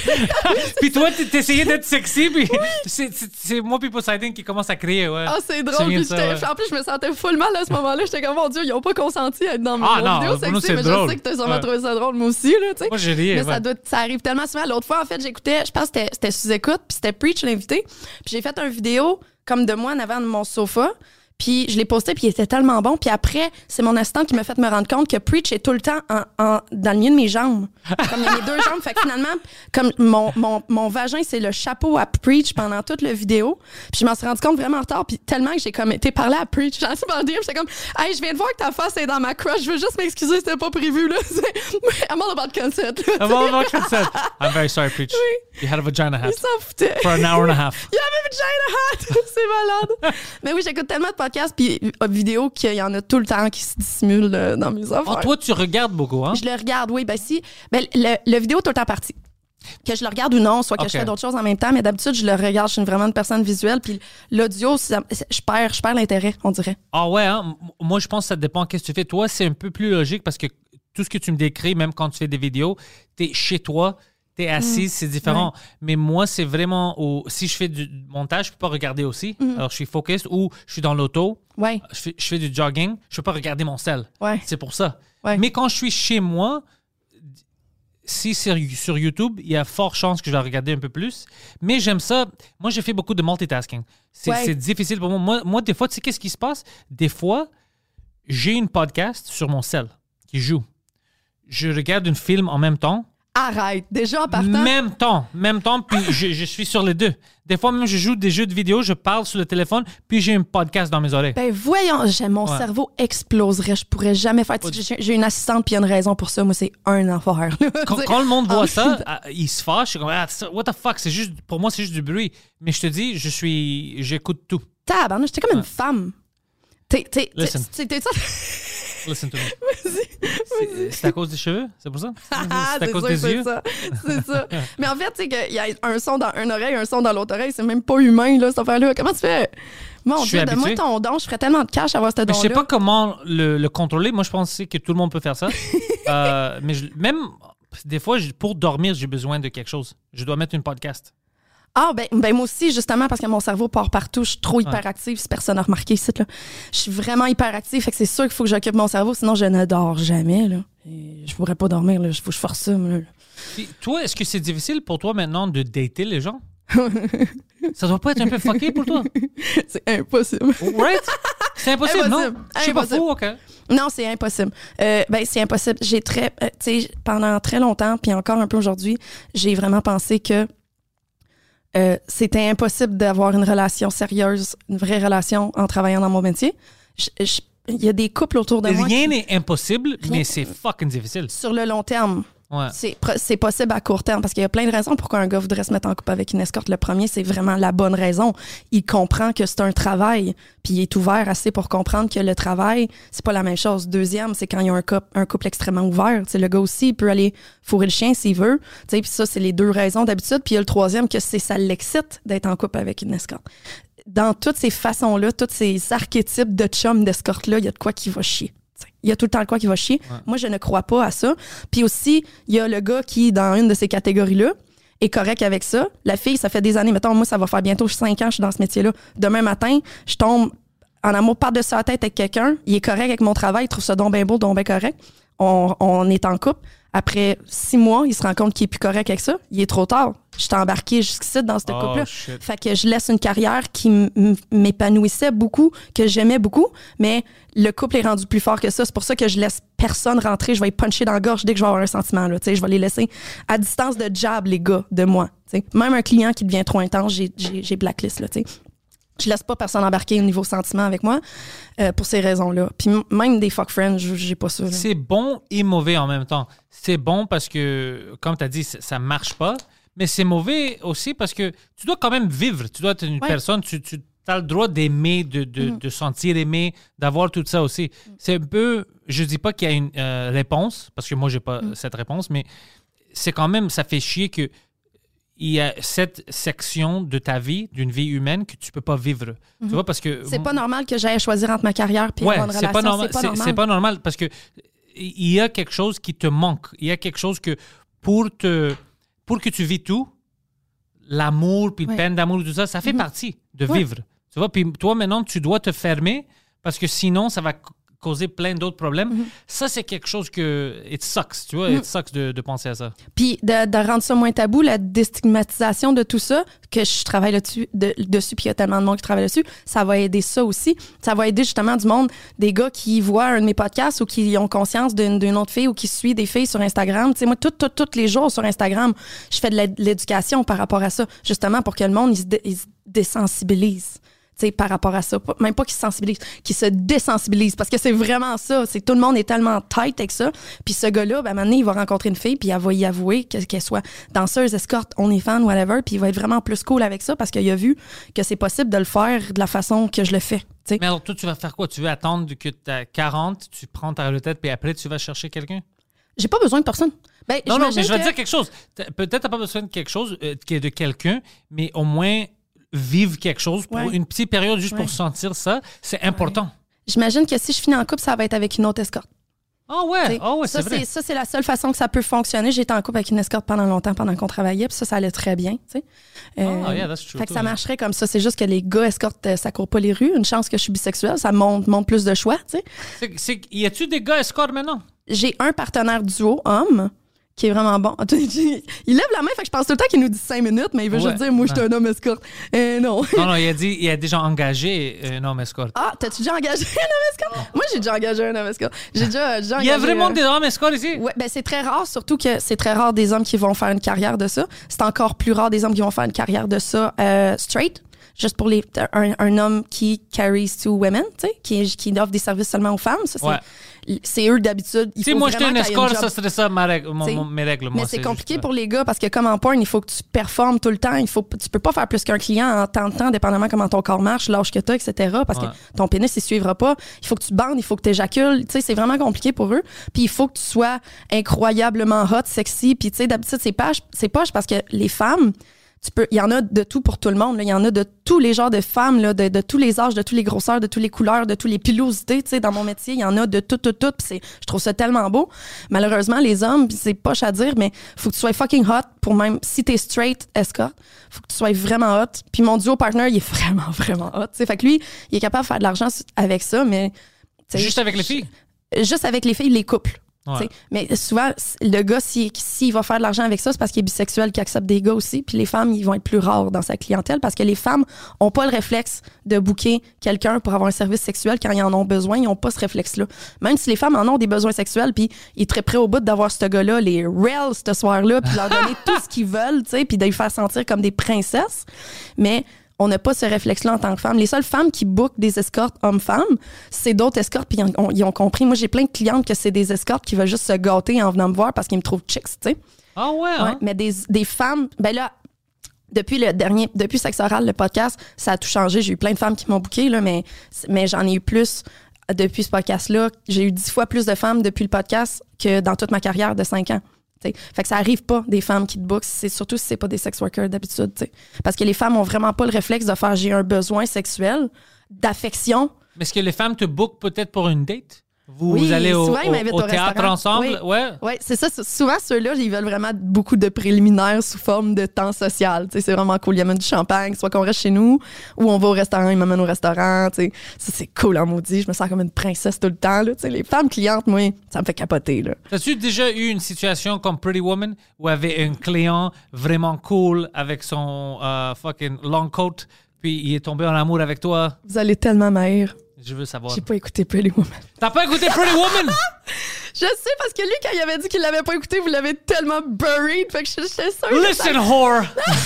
Puis toi, t- t'essayais d'être sexy, puis c'est- c'est c'est moi, puis Poseidon qui commence à crier, ouais. Ah, c'est Tu te drôle. souviens Puis de ça, j'étais- ouais. En plus, je me sentais full mal à ce moment-là. J'étais comme, mon Dieu, ils ont pas consenti à être dans mes Ah, non, vidéos pour nous, sexy, c'est mais drôle. je sais que t'as sûrement Ouais. trouvé ça drôle, moi aussi, là, tu sais. Moi, j'ai ri, Mais ouais. ça, doit, ça arrive tellement souvent. L'autre fois, en fait, j'écoutais, je pense que c'était- c'était sous-écoute, puis c'était Preach l'invité. Puis j'ai fait une vidéo comme de moi en avant de mon sofa. Puis je l'ai posté, puis il était tellement bon. Puis après, c'est mon assistante qui m'a fait me rendre compte que Preach est tout le temps en, en- dans le milieu de mes jambes. Comme il y a mes deux jambes. Fait que finalement, comme mon, mon, mon vagin, c'est le chapeau à Preach pendant toute la vidéo. Puis je m'en suis rendu compte vraiment en retard. Puis tellement que j'ai comme été parler à Preach. J'en suis pas dire. J'étais comme, hey, je viens de voir que ta face est dans ma crush. Je veux juste m'excuser, c'était pas prévu, là. I'm all about consent. là. I'm all about consent. I'm very sorry, Preach. You had a vagina hat Il s'en foutait. for an hour and a half. Il avait vagina hat! C'est malade! Mais oui, j'écoute tellement de podcasts puis euh, vidéos qu'il y en a tout le temps qui se dissimulent euh, dans mes affaires. Oh, toi, tu regardes beaucoup, hein? Je le regarde, oui. Ben si. Ben, le, le vidéo est tout le temps parti. Que je le regarde ou non, soit que Ok. je fais d'autres choses en même temps, mais d'habitude, je le regarde. Je suis vraiment une personne visuelle. Puis l'audio, ça- je perds, je perds l'intérêt, on dirait. Ah ouais, hein? M- Moi, je pense que ça dépend de ce que tu fais. Toi, c'est un peu plus logique parce que tout ce que tu me décris, même quand tu fais des vidéos, t'es chez toi, t'es assise, c'est différent. Ouais. Mais moi, c'est vraiment... Au... Si je fais du montage, je peux pas regarder aussi. Mm. Alors, je suis focus ou je suis dans l'auto. Ouais. Je fais, je fais du jogging. Je peux pas regarder mon cell. Ouais. C'est pour ça. Ouais. Mais quand je suis chez moi, si c'est sur YouTube, il y a fort chance que je vais regarder un peu plus. Mais j'aime ça. Moi, j'ai fait beaucoup de multitasking. C'est, ouais. c'est difficile pour moi. moi. Moi, des fois, tu sais qu'est-ce qui se passe? Des fois, j'ai une podcast sur mon cell qui joue. Je regarde un film en même temps. Arrête, déjà en partant. Même temps, même temps, puis je, je suis sur les deux. Des fois, même, je joue des jeux de vidéo, je parle sur le téléphone, puis j'ai un podcast dans mes oreilles. Ben voyons, j'ai, mon ouais. cerveau exploserait. Je pourrais jamais faire... J'ai, j'ai une assistante, puis il y a une raison pour ça. Moi, c'est un enfer. Quand, quand le monde voit ça, il se fâche. Je suis comme, ah, what the fuck, c'est juste, pour moi, c'est juste du bruit. Mais je te dis, je suis, j'écoute tout. Tabarnak, j'étais comme ouais. une femme. T'es, t'es, Listen. t'es, t'es, t'es, Listen to me. Vas-y, vas-y. C'est, c'est à cause des cheveux? C'est pour ça? Ah, c'est à c'est cause sûr, des c'est yeux? Ça. C'est ça. Mais en fait, tu sais qu'il y a un son dans une oreille, un son dans l'autre oreille. C'est même pas humain, là, cette affaire-là. Comment tu fais? Mon Dieu, donne-moi ton don. Je ferais tellement de cash à avoir ce don-là. Je sais pas comment le, le contrôler. Moi, je pensais que tout le monde peut faire ça. euh, mais je, même, des fois, je, pour dormir, j'ai besoin de quelque chose. Je dois mettre une podcast. Ah, ben, ben moi aussi, justement, parce que mon cerveau part partout. Je suis trop hyperactive, ouais. si personne n'a remarqué ici. Là. Je suis vraiment hyperactive, fait que c'est sûr qu'il faut que j'occupe mon cerveau, sinon je ne dors jamais. Là. Et je pourrais pas dormir, il faut que je force ça. Là. Puis, toi, est-ce que c'est difficile pour toi maintenant de dater les gens? Ça doit pas être un peu fucké pour toi? C'est impossible. Right? C'est impossible, impossible. non? Je suis pas fou, OK. Non, c'est impossible. Euh, ben, c'est impossible. J'ai très... Euh, tu sais, pendant très longtemps, puis encore un peu aujourd'hui, j'ai vraiment pensé que Euh, c'était impossible d'avoir une relation sérieuse, une vraie relation en travaillant dans mon métier. Il y a des couples autour de Rien moi. Rien n'est impossible, Rien... mais c'est fucking difficile. Sur le long terme. Ouais. C'est, c'est possible à court terme parce qu'il y a plein de raisons pourquoi un gars voudrait se mettre en couple avec une escorte. Le premier, c'est vraiment la bonne raison. Il comprend que c'est un travail, puis il est ouvert assez pour comprendre que le travail, c'est pas la même chose. Deuxième, c'est quand il y a un couple, un couple extrêmement ouvert. T'sais, le gars aussi, il peut aller fourrer le chien s'il veut. Puis ça, c'est les deux raisons d'habitude. Puis il y a le troisième, que c'est ça l'excite d'être en couple avec une escorte. Dans toutes ces façons-là, tous ces archétypes de chum d'escorte-là, il y a de quoi qui va chier. Il y a tout le temps le quoi qui va chier. Ouais. Moi, je ne crois pas à ça. Puis aussi, il y a le gars qui, dans une de ces catégories-là, est correct avec ça. La fille, ça fait des années. Mettons, moi, ça va faire bientôt cinq ans que je suis dans ce métier-là. Demain matin, je tombe en amour par-dessus la tête avec quelqu'un. Il est correct avec mon travail. Il trouve ça donc bien beau, donc bien correct. On, on est en couple. Après six mois, il se rend compte qu'il est plus correct avec ça. Il est trop tard. Je suis embarquée jusqu'ici dans ce oh, couple-là. Shit. Fait que je laisse une carrière qui m- m'épanouissait beaucoup, que j'aimais beaucoup, mais le couple est rendu plus fort que ça. C'est pour ça que je laisse personne rentrer. Je vais être puncher dans la gorge dès que je vais avoir un sentiment. Là. Je vais les laisser à distance de jab, les gars, de moi. T'sais. Même un client qui devient trop intense, j'ai, j'ai, j'ai blacklist. Là, t'sais. Je laisse pas personne embarquer au niveau sentiment avec moi euh, pour ces raisons-là. Puis m- même des fuck friends, j'ai pas ça. Là. C'est bon et mauvais en même temps. C'est bon parce que, comme tu as dit, ça marche pas. Mais c'est mauvais aussi parce que tu dois quand même vivre. Tu dois être une ouais. personne, tu, tu as le droit d'aimer, de, de, mm. de sentir aimer, d'avoir tout ça aussi. Mm. C'est un peu, je dis pas qu'il y a une euh, réponse, parce que moi, j'ai pas mm. cette réponse, mais c'est quand même, ça fait chier que il y a cette section de ta vie, d'une vie humaine, que tu peux pas vivre. Mm-hmm. Tu vois, parce que... C'est pas normal que j'aille choisir entre ma carrière et ouais, avoir une c'est relation. Pas normal, c'est pas c'est, normal. C'est pas normal parce que il y a quelque chose qui te manque. Il y a quelque chose que pour te... Pour que tu vis tout, l'amour, puis ouais. le peine d'amour, tout ça, ça fait mm-hmm. partie de ouais. vivre. Tu vois, puis toi, maintenant, tu dois te fermer parce que sinon, ça va causer plein d'autres problèmes. Mm-hmm. Ça, c'est quelque chose que... It sucks, tu vois, mm-hmm. it sucks de, de penser à ça. Puis de, de rendre ça moins tabou, la déstigmatisation de tout ça, que je travaille là-dessus, de, dessus, puis il y a tellement de monde qui travaille dessus, ça va aider ça aussi. Ça va aider justement du monde, des gars qui voient un de mes podcasts ou qui ont conscience d'une, d'une autre fille ou qui suit des filles sur Instagram. Tu sais, moi, tous les jours sur Instagram, je fais de l'éducation par rapport à ça, justement pour que le monde, il se, dé, il se désensibilise. T'sais, par rapport à ça. Même pas qu'ils se sensibilisent, qu'ils se désensibilisent. Parce que c'est vraiment ça. C'est, tout le monde est tellement tight avec ça. Puis ce gars-là, ben, à un moment donné, il va rencontrer une fille, puis elle va y avouer que, qu'elle soit danseuse, escorte, OnlyFans, whatever. Puis il va être vraiment plus cool avec ça parce qu'il a vu que c'est possible de le faire de la façon que je le fais. T'sais. Mais alors, toi, tu vas faire quoi? Tu veux attendre que tu as quarante, tu prends ta retraite, puis après, tu vas chercher quelqu'un? J'ai pas besoin de personne. Ben, non, non, mais je vais que... te dire quelque chose. Peut-être tu n'as pas besoin de quelque chose, euh, de quelqu'un, mais au moins... vivre quelque chose pour ouais. une petite période juste ouais. pour sentir ça, c'est important. Ouais. J'imagine que si je finis en couple, ça va être avec une autre escorte. Ah ouais, ah ouais, ça, c'est vrai. Ça, c'est la seule façon que ça peut fonctionner. J'étais en couple avec une escorte pendant longtemps, pendant qu'on travaillait, puis ça, ça allait très bien, tu sais. Euh, Ah, yeah, that's true. fait que too, ça yeah. marcherait comme ça. C'est juste que les gars escortent, euh, ça court pas les rues. Une chance que je suis bisexuelle, ça montre, montre plus de choix, tu sais. C'est, c'est, y a-tu des gars escorts maintenant? J'ai un partenaire duo, homme, qui est vraiment bon. Il lève la main, fait que je pense tout le temps qu'il nous dit cinq minutes, mais il veut Ouais. juste dire, moi, je suis un homme escorte. Euh, non. Non, non, il a dit, il a déjà engagé un homme escorte. Ah, t'as-tu déjà engagé un homme escorte? Moi, j'ai déjà engagé un homme escorte. J'ai déjà, déjà Il y a engagé, vraiment euh, des hommes escorts ici? Ouais, ben c'est très rare, surtout que c'est très rare des hommes qui vont faire une carrière de ça. C'est encore plus rare des hommes qui vont faire une carrière de ça euh, straight. Juste pour les, un, un homme qui carries to women, tu sais, qui, qui offre des services seulement aux femmes. Ça, c'est, Ouais. c'est eux d'habitude. Il Si faut moi j'étais un vraiment qu'il y ait une escort, job. ça serait ça ma règle, mon- T'sais, mon- mes règles. Moi, Mais c'est compliqué juste, pour les gars parce que comme en porn, il faut que tu performes tout le temps. Il faut, tu peux pas faire plus qu'un client en temps de temps, dépendamment comment ton corps marche, l'âge que tu as, et cetera. Parce Ouais. que ton pénis, il suivra pas. Il faut que tu bandes, il faut que tu éjacules. Tu sais, c'est vraiment compliqué pour eux. Puis il faut que tu sois incroyablement hot, sexy. Puis tu sais, d'habitude, c'est poche, c'est poche parce que les femmes, tu peux, il y en a de tout pour tout le monde. là. Il y en a de tous les genres de femmes, là, de, de tous les âges, de toutes les grosseurs, de toutes les couleurs, de toutes les pilosités. Tu sais, dans mon métier, il y en a de tout, tout, tout. Puis c'est, je trouve ça tellement beau. Malheureusement, les hommes, puis c'est poche à dire, mais faut que tu sois fucking hot pour même si t'es straight escort, faut que tu sois vraiment hot. Puis mon duo partner, il est vraiment, vraiment hot. Tu sais, fait que lui, il est capable de faire de l'argent avec ça, mais tu sais, Juste avec les filles? juste avec les filles, les couples. Ouais. T'sais. Mais souvent, le gars, s'il si, va faire de l'argent avec ça, c'est parce qu'il est bisexuel, qu'il accepte des gars aussi. Puis les femmes, ils vont être plus rares dans sa clientèle parce que les femmes ont pas le réflexe de booker quelqu'un pour avoir un service sexuel quand ils en ont besoin. Ils n'ont pas ce réflexe-là. Même si les femmes en ont des besoins sexuels, puis ils sont très prêts au bout d'avoir ce gars-là, les rails ce soir-là, puis leur donner tout ce qu'ils veulent, tu sais, puis de les faire sentir comme des princesses. Mais on n'a pas ce réflexe-là en tant que femme. Les seules femmes qui bookent des escortes hommes-femmes, c'est d'autres escortes, puis ils ont, ils ont compris. Moi, j'ai plein de clientes que c'est des escortes qui veulent juste se gâter en venant me voir parce qu'ils me trouvent chicks, tu sais. Ah ouais, Ouais, hein? mais des, des femmes, ben là, depuis le dernier, depuis Sexe Oral, le podcast, ça a tout changé. J'ai eu plein de femmes qui m'ont booké, là, mais, mais j'en ai eu plus depuis ce podcast-là. J'ai eu dix fois plus de femmes depuis le podcast que dans toute ma carrière de cinq ans. T'sais. Fait que ça arrive pas des femmes qui te bookent, c'est surtout si c'est pas des sex workers d'habitude. T'sais. Parce que les femmes ont vraiment pas le réflexe de faire j'ai un besoin sexuel, d'affection. Mais est-ce que les femmes te bookent peut-être pour une date? Vous, Oui, vous allez au, souvent, ils au- m'invitent au au théâtre restaurant. ensemble? Oui. Ouais. Oui, c'est ça. Souvent, ceux-là, ils veulent vraiment beaucoup de préliminaires sous forme de temps social. T'sais, c'est vraiment cool. Ils amènent du champagne, soit qu'on reste chez nous ou on va au restaurant, ils m'amènent au restaurant. T'sais. Ça, c'est cool en maudit. Je me sens comme une princesse tout le temps. Là. T'sais, les femmes clientes, moi, ça me fait capoter. Là. As-tu déjà eu une situation comme Pretty Woman où il y avait un client vraiment cool avec son euh, fucking long coat, puis il est tombé en amour avec toi? Vous allez tellement m'haïr. Je veux savoir. J'ai pas écouté Pretty Woman. T'as pas écouté Pretty Woman? Je sais parce que lui, quand il avait dit qu'il l'avait pas écouté, vous l'avez tellement buried. Fait que je suis sûre. Listen, whore!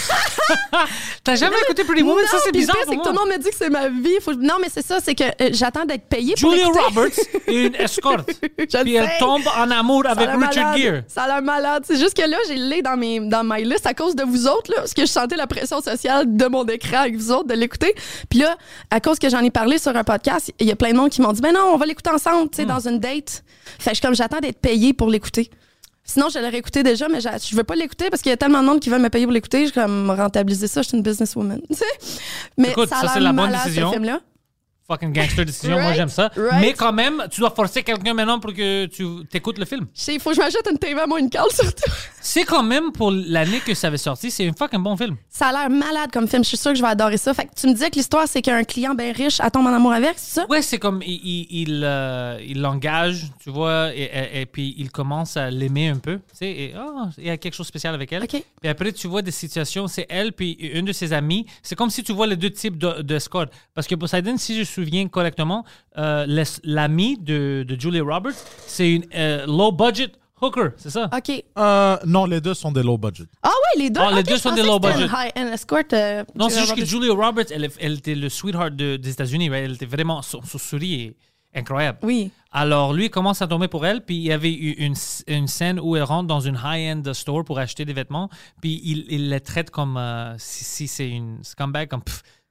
T'as jamais écouté Pretty Woman? Non, Ça, c'est puis le bizarre pire, pour c'est que tout moi. le monde me dit que c'est ma vie. Faut... Non, mais c'est ça, c'est que euh, j'attends d'être payée pour Julia l'écouter. Roberts est une escorte. Je le Puis elle sais. tombe en amour Ça a avec l'air Richard malade. Gere. Ça a l'air malade. C'est juste que là, j'ai le lait dans, mes, dans ma liste à cause de vous autres, là, parce que je sentais la pression sociale de mon écran avec vous autres de l'écouter. Puis là, à cause que j'en ai parlé sur un podcast, il y a plein de monde qui m'ont dit, ben non, on va l'écouter ensemble, tu sais, Hmm. dans une date. Fait que je suis comme, j'attends d'être payée pour l'écouter. Sinon, je l'aurais écouté déjà, mais j'a- je veux pas l'écouter parce qu'il y a tellement de monde qui veut me payer pour l'écouter. Je vais comme rentabiliser ça. Je suis une businesswoman. Tu sais? Mais Écoute, ça a ça, l'air c'est la bonne malade, décision. ce film-là. Fucking gangster décision, moi Right, j'aime ça. right. Mais quand même, tu dois forcer quelqu'un maintenant pour que tu t'écoutes le film. Il faut que je m'achète une T V à moins une cale surtout. C'est quand même, pour l'année que ça avait sorti, c'est un fucking bon film. Ça a l'air malade comme film. Je suis sûre que je vais adorer ça. Fait que tu me disais que l'histoire, c'est qu'un client bien riche a tombe en amour avec, c'est ça? Ouais, c'est comme, il il, il, euh, il l'engage, tu vois, et, et- et puis il commence à l'aimer un peu, tu sais, et oh, il y a quelque chose de spécial avec elle. OK. Puis après, tu vois des situations, c'est elle puis une de ses amies. C'est comme si tu vois les deux types de, de squad. Parce que Poseidon, si je me souviens correctement, euh, l'es- l'amie de, de Julia Roberts, c'est une euh, low-budget hooker, c'est ça? OK. Euh, non, les deux sont des low budget. Ah ouais, les deux. Ah, les OK, deux je sont pensais des que low c'était budget. une high-end escort. euh, Non, Julia c'est juste que Roberts. Julia Roberts, elle, elle était le sweetheart de- des États-Unis. right? Elle était vraiment, son, son sourire est incroyable. Oui. Alors, lui, il commence à tomber pour elle, puis il y avait eu une, une scène où elle rentre dans une high-end store pour acheter des vêtements, puis il, il les traite comme euh, si, si c'est une scumbag, comme pff,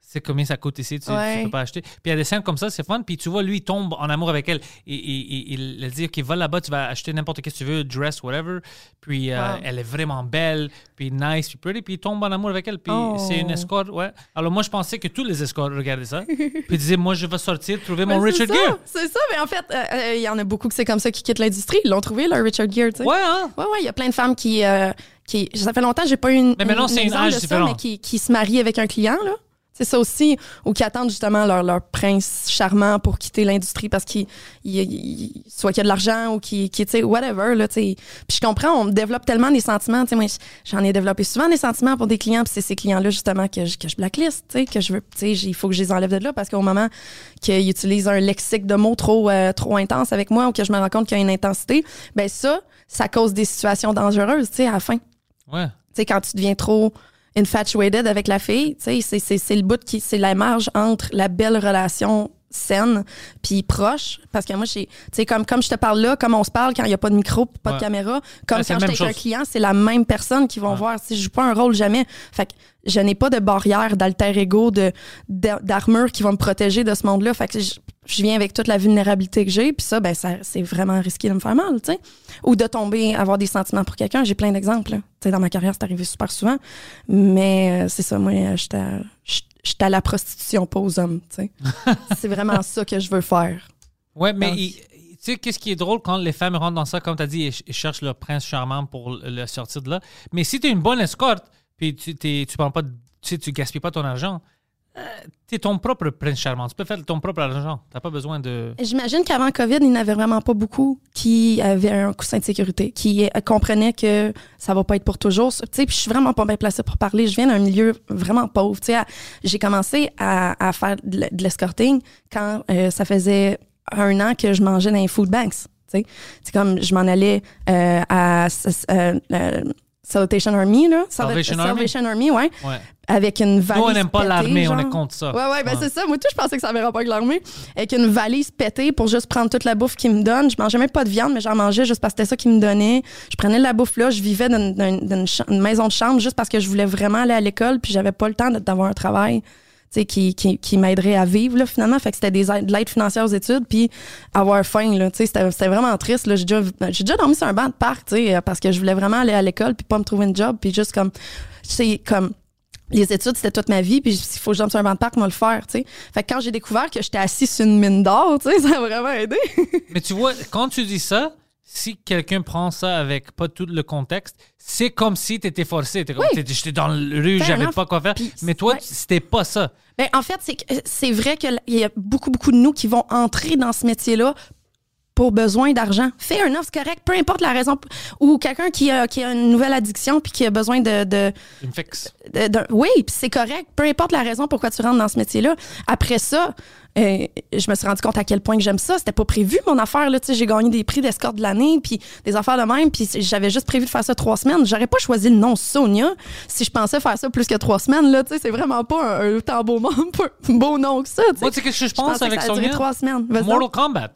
sais combien ça coûte ici, tu, Ouais. tu peux pas acheter. Puis il y a des scènes comme ça, c'est fun. Puis tu vois, lui, il tombe en amour avec elle. Et, et, et, il elle dit, OK, va là-bas, tu vas acheter n'importe qu'est-ce que tu veux, dress, whatever. Puis euh, Wow. elle est vraiment belle, puis nice, puis pretty. Puis il tombe en amour avec elle. Puis Oh. c'est une escorte, ouais. Alors moi, je pensais que tous les escortes regardaient ça. Puis ils disaient, moi, je vais sortir, trouver mon Ben, c'est Richard ça, Gere. C'est ça, mais en fait, il euh, euh, y en a beaucoup que c'est comme ça qui quittent l'industrie. Ils l'ont trouvé, leur Richard Gere, tu sais. Ouais, hein? Ouais, ouais, il y a plein de femmes qui, euh, qui. Ça fait longtemps que j'ai pas eu une. Mais maintenant, une- c'est un une exemple âge de ça, différent. mais qui, qui se marient avec un client, là. C'est ça aussi, ou qui attendent justement leur, leur prince charmant pour quitter l'industrie parce qu'il il- il- soit qu'il y a de l'argent ou qu'il, qu'il, tu sais, whatever, là, tu sais. Puis je comprends, on développe tellement des sentiments, tu sais, moi, j'en ai développé souvent des sentiments pour des clients, puis c'est ces clients-là, justement, que je, que je blacklist, tu sais, que je veux, tu sais, il faut que je les enlève de là parce qu'au moment qu'ils utilisent un lexique de mots trop, euh, trop intense avec moi ou que je me rends compte qu'il y a une intensité, ben ça, ça cause des situations dangereuses, tu sais, à la fin. Tu Ouais. sais, quand tu deviens trop infatuated avec la fille, tu sais, c'est, c'est, c'est le bout qui, c'est la marge entre la belle relation saine puis proche, parce que moi, j'ai, tu sais, comme, comme je te parle là, comme on se parle quand il n'y a pas de micro, pas Ouais. de caméra, comme Ouais, c'est quand la je même suis avec un chose. client, c'est la même personne qui vont Ouais. voir. Si je joue pas un rôle jamais. Fait que je n'ai pas de barrière d'alter ego, de, de- d'armure qui va me protéger de ce monde-là. Fait que je, je viens avec toute la vulnérabilité que j'ai, puis ça, ben, ça, c'est vraiment risqué de me faire mal, tu sais. Ou de tomber, avoir des sentiments pour quelqu'un. J'ai plein d'exemples, là. Tu sais, dans ma carrière, c'est arrivé super souvent. Mais euh, c'est ça, moi, euh, j'étais à, j'étais à la prostitution, pas aux hommes, tu sais. C'est vraiment ça que je veux faire. Ouais, mais Donc- il- tu sais, qu'est-ce qui est drôle quand les femmes rentrent dans ça, comme tu as dit, ils, ils cherchent leur prince charmant pour le le sortir de là. Mais si tu es une bonne escorte, puis tu t'es, tu prends pas, de- tu sais, tu gaspilles pas ton argent, euh, tu es ton propre prince charmant. Tu peux faire ton propre argent. Tu n'as pas besoin de. J'imagine qu'avant COVID, il n'y en avait vraiment pas beaucoup qui avaient un coussin de sécurité, qui euh, comprenaient que ça va pas être pour toujours. Tu sais, puis je suis vraiment pas bien placée pour parler. Je viens d'un milieu vraiment pauvre. Tu sais, à- j'ai commencé à, à faire de, l- de l'escorting quand euh, ça faisait un an que je mangeais dans les food banks. Tu sais, c'est comme je m'en allais euh, à euh, euh, Salvation Army, là. Salvation Army? Salvation Army, ouais. Ouais. Avec une valise. Nous, on n'aime pas pétée, l'armée, on genre. est contre ça. Ouais, ouais, ben Ouais. c'est ça. Moi, tout, je pensais que ça avait rapport avec l'armée. Avec une valise pétée pour juste prendre toute la bouffe qu'ils me donnent. Je mangeais même pas de viande, mais j'en mangeais juste parce que c'était ça qu'ils me donnaient. Je prenais de la bouffe là. Je vivais dans, dans- dans une, cha- une maison de chambre juste parce que je voulais vraiment aller à l'école puis j'avais pas le temps de- d'avoir un travail. Tu sais, qui, qui, qui m'aiderait à vivre, là, finalement. Fait que c'était des aides- de l'aide financière aux études, puis avoir faim, là. Tu sais, c'était, c'était vraiment triste, là. J'ai déjà, j'ai déjà dormi sur un banc de parc, tu sais, parce que je voulais vraiment aller à l'école, puis pas me trouver une job, puis juste comme, c'est comme, les études, c'était toute ma vie, puis s'il faut que je dorme sur un banc de parc, moi le faire, tu sais. Fait que quand j'ai découvert que j'étais assis sur une mine d'or, tu sais, ça a vraiment aidé. Mais tu vois, quand tu dis ça, si quelqu'un prend ça avec pas tout le contexte, c'est comme si tu étais forcé. T'es comme, Oui. t'étais- j'étais dans la rue, Fair j'avais enough. pas quoi faire. Puis, Mais toi, ouais. c'était pas ça. Ben, en fait, c'est, que- c'est vrai qu'il y a beaucoup, beaucoup de nous qui vont entrer dans ce métier-là pour besoin d'argent. Fais un offre, c'est correct, peu importe la raison. Ou quelqu'un qui a, qui a une nouvelle addiction puis qui a besoin de... de, Une fixe. de- de- oui, puis c'est correct, peu importe la raison pourquoi tu rentres dans ce métier-là. Après ça, euh, je me suis rendu compte à quel point que j'aime ça. C'était pas prévu, mon affaire. Là, tu sais, j'ai gagné des prix d'escorte de l'année, puis des affaires de même, puis j'avais juste prévu de faire ça trois semaines. J'aurais pas choisi le nom Sonia si je pensais faire ça plus que trois semaines. Là, tu sais, c'est vraiment pas un, un tant beau, nom, pas un beau nom que ça. tu sais. Moi, tu sais qu'est-ce que je pense pensais avec que ça a duré Sonia? trois semaines. Vas-y Mortal donc. Kombat.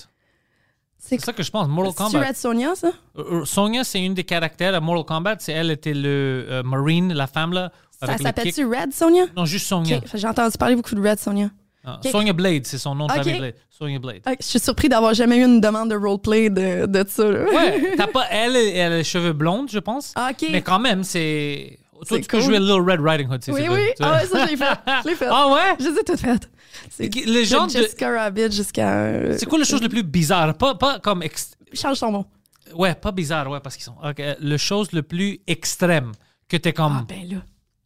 C'est C'est ça que je pense, Mortal C'est-tu Kombat. Red Sonia, ça? Euh, euh, Sonia, c'est une des caractères à Mortal Kombat. C'est elle était le euh, Marine, la femme là. Ça avec le kick. s'appelle-tu Red Sonia? Non, juste Sonia. Ok, j'ai entendu parler beaucoup de Red Sonia. Ah, Ok. Sonia Blade, c'est son nom de Ok. famille. Blade. Sonia Blade. Ok, je suis surpris d'avoir jamais eu une demande de roleplay de, de ça. Là. Ouais, t'as pas elle, elle a les cheveux blondes, je pense. Ok. Mais quand même, c'est. Toi, C'est tu peux cool. jouer Little Red Riding Hood. si Oui, tu veux. oui. Tu- Ah ouais, ça, je l'ai fait. Je l'ai fait. Ah ouais? Je les ai toutes faites. C'est Ok, les gens de de- Jessica Rabbit jusqu'à... euh, C'est quoi la chose le plus bizarre? Pas, pas comme. ex- Change son nom. Ouais, pas bizarre, ouais, parce qu'ils sont. Ok, le chose le plus extrême que t'es comme. Ah, ben là.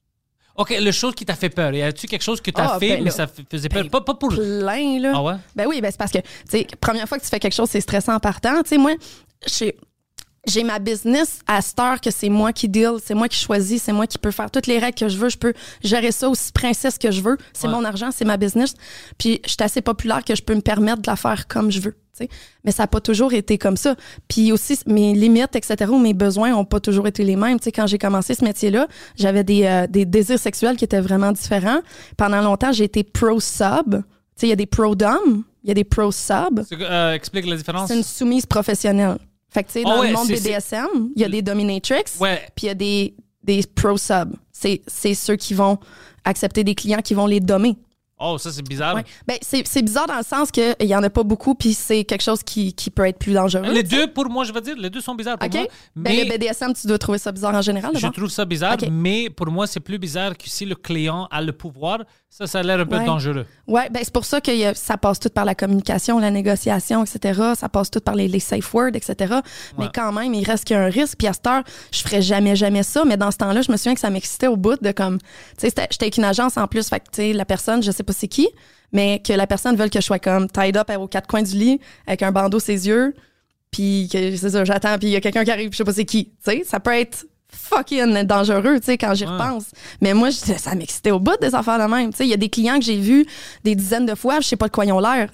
Ok, le chose qui t'a fait peur. Y a-tu quelque chose que t'as Ah, fait, ben mais là. ça f- faisait peur? Ben, pas, pas pour. Plein, là. Ah ouais? Ben oui, ben c'est parce que, tu sais, première fois que tu fais quelque chose, c'est stressant en partant. Tu sais, moi, j'ai... J'ai ma business à cette heure que c'est moi qui deal, c'est moi qui choisis, c'est moi qui peux faire toutes les règles que je veux, je peux gérer ça aussi princesse que je veux. C'est Ouais. mon argent, c'est ma business. Puis je suis assez populaire que je peux me permettre de la faire comme je veux. Tu sais. Mais ça n'a pas toujours été comme ça. Puis aussi, mes limites, et cetera, ou mes besoins n'ont pas toujours été les mêmes. Tu sais, quand j'ai commencé ce métier-là, j'avais des, euh, des désirs sexuels qui étaient vraiment différents. Pendant longtemps, j'ai été pro-sub. Tu sais, il y a des pro-dom, il y a des pro-sub. C'est- euh, explique la différence. C'est une soumise professionnelle. Fait que, tu sais, Ah dans ouais, le monde c'est- B D S M, il y a des dominatrix, Ouais. puis il y a des, des pro-subs. C'est, c'est ceux qui vont accepter des clients qui vont les dommer. Oh, ça, c'est bizarre. Ouais. Ben, c'est, c'est bizarre dans le sens qu'il n'y en a pas beaucoup, puis c'est quelque chose qui, qui peut être plus dangereux. Les deux, pour moi, je veux dire, les deux sont bizarres pour OK. moi. Ben, Mais le B D S M, tu dois trouver ça bizarre en général, je d'abord? trouve ça bizarre, OK. mais pour moi, c'est plus bizarre que si le client a le pouvoir. Ça, ça a l'air un peu Ouais. dangereux. Oui, ben c'est pour ça que y a- ça passe tout par la communication, la négociation, et cetera. Ça passe tout par les, les safe words, et cetera. Ouais. Mais quand même, il reste qu'il y a un risque. Puis à cette heure, je ferais jamais, jamais ça. Mais dans ce temps-là, je me souviens que ça m'excitait au bout de comme... Tu sais, c'était- j'étais avec une agence en plus. Fait que, tu sais, la personne, je sais pas c'est qui, mais que la personne veut que je sois comme tied up aux quatre coins du lit, avec un bandeau ses yeux. Puis que, c'est ça, j'attends, puis il y a quelqu'un qui arrive, puis je sais pas c'est qui. Tu sais, ça peut être fucking dangereux, tu sais, quand j'y Ouais. repense. Mais moi, je- ça m'excitait au bout des affaires de même. Tu sais, il y a des clients que j'ai vus des dizaines de fois, je sais pas de quoi ils ont l'air.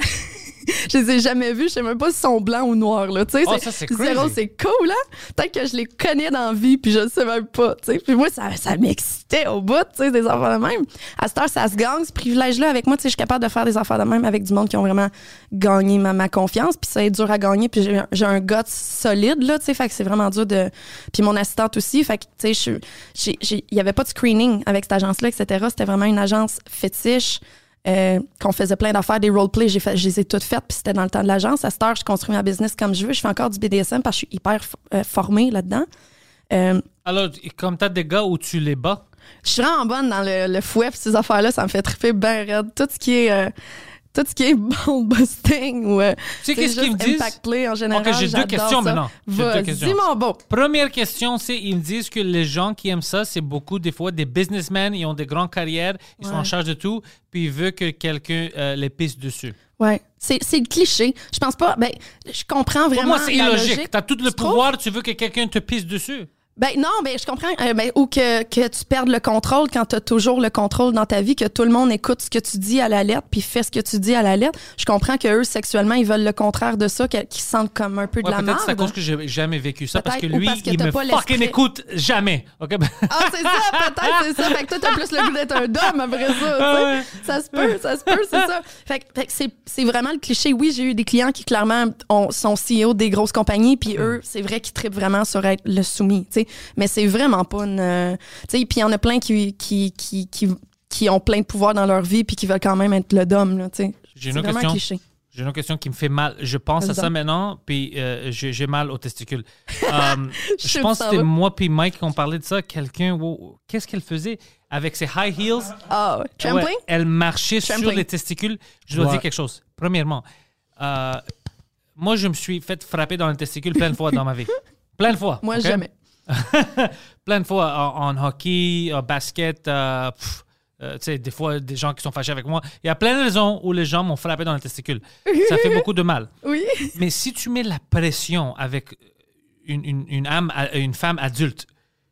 Je les ai jamais vus, je sais même pas s'ils sont blancs ou noirs, là. Tu sais, Oh, ça, c'est zéro, crazy. c'est cool, hein? Peut-être que je les connais dans la vie, puis je le sais même pas, tu sais. Puis moi, ça, ça m'excitait au bout, tu sais, des affaires de même. À cette heure, ça se gagne, ce privilège-là. Avec moi, tu sais, je suis capable de faire des affaires de même avec du monde qui ont vraiment gagné ma, ma confiance, puis ça est dur à gagner, puis j'ai, j'ai un guts solide, là, tu sais, fait que c'est vraiment dur de... Puis mon assistante aussi, fait que, tu sais, je- j'ai- j'ai- il y avait pas de screening avec cette agence-là, et cetera. C'était vraiment une agence fétiche. Euh, qu'on faisait plein d'affaires, des roleplays, j'ai fait, je les ai toutes faites, puis c'était dans le temps de l'agence. À cette heure, je construis ma business comme je veux. Je fais encore du B D S M parce que je suis hyper euh, formée là-dedans. Euh, Alors, comme t'as des gars où tu les bats, je suis vraiment bonne dans le, le fouet, puis ces affaires-là, ça me fait triper bien raide. Tout ce qui est... euh, tout ce qui est ball busting ou euh, sais qu'est-ce qu'ils me disent? impact play en général. Ok, j'ai deux j'adore questions ça. maintenant. J'ai deux Vas-y, questions. mon beau. première question, c'est ils me disent que les gens qui aiment ça, c'est beaucoup des fois des businessmen, ils ont des grandes carrières, ils sont Ouais. en charge de tout, puis ils veulent que quelqu'un euh, les pisse dessus. Ouais, c'est, c'est le cliché. Je pense pas... Ben, je comprends vraiment Pour moi, c'est la illogique. logique. T'as tout le Tu trouves? pouvoir, tu veux que quelqu'un te pisse dessus. Ben non, ben je comprends. Euh, ben, ou que, que tu perdes le contrôle quand tu as toujours le contrôle dans ta vie, que tout le monde écoute ce que tu dis à la lettre puis fait ce que tu dis à la lettre. Je comprends que eux sexuellement, ils veulent le contraire de ça, qu'ils se sentent comme un peu de Ouais, la peut-être merde. c'est à cause que j'ai jamais vécu ça, parce que Peut-être, ou lui, parce que il t'as me pas fucking l'esprit. écoute jamais. OK? Ah, c'est ça, peut-être, c'est ça. Fait que toi, t'as plus le goût d'être un dôme après ça. tu sais. Ouais. Ça se peut, ça se peut, c'est ça. Fait que, fait que c'est, c'est vraiment le cliché. Oui, j'ai eu des clients qui, clairement, ont, sont C E O des grosses compagnies, puis eux, c'est vrai qu'ils trippent vraiment sur être le soumis, tu sais. Mais c'est vraiment pas une... euh, tu sais, puis il y en a plein qui, qui, qui, qui, qui ont plein de pouvoir dans leur vie, puis qui veulent quand même être le dôme, là, tu sais. J'ai une C'est autre vraiment question. un cliché. J'ai une autre question qui me fait mal. Je pense à Vas-y ça donc. maintenant, puis euh, j'ai j'ai mal aux testicules. Euh, Je je sais pense où que ça c'était va. moi puis Mike qui ont parlé de ça. Quelqu'un, wow, qu'est-ce qu'elle faisait avec ses high heels? Ah, ouais. Trampling? Ouais, elle marchait sur Trampling. les testicules. Je dois Ouais. dire quelque chose. Premièrement, euh, moi, je me suis fait frapper dans les testicules plein de fois dans ma vie. Plein de fois. Moi, ok? jamais. Plein de fois en, en hockey, en basket, euh, pff, euh, tu sais, des fois, des gens qui sont fâchés avec moi. Il y a plein de raisons où les gens m'ont frappé dans les testicules. Ça fait beaucoup de mal. Oui. Mais si tu mets la pression avec une, une, une, âme, une femme adulte,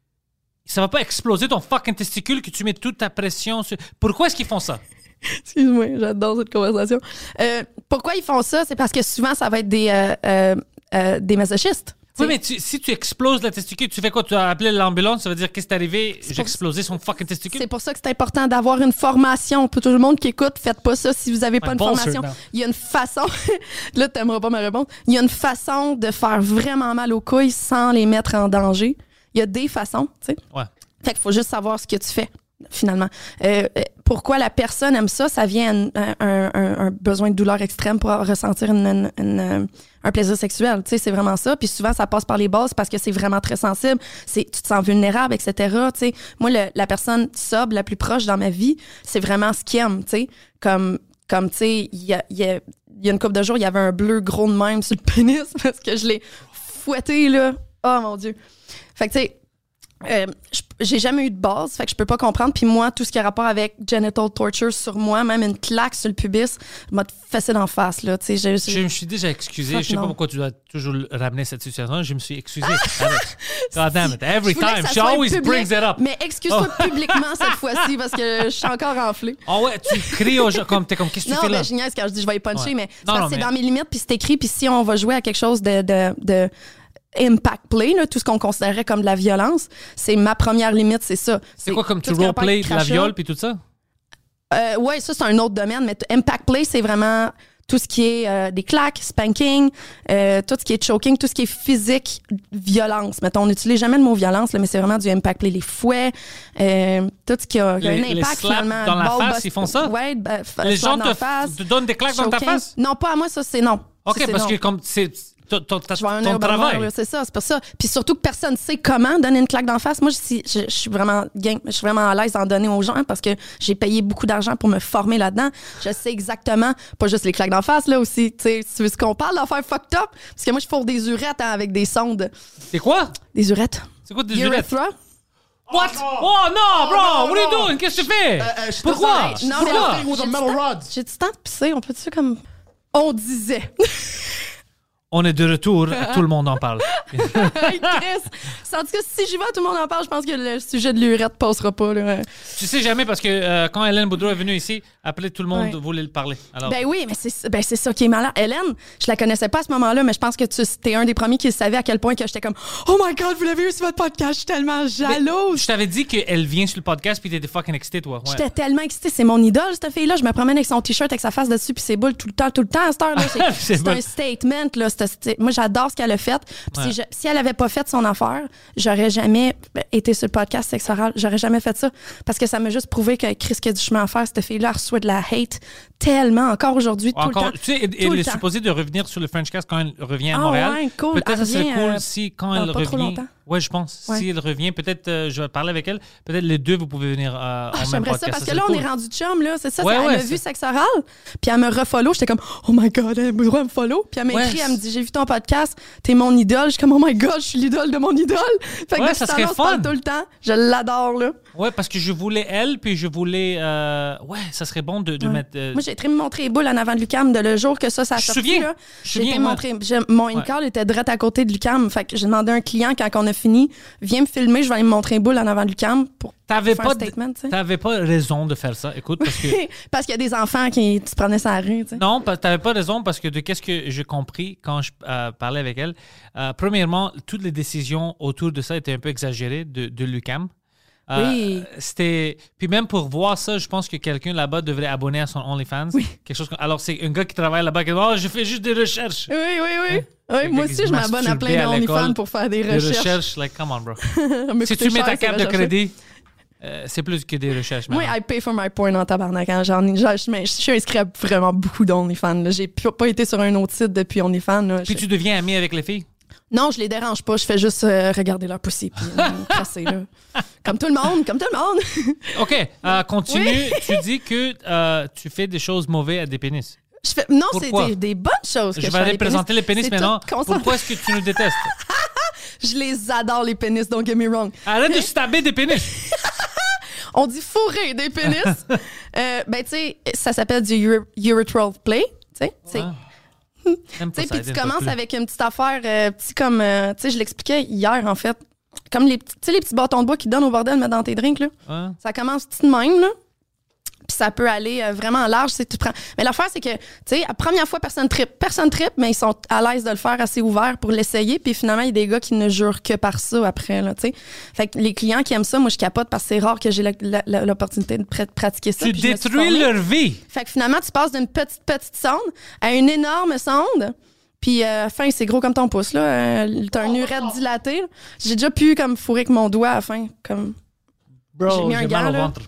ça va pas exploser ton fucking testicule que tu mets toute ta pression sur... Pourquoi est-ce qu'ils font ça? Excuse-moi, j'adore cette conversation. Euh, pourquoi ils font ça? C'est parce que souvent, ça va être des, euh, euh, euh, des masochistes. Oui, T'sais. mais tu- si tu exploses la testicule, tu fais quoi? Tu as appelé l'ambulance, ça veut dire qu'est-ce qui est arrivé? J'ai pour- explosé son fucking testicule. C'est pour ça que c'est important d'avoir une formation. Pour tout le monde qui écoute, faites pas ça si vous n'avez pas My une balls formation. hurt now. Il y a une façon... Là, tu n'aimeras pas ma réponse. Il y a une façon de faire vraiment mal aux couilles sans les mettre en danger. Il y a des façons, tu sais. Ouais. Fait qu'il faut juste savoir ce que tu fais, finalement. Euh, euh, pourquoi la personne aime ça? Ça vient à un, un- un- un besoin de douleur extrême pour ressentir une- une- une, euh, un plaisir sexuel. Tu sais, c'est vraiment ça. Puis souvent, ça passe par les bases parce que c'est vraiment très sensible. C'est, tu te sens vulnérable, et cetera. Tu sais, moi, le- la personne sobre la plus proche dans ma vie, c'est vraiment ce qu'il aime, tu sais. Comme, comme tu sais, il y a, il y a- il y a une couple de jours, il y avait un bleu gros de même sur le pénis parce que je l'ai fouetté, là. Oh, mon Dieu. Fait que, tu sais, Euh, je- j'ai jamais eu de base, fait que je peux pas comprendre. Puis moi, tout ce qui a rapport avec genital torture sur moi, même une claque sur le pubis, m'a fessé d'en face, là. Tu sais, j'ai- Je me suis déjà excusé. Fuck Je sais pas non. pourquoi tu dois toujours ramener cette situation. Je me suis excusé. Arrête. God damn it. Every Je voulais que time. ça She soit always public, brings it up. Mais excuse-toi publiquement cette fois-ci parce que je suis encore enflée. Ah ouais, tu cries aux gens comme t'es comme qu'est-ce que tu Non, fais là? mais je niaise quand je dis je vais y puncher, Ouais. mais c'est Non, parce non, que c'est mais- dans mes limites, puis c'est écrit, puis si on va jouer à quelque chose de, de, de impact play, là, tout ce qu'on considérait comme de la violence, c'est ma première limite, c'est ça. C'est quoi comme tu tout ce qui a rapport roleplay avec de la crachat. viol puis tout ça? Euh, ouais, ça, c'est un autre domaine, mais t- impact play, c'est vraiment tout ce qui est euh, des claques, spanking, euh, tout ce qui est choking, tout ce qui est physique, violence. Mettons, on n'utilise jamais le mot violence, là, mais c'est vraiment du impact play, les fouets, euh, tout ce qui a, qui a Les- un les impact slaps finalement. dans la ball face, bust- ils font ça? Ouais, ben, f- Les slap gens dans te, la face, te donnent des claques dans ta choking. face? Non, pas à moi, ça, c'est non. OK, Ça, c'est parce non. que comme c'est ton, ton, ton, Je vais en ton un bonheur, travail. là, c'est ça, c'est pour ça. Puis surtout que personne ne sait comment donner une claque d'en face. Moi, je, si- je, je suis vraiment game, je suis vraiment à l'aise d'en donner aux gens parce que j'ai payé beaucoup d'argent pour me former là-dedans. Je sais exactement, pas juste les claques d'en face, là aussi. Tu sais, si tu veux qu'on parle d'affaires fucked up, parce que moi, je fourre des urettes hein, avec des sondes. C'est quoi? Des urettes. C'est quoi des urettes? Urethra. What? Oh non, bro! non, What are you non. doing? Qu'est-ce que tu fais? Euh, euh, je te Pourquoi? sens- Non, mais Pourquoi? là, With a j'ai du metal temps- rod. J'ai du temps de pisser. On peut-tu comme... On disait. On est de retour, tout le monde en parle. Hey, Chris! En tout cas, si j'y vais, tout le monde en parle. Je pense que le sujet de l'urette passera pas. Là. Tu sais jamais parce que euh, quand Hélène Boudreau est venue ici, après tout le monde Ouais. voulait le parler. Alors, Ben oui, mais c'est ben c'est ça qui est malin. Hélène, je la connaissais pas à ce moment-là, mais je pense que tu es un des premiers qui savait à quel point que j'étais comme Oh my God, vous l'avez eu sur votre podcast, je suis tellement jalouse. je t'avais dit qu'elle vient sur le podcast puis t'étais fucking excité, toi. Ouais. J'étais tellement excitée, c'est mon idole cette fille-là. Je me promène avec son t-shirt avec sa face dessus puis ses boules tout le temps, tout le temps à cette heure-là. C'est, C'est c'est bon. un statement là. C'est- c'est- moi, j'adore ce qu'elle a fait. Puis Ouais. si, je- si elle avait pas fait son affaire, j'aurais jamais été sur le podcast Sexe Oral. J'aurais jamais fait ça parce que ça m'a juste prouvé que Chris qui a du chemin à faire. Cette fille-là elle reçoit de la hate tellement encore aujourd'hui, tout Encore, le temps. tu sais, elle, Tout elle le est temps. supposée de revenir sur le Frenchcast quand elle revient à Ah Montréal. ouais, cool. Peut-être Elle ça serait revient, cool euh, si quand dans elle pas trop revient. longtemps. Ouais, je pense. Ouais. Si elle revient, peut-être euh, je vais parler avec elle. Peut-être les deux vous pouvez venir euh, Ah, en même j'aimerais podcast. ça parce que serait là, on cool. est rendu chum, là. C'est ça. Ouais, ça- ouais, elle m'a vu c'est- Sexe Oral, puis elle me refollow. J'étais comme, oh my God, elle me follow. Puis elle m'a Ouais, écrit, elle me c'est- dit, j'ai vu ton podcast, t'es mon idole. Je suis comme, oh my God, je suis l'idole de mon idole. Fait que Ouais, depuis ça ce serait temps-là, on se parle fun. tout le temps. Je l'adore, là. Ouais, parce que je voulais elle, puis je voulais. euh, Ouais, ça serait bon de, de Ouais. mettre. euh, Moi, j'ai été me montrer les boules en avant de Lucam de le jour que ça, ça a Je sorti. souviens. là. Je J'ai été souviens, me ouais. montrer. j'ai- Mon in-call était direct à côté de Lucam. Fait que j'ai demandé à un client, quand on a fini, viens me filmer, je vais aller me montrer les boules en avant de Lucam pour T'avais faire pas, un statement, tu sais. t'avais pas raison de faire ça. Écoute, parce que. Parce qu'il y a des enfants qui se promenaient sur la rue, tu sais. Non, pa- t'avais pas raison parce que de qu'est-ce que j'ai compris quand je euh, parlais avec elle. euh, premièrement, toutes les décisions autour de ça étaient un peu exagérées de, de Lucam. Euh, Oui. C'était. Puis même pour voir ça, je pense que quelqu'un là-bas devrait abonner à son OnlyFans. Quelque chose comme- Alors, c'est un gars qui travaille là-bas qui dit Oh, je fais juste des recherches. Oui, oui, oui. Le oui moi gars qui aussi, se je m'abonne à masturbait plein à de l'école. OnlyFans pour faire des Des recherches. recherches, like, come on, bro. Ça me Si coûtait tu mets cher, ta ces carte de recherches-là. crédit, euh, c'est plus que des recherches. Moi, maintenant. I pay for my porn en tabarnak. Hein. J'en ai- j'en- je mais je suis inscrit à vraiment beaucoup d'OnlyFans. là. J'ai pu- pas été sur un autre site depuis OnlyFans. là. Puis Je- tu deviens ami avec les filles. Non, je les dérange pas. Je fais juste euh, regarder leur pussy puis euh, me crasser, là. Comme tout le monde, comme tout le monde. OK, euh, continue. Tu dis que euh, tu fais des choses mauvaises à des pénis. Je fais, non, c'est Pourquoi? des, des bonnes choses. Que Je je vais fais à aller des présenter les pénis C'est maintenant. tout concentré. Pourquoi est-ce que tu nous détestes? Je les adore, les pénis, don't get me wrong. Arrête de stabber des pénis. On dit fourrer des pénis. euh, ben, tu sais, ça s'appelle du ure- urethral play. Tu sais, c'est. Ouais. J'aime pas Tu sais, ça, puis tu j'aime pas commences plus. avec une petite affaire, euh, petit comme, euh, tu sais, je l'expliquais hier, en fait. Comme les petits, tu sais, les petits bâtons de bois qui donnent au bordel, mettre dans tes drinks, là. Ouais. Ça commence petit de même, là. Puis ça peut aller euh, vraiment large, c'est tu prends. Mais l'affaire, c'est que, tu sais, la première fois, personne trippe. Personne trippe, mais ils sont à l'aise de le faire assez ouvert pour l'essayer. Puis finalement, il y a des gars qui ne jurent que par ça après, là, tu sais. Fait que les clients qui aiment ça, moi, je capote parce que c'est rare que j'ai la- la- la- l'opportunité de pr- pratiquer ça. Tu puis je me suis détruis formée. leur vie. Fait que finalement, tu passes d'une petite, petite sonde à une énorme sonde. Puis, euh, fin, c'est gros comme ton pouce, là. Euh, t'as un urètre dilaté. là. J'ai déjà pu, comme, fourrer avec mon doigt à la fin. Comme... J'ai Bro, mis un j'ai gant, mal au là. ventre.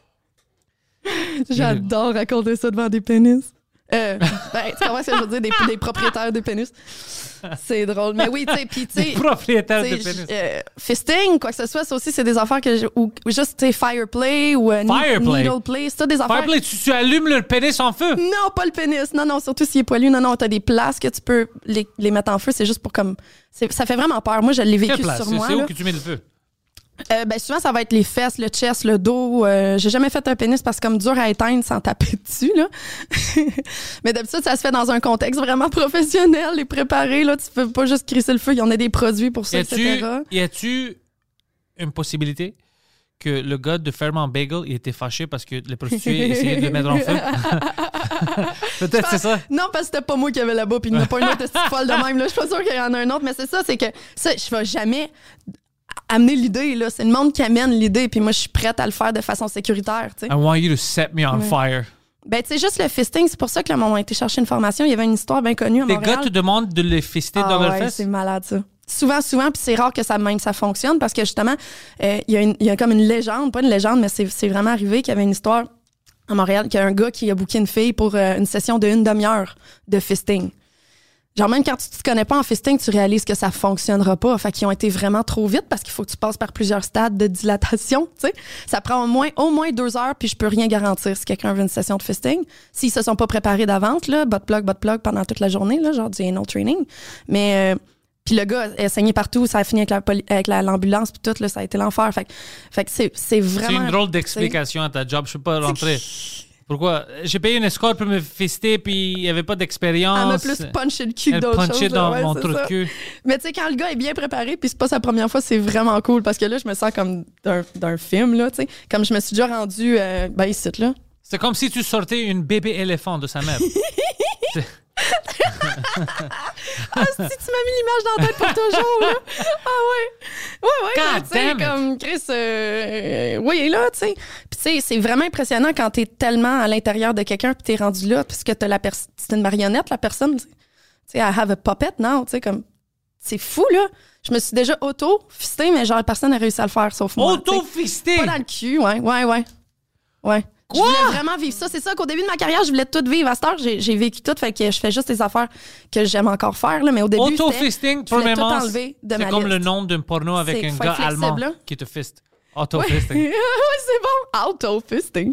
J'adore raconter ça devant des pénis. Euh, ben, tu comprends ce que je veux dire? Des, des propriétaires de pénis. C'est drôle. Mais oui, tu sais, puis tu sais... Propriétaire de tu sais, pénis. euh, fisting, quoi que ce soit, ça aussi, c'est des affaires que... je- ou, ou juste, tu sais, fireplay ou euh, Fireplay? needle play. C'est tout des affaires... Fireplay, tu, tu allumes leur pénis en feu. Non, pas le pénis. Non, non, surtout s'il est poilu. Non, non, t'as des places que tu peux les, les mettre en feu. C'est juste pour comme... c'est- Ça fait vraiment peur. Moi, je l'ai vécu Quelle place? sur C'est moi. c'est où là. que tu mets le feu? Euh, ben, souvent, ça va être les fesses, le chest, le dos. Euh, j'ai jamais fait un pénis parce que comme dur à éteindre sans taper dessus, là. Mais d'habitude, ça se fait dans un contexte vraiment professionnel et préparé, là. Tu peux pas juste crisser le feu. Il y en a des produits pour ça, Y et a-tu, cetera. y a-tu une possibilité que le gars de Fairmont Bagel il était fâché parce que les prostituées essayaient de le mettre en feu? Peut-être c'est ça. Non, parce que c'était pas moi qui avait là-bas, puis il n'y en a pas une autre petite folle de même, là. Je suis pas sûre qu'il y en a un autre, mais c'est ça, c'est que ça, je vais jamais amener l'idée, là. C'est le monde qui amène l'idée, puis moi, je suis prête à le faire de façon sécuritaire, tu sais. I want you to set me on Ouais. fire. Ben, tu sais, juste le fisting, c'est pour ça que le moment où on a été chercher une formation, il y avait une histoire bien connue à Les Montréal. gars te demandent de les fister Ah dans leur ouais, fesses? c'est malade, ça. Souvent, souvent, puis c'est rare que ça même ça fonctionne parce que justement, euh, il y, a une- il y a comme une légende, pas une légende, mais c'est c'est vraiment arrivé qu'il y avait une histoire à Montréal, qu'il y a un gars qui a booké une fille pour euh, une session de une demi-heure de fisting. Genre, même quand tu te connais pas en fisting, tu réalises que ça fonctionnera pas. Fait qu'ils ont été vraiment trop vite parce qu'il faut que tu passes par plusieurs stades de dilatation, tu sais. Ça prend au moins, au moins deux heures, puis je peux rien garantir si quelqu'un veut une session de fisting. S'ils se sont pas préparés d'avance, là, butt plug, butt plug pendant toute la journée, là, genre du anal training. Mais, euh, puis le gars a saigné partout, ça a fini avec, la poli- avec la- l'ambulance, puis tout, là, ça a été l'enfer. Fait, que- fait que c'est, c'est vraiment... C'est une drôle d'explication à ta job. Je peux pas rentrer. Pourquoi? J'ai payé une escorte pour me fister, puis il n'y avait pas d'expérience. Elle m'a plus punché le cul que Elle d'autres choses. punché là, dans ouais, mon c'est trou de ça. cul. Mais tu sais, quand le gars est bien préparé, puis c'est pas sa première fois, c'est vraiment cool parce que là, je me sens comme d'un, d'un film, là, tu sais. Comme je me suis déjà rendue, euh, ben ici, là. C'est comme si tu sortais une bébé éléphant de sa mère. C'est- Ah, si tu m'as mis l'image dans la tête pour toujours, là. Ah ouais. Ouais, ouais. God tu sais, damn it. comme Chris, euh, oui, là, tu sais. Puis tu sais, c'est vraiment impressionnant quand t'es tellement à l'intérieur de quelqu'un puis t'es rendu là parce que t'as la pers- c'est une marionnette, la personne. Tu sais, I have a puppet now, tu sais, comme... C'est fou, là. Je me suis déjà auto-fisté, mais genre, personne n'a réussi à le faire, sauf moi. tu sais. Auto-fisté! Pas dans le cul, ouais, ouais, ouais. Ouais. Quoi? Je voulais vraiment vivre ça. C'est ça qu'au début de ma carrière, je voulais tout vivre. À cette heure, j'ai, j'ai vécu tout, fait que je fais juste des affaires que j'aime encore faire, là. Mais au début, Auto-fisting, c'était- je voulais tout premièrement, enlever de c'est ma comme liste. le nom d'un porno avec C'est- un faut gars être flexible, allemand là. qui te fiste. Ouais, Auto-fisting. ouais, c'est bon. Auto-fisting.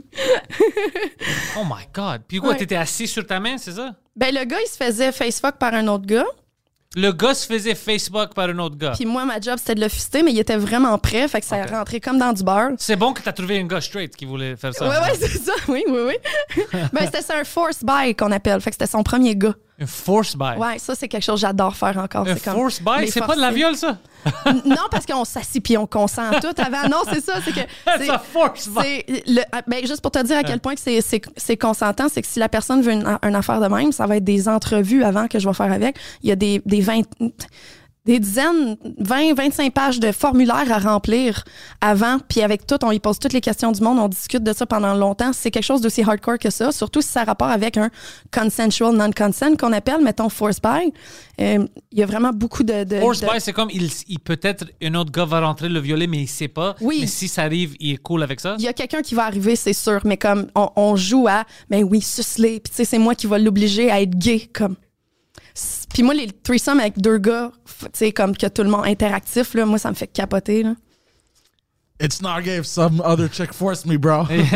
Oh my God. Puis quoi, Ouais. t'étais assis sur ta main, c'est ça? Ben, le gars, il se faisait facefuck par un autre gars. Le gars se faisait Facebook par un autre gars. Puis moi, ma job, c'était de le fister, mais il était vraiment prêt. Fait que ça Ok. rentrait comme dans du beurre. C'est bon que t'as trouvé un gars straight qui voulait faire ça. Ouais, ouais, c'est ça. Oui, oui, oui. Ben, c'était ça, un force buy qu'on appelle. Fait que c'était son premier gars. Un force buy. Ouais, ça, c'est quelque chose que j'adore faire encore. Un C'est comme force buy, les c'est pas de la forcer. viole, ça? N- non, parce qu'on s'assit puis on consent tout avant. Non, c'est ça, c'est que... C'est un force buy. c'est le, ben, juste pour te dire à quel point que c'est, c'est, c'est consentant, c'est que si la personne veut une, une affaire de même, ça va être des entrevues avant que je vais faire avec. Il y a des, des vingt... des dizaines, vingt, vingt-cinq pages de formulaires à remplir avant, puis avec tout, on y pose toutes les questions du monde, on discute de ça pendant longtemps. C'est quelque chose d'aussi hardcore que ça, surtout si ça a rapport avec un consensual non-consent qu'on appelle, mettons, force buy. Euh, Il y a vraiment beaucoup de... de Force de- buy, c'est comme, il, il peut-être, un autre gars va rentrer le violer, mais il sait pas. Oui. Mais si ça arrive, il est cool avec ça. Il y a quelqu'un qui va arriver, c'est sûr, mais comme on, on joue à, ben oui, suce-les, puis tu sais, c'est moi qui va l'obliger à être gay, comme. S- Puis moi, les threesomes avec deux gars, f- tu sais, comme que tout le monde interactif, là, moi, ça me fait capoter, là. It's not gay if some other chick forced me, bro. C'est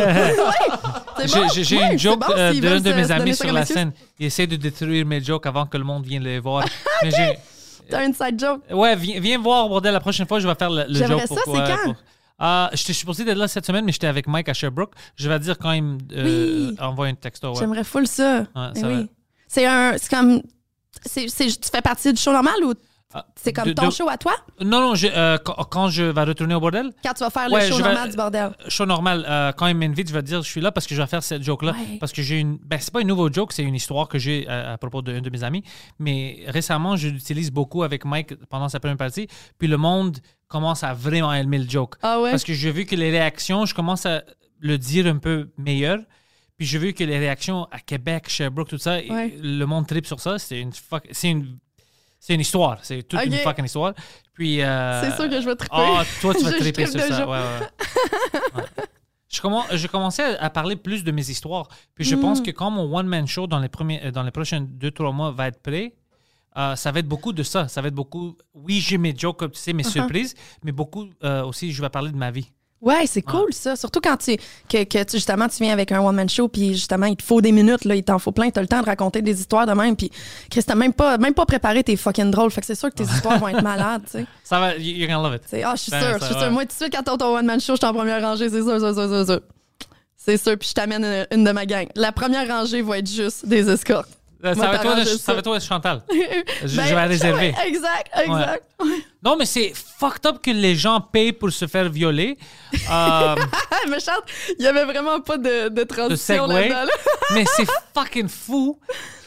J'ai bon? j'ai- j'ai Ouais, une c'est joke bon, euh, s'ils d'un veulent de se- mes se amis donner ça sur comme la excuse. scène. Il essaie de détruire mes jokes avant que le monde vienne les voir. Mais j'ai- T'as une side joke. Ouais, viens, viens voir, bordel. La prochaine fois, je vais faire le, le J'aimerais joke. ça, pour- c'est ouais, quand? pour- Ah, j'étais supposé d'être là cette semaine, mais j'étais avec Mike à Sherbrooke. Je vais dire quand il me euh, Oui. envoie un texto. Ouais. J'aimerais full ça. Ouais, Mais ça oui. va. C'est un. C'est comme. C'est, c'est- tu fais partie du show normal ou Ah, c'est comme de- ton de- show à toi? Non, non, je- euh, quand, quand je vais retourner au bordel, Quand tu vas faire Ouais, le show je vais- normal du bordel. show normal, euh, quand il m'invite, je vais dire je suis là parce que je vais faire cette joke-là. Ouais. Parce que j'ai une. Ben, c'est pas une nouveau joke, c'est une histoire que j'ai à, à propos d'un de mes amis. Mais récemment, je l'utilise beaucoup avec Mike pendant sa première partie. Puis le monde commence à vraiment aimer le joke. Ah ouais? Parce que j'ai vu que les réactions, je commence à le dire un peu meilleur. Puis j'ai vu que les réactions à Québec, Sherbrooke, tout ça, Ouais. le monde tripe sur ça. C'est une, fuck- c'est une, c'est une histoire. C'est toute une Ok. fucking histoire. Puis. euh, C'est sûr que je vais triper. Ah, toi, tu vas Je- je triper tripe sur ça. déjà. Ouais, ouais. Ouais. Je, commen- je commençais à, à parler plus de mes histoires. Puis je Mm. pense que quand mon one-man show dans les, premiers, euh, dans les prochains deux trois mois va être prêt, euh, ça va être beaucoup de ça. Ça va être beaucoup. Oui, j'ai mes jokes, comme tu sais, mes Uh-huh. surprises, mais beaucoup euh, aussi, je vais parler de ma vie. Ouais, c'est cool ça. Surtout quand tu que, que tu, justement tu viens avec un one man show puis justement il te faut des minutes là, il t'en faut plein, t'as le temps de raconter des histoires de même puis Chris t'as même pas même pas préparé tes fucking drôles, fait que c'est sûr que tes histoires vont être malades, tu sais. Ça va, you- you're gonna love it. C'est- Ah, je suis Ben, sûre, ça je suis va. sûre. Moi tout de suite quand t'as ton one man show, je suis en première rangée, c'est sûr, c'est sûr, c'est sûr. C'est sûr, puis je t'amène une, une de ma gang. La première rangée va être juste des escortes. Euh, Moi, Ça va, être toi, t'arranges ça ça. va être toi, Chantal. Je, Ben, je vais réserver. ouais, exact, exact. Non, mais c'est fucked up que les gens payent pour se faire violer. Euh, Ah, mais Chante, il y avait vraiment pas de, de de transition segway. là-dedans. là. Mais c'est fucking fou.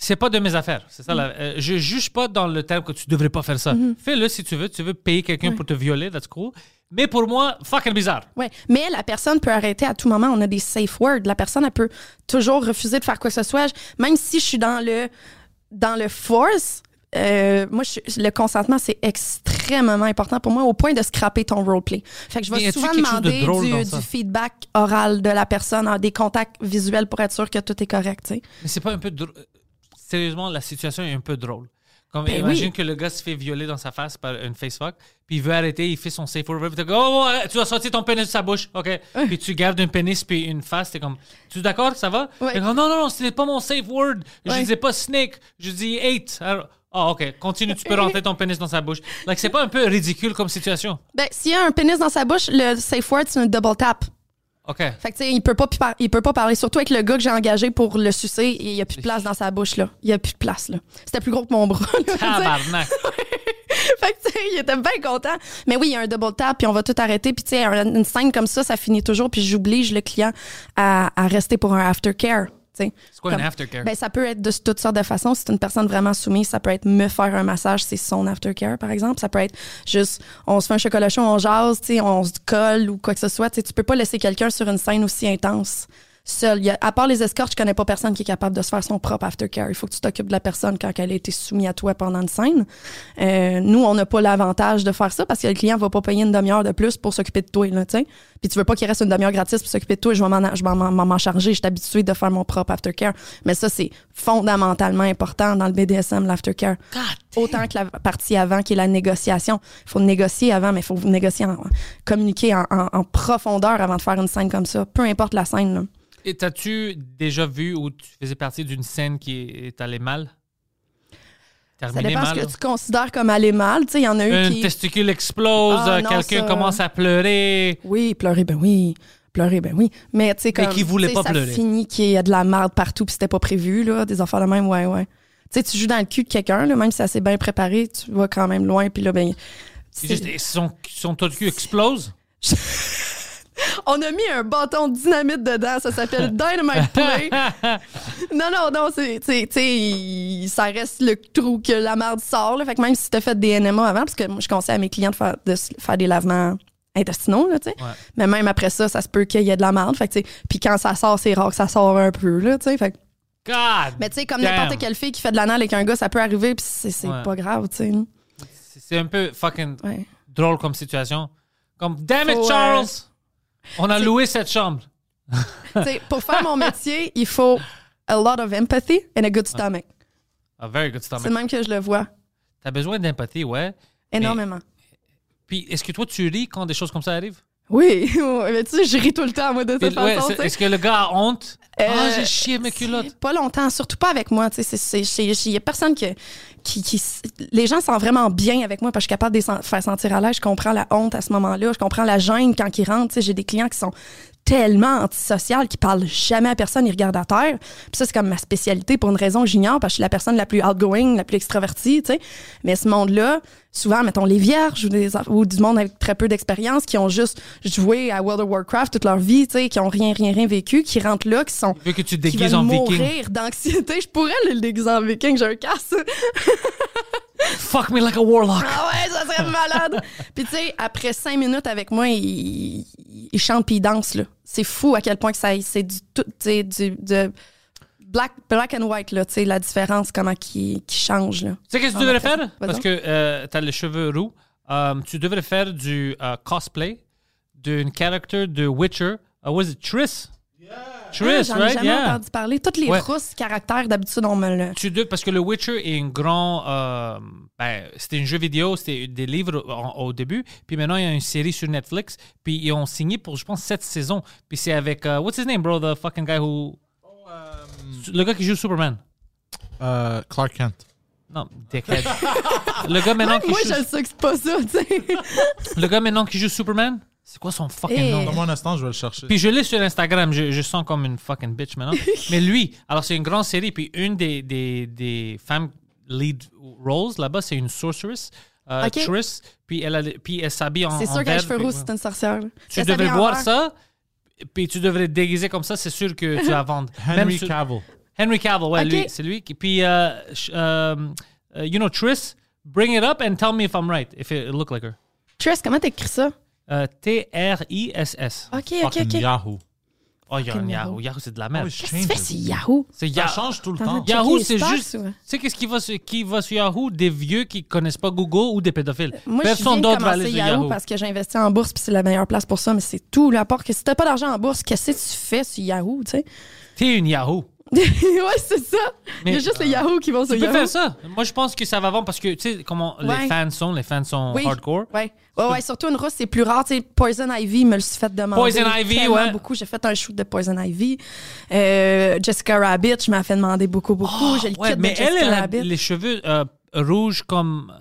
c'est pas de mes affaires. C'est ça. Mm. La, euh, je juge pas dans le terme que tu devrais pas faire ça. Mm-hmm. Fais-le si tu veux. Tu veux payer quelqu'un Ouais. pour te violer, that's cool. Mais pour moi, fucking bizarre. Ouais, mais la personne peut arrêter à tout moment. On a des safe words. La personne, elle peut toujours refuser de faire quoi que ce soit. Même si je suis dans le dans le force, euh, moi, je, le consentement, c'est extrêmement important pour moi, au point de scraper ton roleplay. Fait que je Mais vais y a-tu souvent quelque chose de demander drôle dans du, ça? du feedback oral de la personne, hein, des contacts visuels pour être sûr que tout est correct. Tu sais. Mais c'est pas un peu drôle. Sérieusement, la situation est un peu drôle. Comme, Ben imagine oui. que le gars se fait violer dans sa face par une facefuck, puis il veut arrêter, il fait son safe word, puis t'es comme, oh, oh, tu as sorti ton pénis de sa bouche, ok. Puis tu gardes un pénis puis une face, t'es comme, tu es d'accord, ça va? Ouais. T'es comme, non, non, non, ce n'est pas mon safe word. Je Ouais. disais pas snake, je dis eight. Alors, ah, ok, continue, tu peux rentrer ton pénis dans sa bouche. Like, c'est pas un peu ridicule comme situation? Ben, s'il y a un pénis dans sa bouche, le safe word, c'est une double tap. Ok. Fait que, tu sais, il peut pas, pi- par- il peut pas parler, surtout avec le gars que j'ai engagé pour le sucer, et il y a plus de place dans sa bouche, là. Il y a plus de place, là. C'était plus gros que mon bras, là, tu sais. Tabarnak. Fait que, tu sais, il était bien content. Mais oui, il y a un double tap, puis on va tout arrêter. Puis, tu sais, un- une scène comme ça, ça finit toujours, puis j'oblige le client à, à rester pour un aftercare. tu sais. C'est quoi Comme- un aftercare? Ben, ça peut être de toutes sortes de façons. Si c'est une personne vraiment soumise, ça peut être me faire un massage, c'est son aftercare, par exemple. Ça peut être juste, on se fait un chocolat chaud, on jase, tu sais, on se colle ou quoi que ce soit. Tu sais, tu peux pas laisser quelqu'un sur une scène aussi intense seul. Il y a- à part les escortes, je connais pas personne qui est capable de se faire son propre aftercare. Il faut que tu t'occupes de la personne quand elle a été soumise à toi pendant une scène. Euh, nous, on n'a pas l'avantage de faire ça parce que le client va pas payer une demi-heure de plus pour s'occuper de toi, là, tu sais. Puis tu veux pas qu'il reste une demi-heure gratis pour s'occuper de toi. Je vais m'en, je vais m'en, m'en charger. Je suis habituée de faire mon propre aftercare. Mais ça, c'est fondamentalement important dans le B D S M, l'aftercare. Autant que la partie avant, qui est la négociation. Il faut négocier avant, mais il faut négocier, en, communiquer en, en- en profondeur avant de faire une scène comme ça. Peu importe la scène, là. Et t'as-tu déjà vu où tu faisais partie d'une scène qui est allée mal? Ça Terminé dépend mal? ce que tu considères comme aller mal. Tu sais, il y en a eu Un qui... testicule explose, Ah, euh, non, quelqu'un ça- commence à pleurer. Oui, pleurer, ben oui. Pleurer, ben oui. Mais tu sais, comme... qui voulait tu sais, pas pleurer. Ça finit qu'il y a de la merde partout puis c'était pas prévu, là. Des affaires de même, ouais, ouais. Tu sais, tu joues dans le cul de quelqu'un, là, même si ça s'est bien préparé, tu vas quand même loin puis là, ben... C'est juste, et son, son taux de cul explose. On a mis un bâton de dynamite dedans, ça s'appelle Dynamite Play. non, non, non, c'est, tu sais, tu sais, il- ça reste le trou que la merde sort, là. Fait que même si t'as fait des N M A avant, parce que moi, je conseille à mes clients de faire, de s- faire des lavements intestinaux, là, tu sais. Ouais. Mais même après ça, ça se peut qu'il y ait de la merde. Fait que, tu sais, puis quand ça sort, c'est rare que ça sort un peu, là, tu sais. Fait que- God! mais tu sais, comme damn. n'importe quelle fille qui fait de l'anal avec un gars, ça peut arriver, puis c'est, c'est Ouais. pas grave, tu sais. C'est- C'est un peu fucking Ouais. drôle comme situation. Comme, damn it, Faut, euh, Charles! On a c'est- loué cette chambre. Tu sais, pour faire mon métier, il faut a lot of empathy and a good stomach. A very good stomach. C'est le même que je le vois. T'as besoin d'empathie, ouais. Énormément. Puis, est-ce que toi, tu ris quand des choses comme ça arrivent? Oui, mais tu sais, je ris tout le temps, moi, de toute Puis, ouais, façon. c'est- tu sais. est-ce que le gars a honte? Euh, Ah, j'ai chié mes culottes. C'est Pas longtemps, surtout pas avec moi. Tu sais, c'est- c'est- il y a personne que, qui, qui... Les gens sont vraiment bien avec moi parce que je suis capable de les sen- faire sentir à l'aise. Je comprends la honte à ce moment-là. Je comprends la gêne quand ils rentrent. Tu sais, j'ai des clients qui sont tellement antisociales qu'ils parlent jamais à personne, ils regardent à terre. Puis ça, c'est comme ma spécialité pour une raison que j'ignore parce que je suis la personne la plus outgoing, la plus extravertie, tu sais. Mais ce monde-là, souvent, mettons les vierges ou, des, ou du monde avec très peu d'expérience qui ont juste joué à World of Warcraft toute leur vie, tu sais, qui ont rien, rien, rien vécu, qui rentrent là, qui sont... Je veux que tu te qui déguises veulent en viking. mourir d'anxiété. Je pourrais le déguiser en viking, j'ai un casse. Fuck me like a warlock. Ah ouais, ça serait malade. Puis tu sais, après cinq minutes avec moi, il, il chante puis il danse, là. C'est fou à quel point que ça, c'est du tout, tu sais, du de black, black and white, là, tu sais, la différence, comment qui, qui change, là. Tu sais qu'est-ce que tu Ah, devrais après, faire? vas-y. Parce que euh, t'as les cheveux roux. Euh, tu devrais faire du euh, cosplay d'une character de Witcher. Uh, was it Triss? Triss, Ah, j'en ai right? jamais Yeah. entendu parler. Toutes les Ouais. rousses caractères, d'habitude, on me le... Tu devrais- parce que le Witcher est un grand... euh, ben, c'était un jeu vidéo, c'était des livres en- au début. Puis maintenant, il y a une série sur Netflix. Puis ils ont signé pour, je pense, sept saisons. Puis c'est avec... euh, what's his name, bro? The fucking guy who... Le gars qui joue Superman. Euh, Clark Kent. Non, dickhead. le gars maintenant qui Moi, joue... je le sais que c'est pas ça, tu sais. Le gars maintenant qui joue Superman, c'est quoi son fucking Eh. nom? Donne-moi un instant, je vais le chercher. Puis je l'ai sur Instagram, je, je sens comme une fucking bitch maintenant. Mais lui, alors c'est une grande série, puis une des, des, des femmes lead roles là-bas, c'est une sorceress, euh, Ok. Triss, puis elle, a, puis elle s'habille en C'est en sûr qu'elle a les vert, cheveux puis- roux, c'est une sorcière. là. Tu Elle devrais s'habille en voir vert. ça, puis tu devrais te déguiser comme ça, c'est sûr que tu vas vendre. Henry sur- Cavill. Henry Cavill, ouais, Ok. lui, c'est lui. qui- Puis, euh, sh- euh, uh, you know, Triss, bring it up and tell me if I'm right, if it look like her. Triss, comment t'écris ça? Euh, T R I S S. OK, OK, Fucking OK. Yahoo. Oh, il y a un Fucking Yahoo. Yahoo. Yahoo, c'est de la merde. Always Qu'est-ce que tu fais changes. sur Yahoo? C'est Ça Ya- change tout le T'en temps. as- Yahoo, Checker c'est les stocks, juste. ouais. Tu sais, qu'est-ce qui va, sur, qui va sur Yahoo? Des vieux qui connaissent pas Google ou des pédophiles. Moi, je Personne viens de d'autre va commencer aller sur Yahoo, Yahoo. parce que j'ai investi en bourse puis c'est la meilleure place pour ça, mais c'est tout. Là, à part que si t'as pas d'argent en bourse, qu'est-ce que tu fais sur Yahoo, tu sais? T'es une Yahoo. ouais, c'est ça. Il y a Mais- juste les Yahoo qui vont sur Tu peux Yahoo. faire ça. Moi, je pense que ça va vendre parce que, tu sais, comment Ouais. les fans sont. Les fans sont Oui. hardcore. Ouais. Ouais, ouais, surtout une rousse, c'est plus rare. Tu sais, Poison Ivy me le suis fait demander. Poison Ivy, tellement ouais. beaucoup. J'ai fait un shoot de Poison Ivy. Euh, Jessica Rabbit, je m'ai fait demander beaucoup, beaucoup. J'ai le Ouais, kit mais de elle, Jessica elle a Rabbit. les cheveux euh, rouges comme.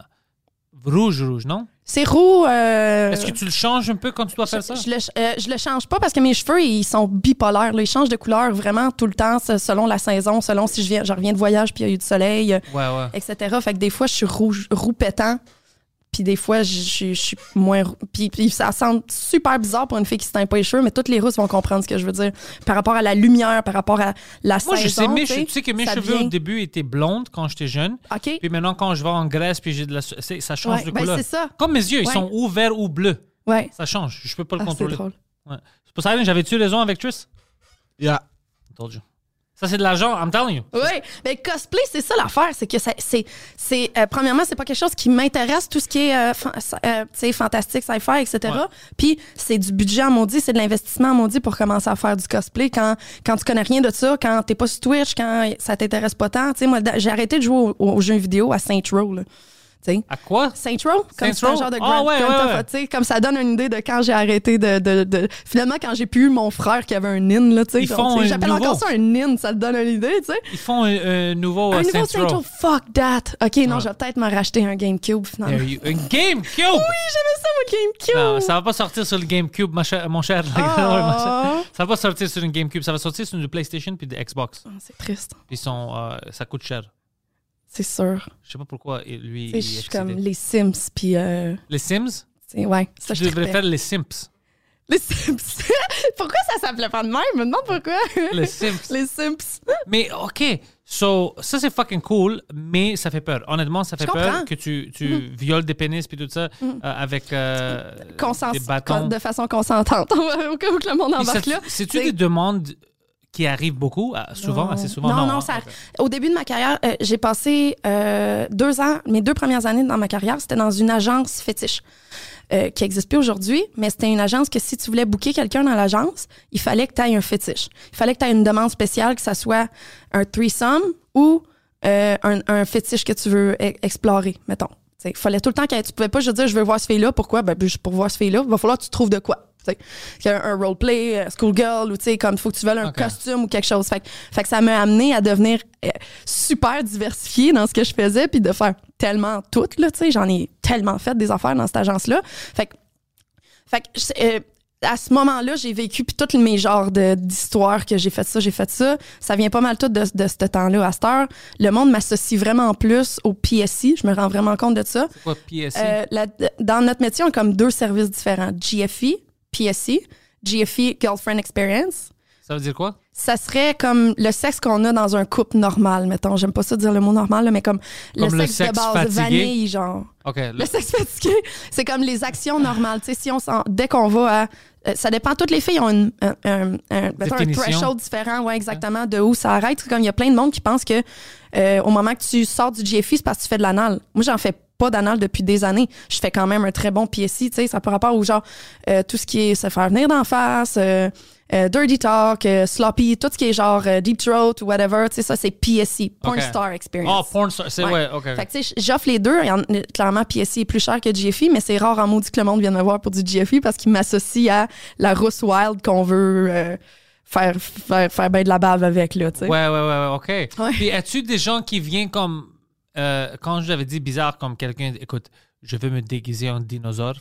Rouge, rouge, non? C'est roux. Euh... Est-ce que tu le changes un peu quand tu dois faire ça? Je le, euh, je le change pas parce que mes cheveux, ils sont bipolaires. Là. Ils changent de couleur vraiment tout le temps, se- selon la saison, selon si je viens, je reviens de voyage puis il y a eu du soleil, euh, Ouais, ouais. et cetera. Fait que des fois, je suis rouge, roux pétant. Puis des fois, je, je- je suis moins... rou- Puis, puis ça semble super bizarre pour une fille qui se teint pas les cheveux, mais toutes les rousses vont comprendre ce que je veux dire. Par rapport à la lumière, par rapport à la Moi, saison, je sais, mes tu che- tu sais que mes ça cheveux vient- au début étaient blondes quand j'étais jeune. OK. Puis maintenant, quand je vais en Grèce, puis j'ai de la, c'est- ça change Ouais, de ben, couleur. c'est ça. Comme mes yeux, ils Ouais. sont ou verts ou bleus. Ouais. Ça change. Je peux pas le Ah, c'est contrôler. drôle. Ouais. C'est pour ça que j'avais-tu raison avec Triss? Yeah. I told you. Ça, c'est de l'argent, I'm telling you. Oui, mais cosplay, c'est ça l'affaire, c'est que ça- c'est, c'est euh, premièrement, c'est pas quelque chose qui m'intéresse, tout ce qui est euh, fan- euh, tu sais, fantastique, sci-fi, et cetera. Ouais. Puis c'est du budget en maudit, c'est de l'investissement en maudit pour commencer à faire du cosplay quand, quand tu connais rien de ça, quand t'es pas sur Twitch, quand ça t'intéresse pas tant. Tu sais, moi, j'ai arrêté de jouer aux, aux jeux vidéo à Saints Row, là. Tu sais. À quoi? Saints Row, comme Saints c'est un Row? genre de Ah, Grand ouais, Grand ouais, Theft ouais. Auto, tu sais, comme ça donne une idée de quand j'ai arrêté de, de, de... Finalement, quand j'ai pu eu mon frère qui avait un nin, là, tu sais. Ils donc, font tu sais, un j'appelle nouveau. encore ça un nin, ça te donne une idée, tu sais. Ils font un, un nouveau, Un euh, nouveau Saints Saints Row. Row, fuck that. OK, non, Ouais. je vais peut-être m'en racheter un GameCube, finalement. There you- Un GameCube! Oui, j'aimais ça, mon GameCube. Non, ça va pas sortir sur le GameCube, ma chère- mon cher. Ah. Ouais, ma chère. Ça va pas sortir sur une GameCube, ça va sortir sur une PlayStation puis de Xbox. Oh, c'est triste, Puis ils sont, euh, ça coûte cher. c'est sûr. Je sais pas pourquoi il- lui, Tu sais, il je est suis excédé. comme les Sims, puis... Euh, Les Sims? c'est- ouais, ça, Tu je devrais trippais. faire les Simps. Les Sims. Pourquoi ça s'appelait pas de même? Je me demande pourquoi. Les Sims. Les Sims. Mais OK, so, ça c'est fucking cool, mais ça fait peur. Honnêtement, ça fait Je peur comprends. que tu, tu violes des pénis puis tout ça euh, avec euh, Consens- des bâtons. de façon consentante. Au cas où que le monde Puis ça- embarque là. C'est-tu C'est- des demandes qui arrivent beaucoup, euh, souvent, Non. assez souvent? Non, Non, non, hein? ça, Ok. au début de ma carrière, euh, j'ai passé euh, deux ans, mes deux premières années dans ma carrière, c'était dans une agence fétiche euh, qui n'existe plus aujourd'hui, mais c'était une agence que si tu voulais booker quelqu'un dans l'agence, il fallait que tu aies un fétiche. Il fallait que tu aies une demande spéciale, que ça soit un threesome ou euh, un, un fétiche que tu veux e- explorer, mettons. Il fallait tout le temps que tu pouvais pas juste dire je veux voir ce fille-là. Pourquoi? Ben, juste pour voir ce fille-là, il va falloir que tu trouves de quoi. T'sais. Qu'il y a un, un roleplay, euh, schoolgirl, ou tu sais, comme il faut que tu veuilles un Ok. costume ou quelque chose. Fait, que- fait que ça m'a amené à devenir euh, super diversifiée dans ce que je faisais, puis de faire tellement tout, là, tu sais. J'en ai tellement fait des affaires dans cette agence-là. Fait que, fait que euh, à ce moment-là, j'ai vécu, puis tous mes genres de- d'histoires que j'ai fait ça, j'ai fait ça. Ça vient pas mal tout de, de ce temps-là. À cette heure, le monde m'associe vraiment plus au P S I. Je me rends vraiment compte de ça. C'est quoi, P S I? Euh, la- dans notre métier, on a comme deux services différents. G F I, P S I. G F I, Girlfriend Experience. Ça veut dire quoi? Ça serait comme le sexe qu'on a dans un couple normal, mettons. J'aime pas ça dire le mot normal, là, mais comme, Comme le sexe, sexe de base, fatigué? vanille, genre. OK. le- Le sexe fatigué, c'est comme les actions normales. Tu sais, si on s'en- dès qu'on va à... euh, ça dépend. Toutes les filles ont une, un, un, un, mettons, un Définition. threshold différent, ouais, exactement, de où ça arrête. C'est comme il y a plein de monde qui pense que euh, au moment que tu sors du G F I, c'est parce que tu fais de l'anal. Moi, j'en fais pas d'anal depuis des années. Je fais quand même un très bon P S I, tu sais, ça peut rapport au genre euh, tout ce qui est se faire venir d'en face, euh, euh, dirty talk, euh, sloppy, tout ce qui est genre euh, deep throat ou whatever, tu sais, ça c'est P S I, porn Ok. star experience. Oh, porn star. C'est Ouais. ouais, OK. Fait que tu sais, j'offre les deux. Il y en- clairement, P S I est plus cher que G F I, mais c'est rare en maudit que le monde vienne me voir pour du G F I parce qu'il m'associe à la rousse wild qu'on veut euh, faire, faire, faire bien de la bave avec, là, tu sais. Ouais, ouais, ouais, ouais, OK. Ouais. Puis as-tu des gens qui viennent comme... euh, quand j'avais dit bizarre, comme quelqu'un, écoute, je veux me déguiser en dinosaure,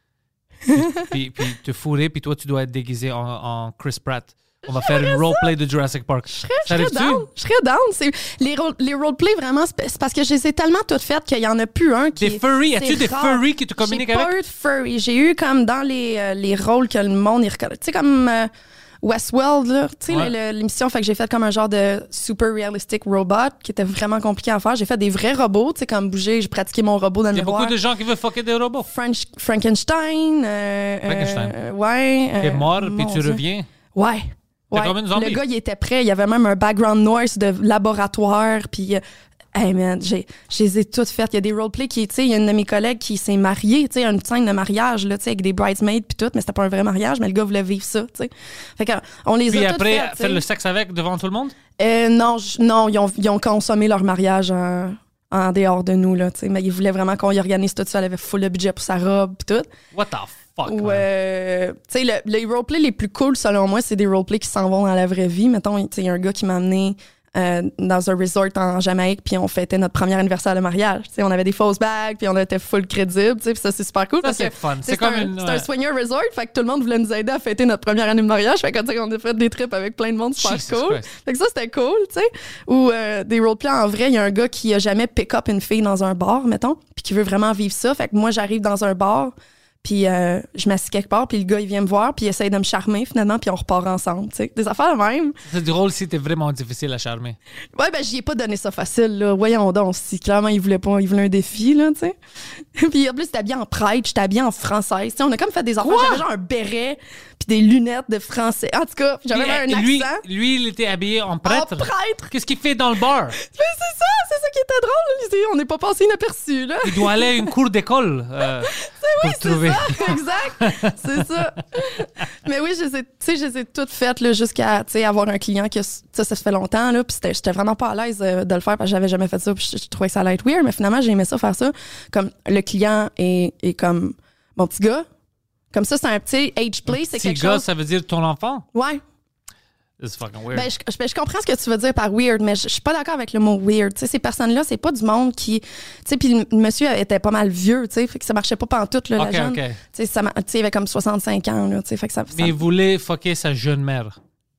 puis, puis te fourrer, puis toi, tu dois être déguisé en, en Chris Pratt. On va faire une roleplay de Jurassic Park. Je Ça serais arrive-tu? down. Je serais down. C'est, les, role, les roleplays, vraiment, c'est c'est parce que je les ai tellement toutes faites qu'il y en a plus un qui Des est- furry? c'est As-tu des rare. furry qui te communiquent J'ai avec? pas eu de furry. J'ai eu comme dans les, euh, les rôles que le monde y reconnaît. Tu sais, comme... euh, Westworld, là, tu sais, Ouais. le- le- l'émission, fait que j'ai fait comme un genre de super realistic robot qui était vraiment compliqué à faire. J'ai fait des vrais robots, tu sais, comme bouger, j'ai pratiqué mon robot dans le Il y a miroir. beaucoup de gens qui veulent fucker des robots. French- Frankenstein. euh, Frankenstein. euh, ouais. T'es euh, mort, puis mon tu Dieu. reviens. Ouais. T'es Ouais. comme une zombie. Le gars, il était prêt. Il y avait même un background noise de laboratoire. Puis, euh, hey man, j'ai, je les ai toutes faites. Il y a des roleplays qui, tu sais, il y a une de mes collègues qui s'est mariée, tu sais, une scène de mariage, là, tu sais, avec des bridesmaids puis tout, mais c'était pas un vrai mariage, mais le gars voulait vivre ça, tu sais. Fait que, on les Puis a toutes après, faites, tu sais. faire le sexe avec devant tout le monde? Euh, non, je- non, ils ont, ils ont consommé leur mariage en, en dehors de nous, là, tu sais, mais ils voulaient vraiment qu'on y organise tout ça. Elle avait full le budget pour sa robe puis tout. What the fuck? Ou, man? euh, tu sais, le- les roleplays les plus cool, selon moi, c'est des roleplays qui s'en vont dans la vraie vie. Mettons, tu sais, il y a un gars qui m'a amené euh, dans un resort en Jamaïque, puis on fêtait notre premier anniversaire de mariage. Tu sais, on avait des fausses bagues, puis on était full crédible, tu sais, puis ça, c'est super cool. Ça, parce c'est que, fun. tu sais, C'est comme un, une- c'est ouais. un swinger resort, fait que tout le monde voulait nous aider à fêter notre première année de mariage. Fait que, tu sais, on a fait des trips avec plein de monde super Jesus cool. Christ. Fait que ça, c'était cool, tu sais. Ou euh, des roleplays en vrai, il y a un gars qui a jamais pick up une fille dans un bar, mettons, puis qui veut vraiment vivre ça. Fait que moi, j'arrive dans un bar, puis euh, je m'assis quelque part, puis le gars, il vient me voir, puis il essaye de me charmer, finalement, puis on repart ensemble, tu sais. Des affaires de même. C'est drôle si t'es vraiment difficile à charmer. Ouais, ben, j'y ai pas donné ça facile, là. Voyons donc, si clairement, il voulait pas, il voulait un défi, là, tu sais. Puis en plus, j'étais habillée en prêtre, j'étais habillée en française. Tu sais, on a comme fait des affaires. J'avais genre un béret, puis des lunettes de français. En tout cas, j'avais Puis, même un lui, accent. lui, il était habillé en En prêtre. prêtre! Qu'est-ce qu'il fait dans le bar? Mais c'est ça, c'est ça qui était drôle. Lycée. On n'est pas passé inaperçu, là. Il doit aller à une cour d'école euh, pour trouver. Ça, exact, c'est ça. Mais oui, je les ai, tu sais, je les ai toutes faites là, jusqu'à tu sais, avoir un client que ça, ça se fait longtemps là, puis c'était- j'étais vraiment pas à l'aise euh, de le faire parce que j'avais jamais fait ça, puis je, je trouvais que ça allait être weird, mais finalement j'ai aimé ça faire ça. Comme le client est, est comme mon petit gars, comme ça c'est un petit age play, c'est Petit quelque gars, chose. ça veut dire ton enfant? Ouais. It's fucking weird. Ben, je, je- ben, je comprends ce que tu veux dire par weird, mais je, je suis pas d'accord avec le mot weird. Tu sais, ces personnes-là, c'est pas du monde qui. Tu sais, puis le, le monsieur était pas mal vieux, tu sais, fait que ça marchait pas pantoute, là, Ok, la jeune. ok. Tu sais, ça ma- tu sais, il avait comme soixante-cinq ans, là, tu sais, fait que ça. Mais ça- il voulait fucker sa jeune mère.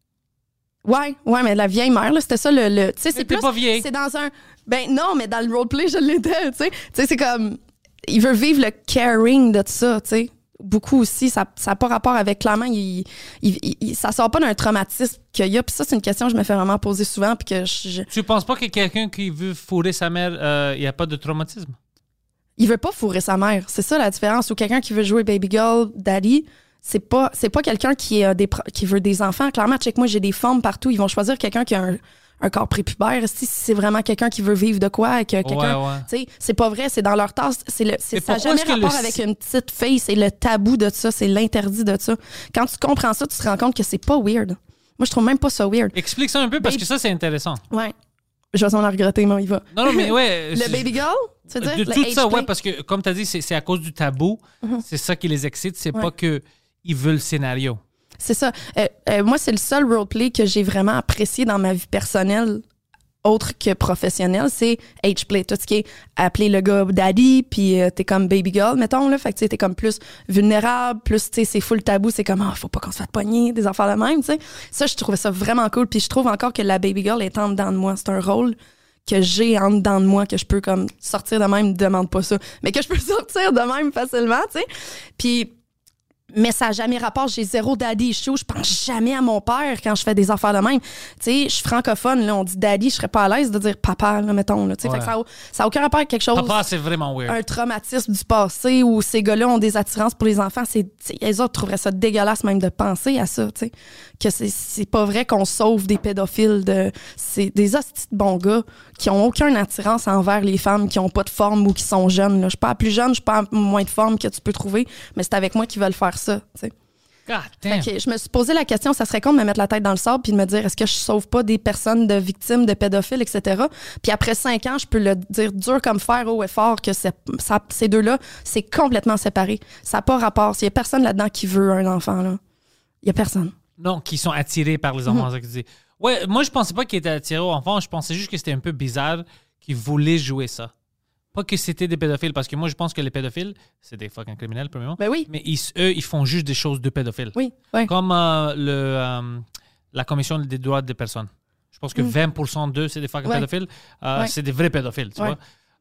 Ouais, ouais, mais la vieille mère, là, c'était ça le. le tu sais, c'est t'es plus. pas vieille. C'est dans un. Ben non, mais dans le roleplay, je l'étais, tu sais. Tu sais, c'est comme. Il veut vivre le caring de tout ça, tu sais. Beaucoup aussi, ça n'a pas rapport avec clairement, il, il, il- ça sort pas d'un traumatisme qu'il y a. Puis ça, c'est une question que je me fais vraiment poser souvent. Puis que je, je- Tu penses pas que quelqu'un qui veut fourrer sa mère, euh, il n'y a pas de traumatisme? il veut pas fourrer sa mère. C'est ça la différence. Ou quelqu'un qui veut jouer baby girl, daddy, c'est pas, c'est pas quelqu'un qui, a des, pro- qui veut des enfants. Clairement, check moi, j'ai des formes partout. Ils vont choisir quelqu'un qui a un, un corps prépubère. Si c'est vraiment quelqu'un qui veut vivre de quoi, et que quelqu'un, Ouais, ouais. tu sais, c'est pas vrai. C'est dans leur tasse. C'est le, c'est, Mais ça n'a pourquoi jamais est-ce que rapport le- avec une petite fille. C'est le tabou de ça. C'est l'interdit de ça. Quand tu comprends ça, tu te rends compte que c'est pas weird. Moi, je trouve même pas ça weird. Explique ça un peu parce Baby- que ça, c'est intéressant. Ouais. Je vais s'en regretter, mais on y va. Non, non, mais ouais. Le c'est- baby girl, tu veux dire? De Le tout age ça, play? ouais, parce que comme tu as dit, c'est c'est à cause du tabou. C'est ça qui les excite. C'est Ouais. pas qu'ils veulent le scénario. C'est ça. Euh, euh, moi, c'est le seul roleplay que j'ai vraiment apprécié dans ma vie personnelle, autre que professionnelle, c'est age play. Tout ce qui est appeler le gars daddy, puis euh, t'es comme baby girl, mettons, là. Fait que tu sais, t'es comme plus vulnérable, plus, tu sais, c'est full tabou. C'est comme, ah, faut pas qu'on se fasse pogner, des affaires de même, tu sais. Ça, je trouvais ça vraiment cool. Puis je trouve encore que la baby girl est en dedans de moi. C'est un rôle que j'ai en dedans de moi, que je peux comme sortir de même, demande pas ça, mais que je peux sortir de même facilement, tu sais. Puis mais ça n'a jamais rapport. J'ai zéro daddy issue. Je pense jamais à mon père quand je fais des affaires de même. Tu sais, je suis francophone, là, on dit daddy, je serais pas à l'aise de dire papa, là, mettons. Là, tu sais, Ouais. fait que ça, a, ça a aucun rapport avec quelque chose, Papa, c'est vraiment weird. un traumatisme du passé où ces gars-là ont des attirances pour les enfants. C'est, tu sais, les autres trouveraient ça dégueulasse même de penser à ça, tu sais. Que c'est, c'est pas vrai qu'on sauve des pédophiles. De, c'est des hosties de bons gars qui ont aucune attirance envers les femmes qui ont pas de forme ou qui sont jeunes. Là. Je suis pas la plus jeune, je suis pas la moins de forme que tu peux trouver, mais c'est avec moi qu'ils veulent faire ça, tu sais. God damn. Fait que je me suis posé la question, ça serait con de me mettre la tête dans le sable puis de me dire est-ce que je sauve pas des personnes de victimes de pédophiles, et cetera. Puis après cinq ans, je peux le dire dur comme fer, haut et fort que c'est, ça, ces deux-là, c'est complètement séparé. Ça n'a pas rapport. Il y a personne là-dedans qui veut un enfant, là. Il y a personne. Non, qui sont attirés par les enfants, c'est ça que tu dis. Ouais, moi, je pensais pas qu'ils étaient attirés aux enfants. Je pensais juste que c'était un peu bizarre qu'ils voulaient jouer ça. Pas que c'était des pédophiles, parce que moi, je pense que les pédophiles, c'est des fucking criminels, premièrement. Ben oui. Mais ils, eux, ils font juste des choses de pédophiles. Oui, oui. Comme euh, le, euh, la Commission des droits des personnes. Je pense que vingt pour cent d'eux, c'est des fucking Ouais. pédophiles. Euh, Ouais. C'est des vrais pédophiles, tu Ouais. vois.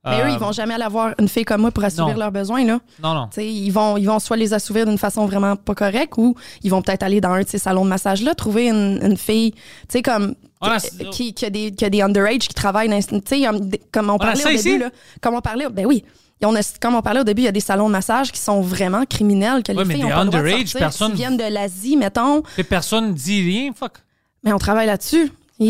Mais Euh, eux, ils vont jamais aller voir une fille comme moi pour assouvir non. leurs besoins, là. Non, non. T'sais, ils vont, ils vont soit les assouvir d'une façon vraiment pas correcte ou ils vont peut-être aller dans un de ces salons de massage-là, trouver une, une fille, tu sais, comme, On a- qui, qui, qui a des, qui a des underage qui travaillent dans, tu sais, comme on a parlait ça au ici? début, là. Comme on parlait, ben oui. Et on a, comme on parlait au début, il y a des salons de massage qui sont vraiment criminels, que les Ouais, mais filles des ont pas le droit de underage, sortir, personne- qui viennent de l'Asie, mettons. Et personne dit rien, fuck. Mais on travaille là-dessus. Il-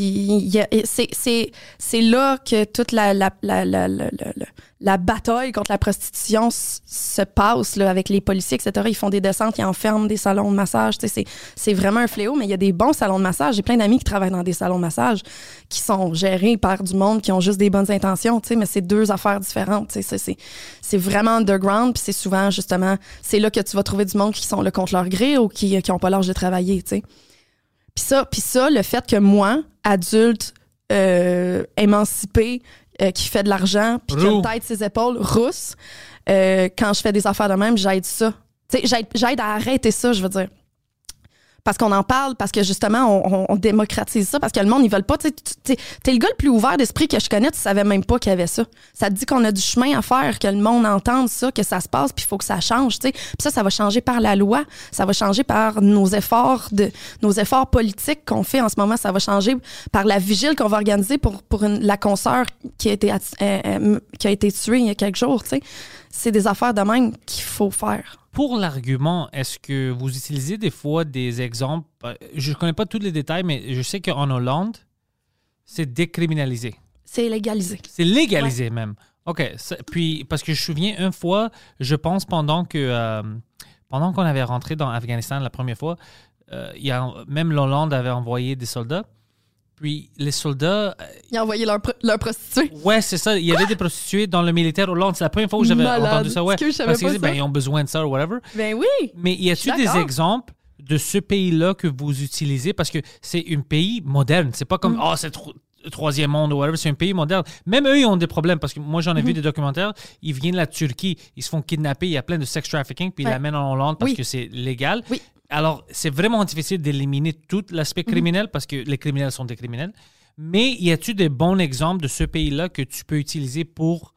il y a- C'est c'est- c'est là que toute la, la, la, la, la, la, la bataille contre la prostitution s- se passe là, avec les policiers, et cetera. Ils font des descentes, ils enferment des salons de massage. Tu sais, C'est c'est vraiment un fléau, mais il y a des bons salons de massage. J'ai plein d'amis qui travaillent dans des salons de massage qui sont gérés par du monde qui ont juste des bonnes intentions, tu sais, mais c'est deux affaires différentes. Tu sais, C'est c'est- c'est vraiment underground, puis c'est souvent, justement, c'est là que tu vas trouver du monde qui sont là contre leur gré ou qui n'ont pas l'âge de travailler, tu sais. Puis ça, puis ça, le fait que moi, adulte, euh, émancipé, euh, qui fait de l'argent, puis qui a Roux. une tête ses épaules, rousse, euh, quand je fais des affaires de même, j'aide ça. Tu sais, j'aide, j'aide à arrêter ça, je veux dire. Parce qu'on en parle, parce que justement, on, on- on démocratise ça, parce que le monde, ils veulent pas. Tu sais, tu- t'es, t'es le gars le plus ouvert d'esprit que je connais, tu savais même pas qu'il y avait ça. Ça te dit qu'on a du chemin à faire, que le monde entende ça, que ça se passe, puis il faut que ça change. Tu sais. Puis ça, ça va changer par la loi, ça va changer par nos efforts, de, nos efforts politiques qu'on fait en ce moment, ça va changer par la vigile qu'on va organiser pour, pour une- la consoeur qui a, été, atti- euh, euh, qui a été tuée il y a quelques jours. Tu sais. C'est des affaires de même qu'il faut faire. Pour l'argument, est-ce que vous utilisez des fois des exemples? euh, Je ne connais pas tous les détails, mais je sais qu'en Hollande, c'est décriminalisé. C'est légalisé. C'est légalisé même. OK. Ça- puis, parce que je me souviens, une fois, je pense pendant que euh, pendant qu'on avait rentré dans l'Afghanistan la première fois, euh, il y a, même l'Hollande avait envoyé des soldats. Puis les soldats, euh, Ils ont envoyé leur, pro- leur prostituée. ouais, c'est ça. Il y avait des prostituées dans le militaire Hollande. C'est la première fois où j'avais Malade. entendu ça. Ouais. Est-ce que je savais Parce qu'ils pas disaient, ça? ben, ils ont besoin de ça ou whatever. Ben oui. Mais y Je a-t-il suis des d'accord. exemples de ce pays-là que vous utilisez? Parce que c'est un pays moderne. C'est pas comme, Mm. ah, c'est tro- troisième monde ou whatever. C'est un pays moderne. Même eux, ils ont des problèmes. Parce que moi, j'en ai Mm-hmm. vu des documentaires. Ils viennent de la Turquie. Ils se font kidnapper. Il y a plein de sex trafficking. Puis ils Ouais. l'amènent en Hollande parce Oui. que c'est légal. Oui. Alors, c'est vraiment difficile d'éliminer tout l'aspect Mm-hmm. criminel parce que les criminels sont des criminels. Mais y a-t-il des bons exemples de ce pays-là que tu peux utiliser pour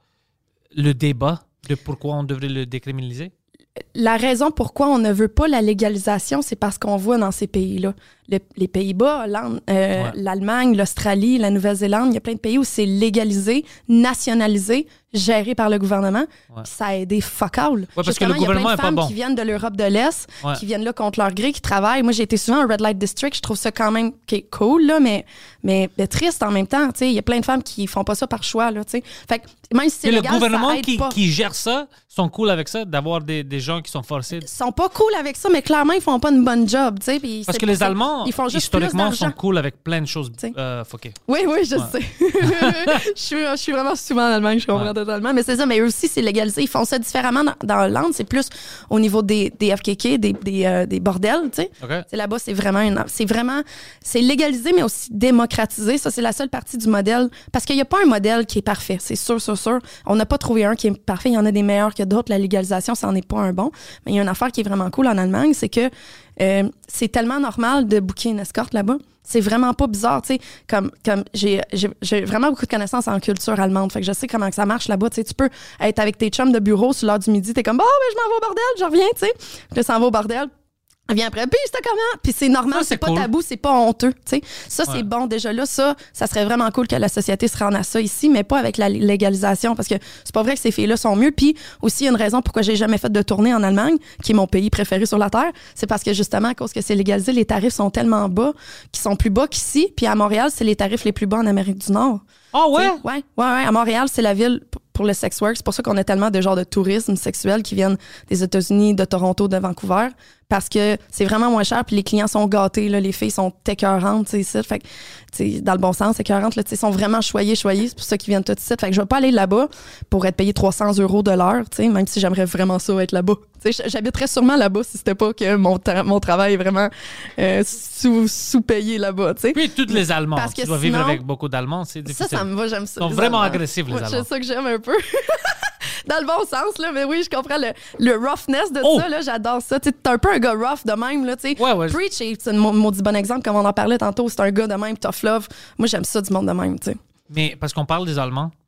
le débat de pourquoi on devrait le décriminaliser? La raison pourquoi on ne veut pas la légalisation, c'est parce qu'on voit dans ces pays-là. Le- les Pays-Bas, Hollande, euh, Ouais. l'Allemagne, l'Australie, la Nouvelle-Zélande, il y a plein de pays où c'est légalisé, nationalisé, géré par le gouvernement. Ouais. Puis ça a aidé fuck all. parce que Justement, le il y a plein gouvernement de est pas femmes bon. qui viennent de l'Europe de l'Est, Ouais. qui viennent là contre leur gré, qui travaillent. Moi, j'ai été souvent au Red Light District. Je trouve ça quand même qui est cool, là, mais, mais, mais triste en même temps. Tu sais, il y a plein de femmes qui font pas ça par choix. Là, tu sais. Fait que même si c'est Et le légal, gouvernement ça aide qui, pas. qui gère ça sont cool avec ça, d'avoir des, des gens qui sont forcés. Ils sont pas cool avec ça, mais clairement, ils font pas une bonne job, tu sais. puis Parce c'est- que les c'est- Allemands, ils font juste historiquement, plus sont d'argent. cool avec plein de choses T'sais. euh, fuckées. Oui, oui, je Ouais. sais. je, suis, je suis vraiment souvent en Allemagne, je comprends Ouais. totalement. Mais c'est ça, mais eux aussi, c'est légalisé. Ils font ça différemment dans, dans Hollande. C'est plus au niveau des, des F K K, des, des, euh, des bordels, tu sais. OK? C'est là-bas, c'est vraiment une, c'est vraiment, c'est légalisé, mais aussi démocratisé. Ça, c'est la seule partie du modèle. Parce qu'il n'y a pas un modèle qui est parfait. C'est sûr, sûr, sûr. On n'a pas trouvé un qui est parfait. Il y en a des meilleurs que d'autres. La légalisation, ça n'en est pas un bon. Mais il y a une affaire qui est vraiment cool en Allemagne, c'est que euh, c'est tellement normal de booker une escorte là-bas. C'est vraiment pas bizarre, tu sais. Comme, comme j'ai, j'ai, j'ai vraiment beaucoup de connaissances en culture allemande. Fait que je sais comment que ça marche là-bas. Tu sais, tu peux être avec tes chums de bureau sur l'heure du midi. T'es comme, bah, ben, je m'en vais au bordel, je reviens, tu sais. Puis là, ça va au bordel. Elle vient après, puis c'était comment? Puis c'est normal, Ça, c'est c'est pas cool. tabou, c'est pas honteux, tu sais. Ça, Ouais. c'est bon. Déjà là, ça, ça serait vraiment cool que la société se rende à ça ici, mais pas avec la légalisation, parce que c'est pas vrai que ces filles-là sont mieux. Puis aussi, il y a une raison pourquoi j'ai jamais fait de tournée en Allemagne, qui est mon pays préféré sur la Terre. C'est parce que justement, à cause que c'est légalisé, les tarifs sont tellement bas, qu'ils sont plus bas qu'ici. Puis à Montréal, c'est les tarifs les plus bas en Amérique du Nord. Ah ouais? T'sais, ouais, ouais, ouais. À Montréal, c'est la ville p- pour le sex work. C'est pour ça qu'on a tellement de genres de tourisme sexuel qui viennent des États-Unis, de Toronto, de Vancouver. Parce que c'est vraiment moins cher, puis les clients sont gâtés, là, les filles sont écœurantes, tu sais, ici. Fait que, tu sais, dans le bon sens, écœurantes, là, tu sais, sont vraiment choyées, choyées. C'est pour ça qu'ils viennent tout ici. Fait que je vais pas aller là-bas pour être payé trois cents euros de l'heure, tu sais, même si j'aimerais vraiment ça être là-bas. Tu sais, j'habiterais sûrement là-bas si c'était pas que mon, tra- mon travail est vraiment euh, sous, sous-payé là-bas, tu sais. Puis tous les Allemands. Parce que tu dois vivre sinon- avec beaucoup d'Allemands, c'est Ça, difficile. ça me va, j'aime ça. Ils sont les vraiment Allemands. agressifs, les Ouais, Allemands. c'est ça que j'aime un peu. Dans le bon sens, là, mais oui, je comprends le, le roughness de Oh! ça, là, j'adore ça. Tu sais, t'es un peu un gars rough de même, là, tu sais. Ouais, ouais. Preach, c'est un mau- maudit bon exemple, comme on en parlait tantôt, c'est un gars de même, tough love. Moi, j'aime ça du monde de même, tu sais. Mais parce qu'on parle des Allemands,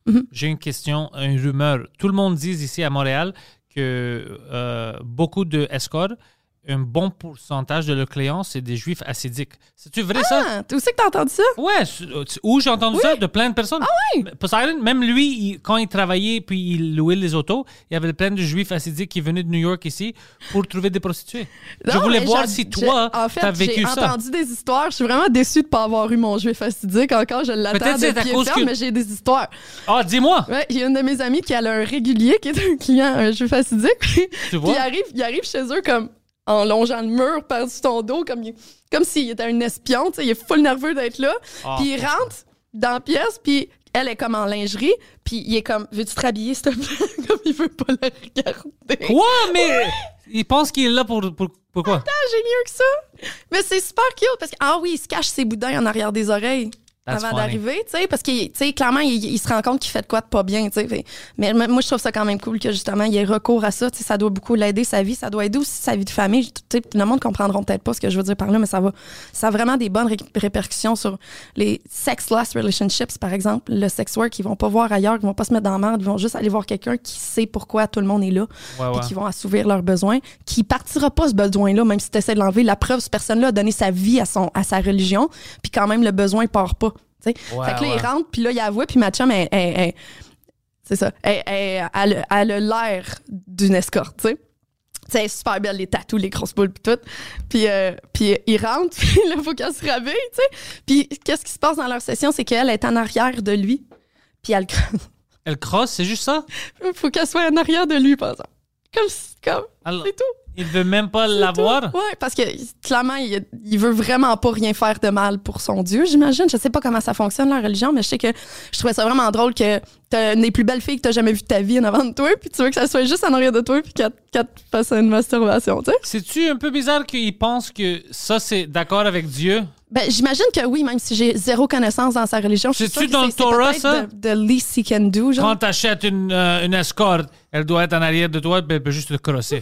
Mm-hmm. J'ai une question, une rumeur. Tout le monde dit ici à Montréal que euh, beaucoup de escorts, un bon pourcentage de leurs clients, c'est des juifs assidiques. C'est-tu vrai Ah, ça? tu sais que t'as entendu ça? Ouais, où j'ai entendu Oui. ça de plein de personnes. Ah oui? Poseidon, même lui, il- quand il travaillait puis il louait les autos, il y avait plein de juifs assidiques qui venaient de New York ici pour trouver des prostituées. je Non, voulais mais voir j'ai- si j'ai- toi, en fait, t'as vécu j'ai ça. entendu des histoires. Je suis vraiment déçue de ne pas avoir eu mon juif assidique. Encore, je l'attends Peut-être c'est de à pied cause ferme, que- mais j'ai des histoires. Ah, dis-moi! Ouais, il y a une de mes amies qui a un régulier qui est un client, un juif assidique. Puis Tu vois? il arrive, il arrive chez eux comme en longeant le mur par-dessus ton dos, comme, il- comme s'il était un espion. Tu sais, il est full nerveux d'être là. Ah. Puis il rentre dans la pièce, puis elle est comme en lingerie, puis il est comme, veux-tu te rhabiller, s'il te plaît? Comme il veut pas la regarder. Quoi? Mais il pense qu'il est là pour, pour, pour quoi? Ah, j'ai mieux que ça. Mais c'est super cute parce que, ah oui, il se cache ses boudins en arrière des oreilles. That's avant funny. d'arriver, tu sais, parce que, tu sais, clairement, il, il se rend compte qu'il fait de quoi de pas bien, tu sais. Fait- Mais m- moi, je trouve ça quand même cool que, justement, il ait recours à ça, tu sais, ça doit beaucoup l'aider, sa vie, ça doit aider aussi sa vie de famille. Tu sais, le monde comprendra peut-être pas ce que je veux dire par là, mais ça va, ça a vraiment des bonnes ré- répercussions sur les sex-less relationships, par exemple, le sex work, ils vont pas voir ailleurs, ils vont pas se mettre dans la merde, ils vont juste aller voir quelqu'un qui sait pourquoi tout le monde est là, Ouais, puis ouais. qui vont assouvir leurs besoins, qui partira pas ce besoin-là, même si tu essaies de l'enlever. La preuve, cette personne-là a donné sa vie à, son, à sa religion, puis quand même, le besoin part pas. T'sais. Ouais, fait que là, ouais. il rentre, puis là, il avoue, puis ma chum, elle, elle- elle- c'est ça, elle, elle- elle a- elle a l'air d'une escorte, tu sais. Tu sais, elle est super belle, les tatous, les grosses boules, puis tout. Puis, euh, puis il rentre, puis là, il faut qu'elle se rhabille, tu sais. Puis qu'est-ce qui se passe dans leur session, c'est qu'elle est en arrière de lui, puis elle Elle crosse, c'est juste ça? faut qu'elle soit en arrière de lui, par exemple. Comme, comme Alors, c'est tout. il veut même pas C'est l'avoir? tout. Ouais, parce que clairement, il, il veut vraiment pas rien faire de mal pour son Dieu, j'imagine. Je sais pas comment ça fonctionne, la religion, mais je sais que je trouvais ça vraiment drôle que t'as une des plus belles filles que t'as jamais vues de ta vie en avant de toi, puis tu veux que ça soit juste en arrière de toi, puis qu'elle qu'elle te fasse une masturbation, tu sais. C'est-tu un peu bizarre qu'il pense que ça, c'est d'accord avec Dieu? Ben, j'imagine que oui, même si j'ai zéro connaissance dans sa religion. Je suis C'est-tu sûre que dans le c'est- c'est Torah, peut-être ça? The, the least he can do, genre. Quand t'achètes une, euh, une escorte, elle doit être en arrière de toi, puis elle peut juste te crosser.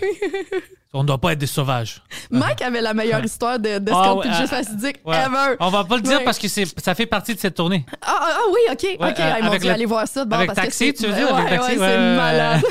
On doit pas être des sauvages. Mike avait la meilleure histoire de, de Ah, Scott ouais, puis de ah, Juste acidique Ouais. ever. On va pas le dire Ouais. parce que c'est, ça fait partie de cette tournée. Ah, ah, ah oui, OK, OK. Ouais, euh, Hey, mon avec Dieu, le- allez voir ça. de bord, avec parce que Taxi, c'est- tu veux ouais, dire, avec ouais, Taxi? ouais, Ouais, c'est ouais, ouais. malade.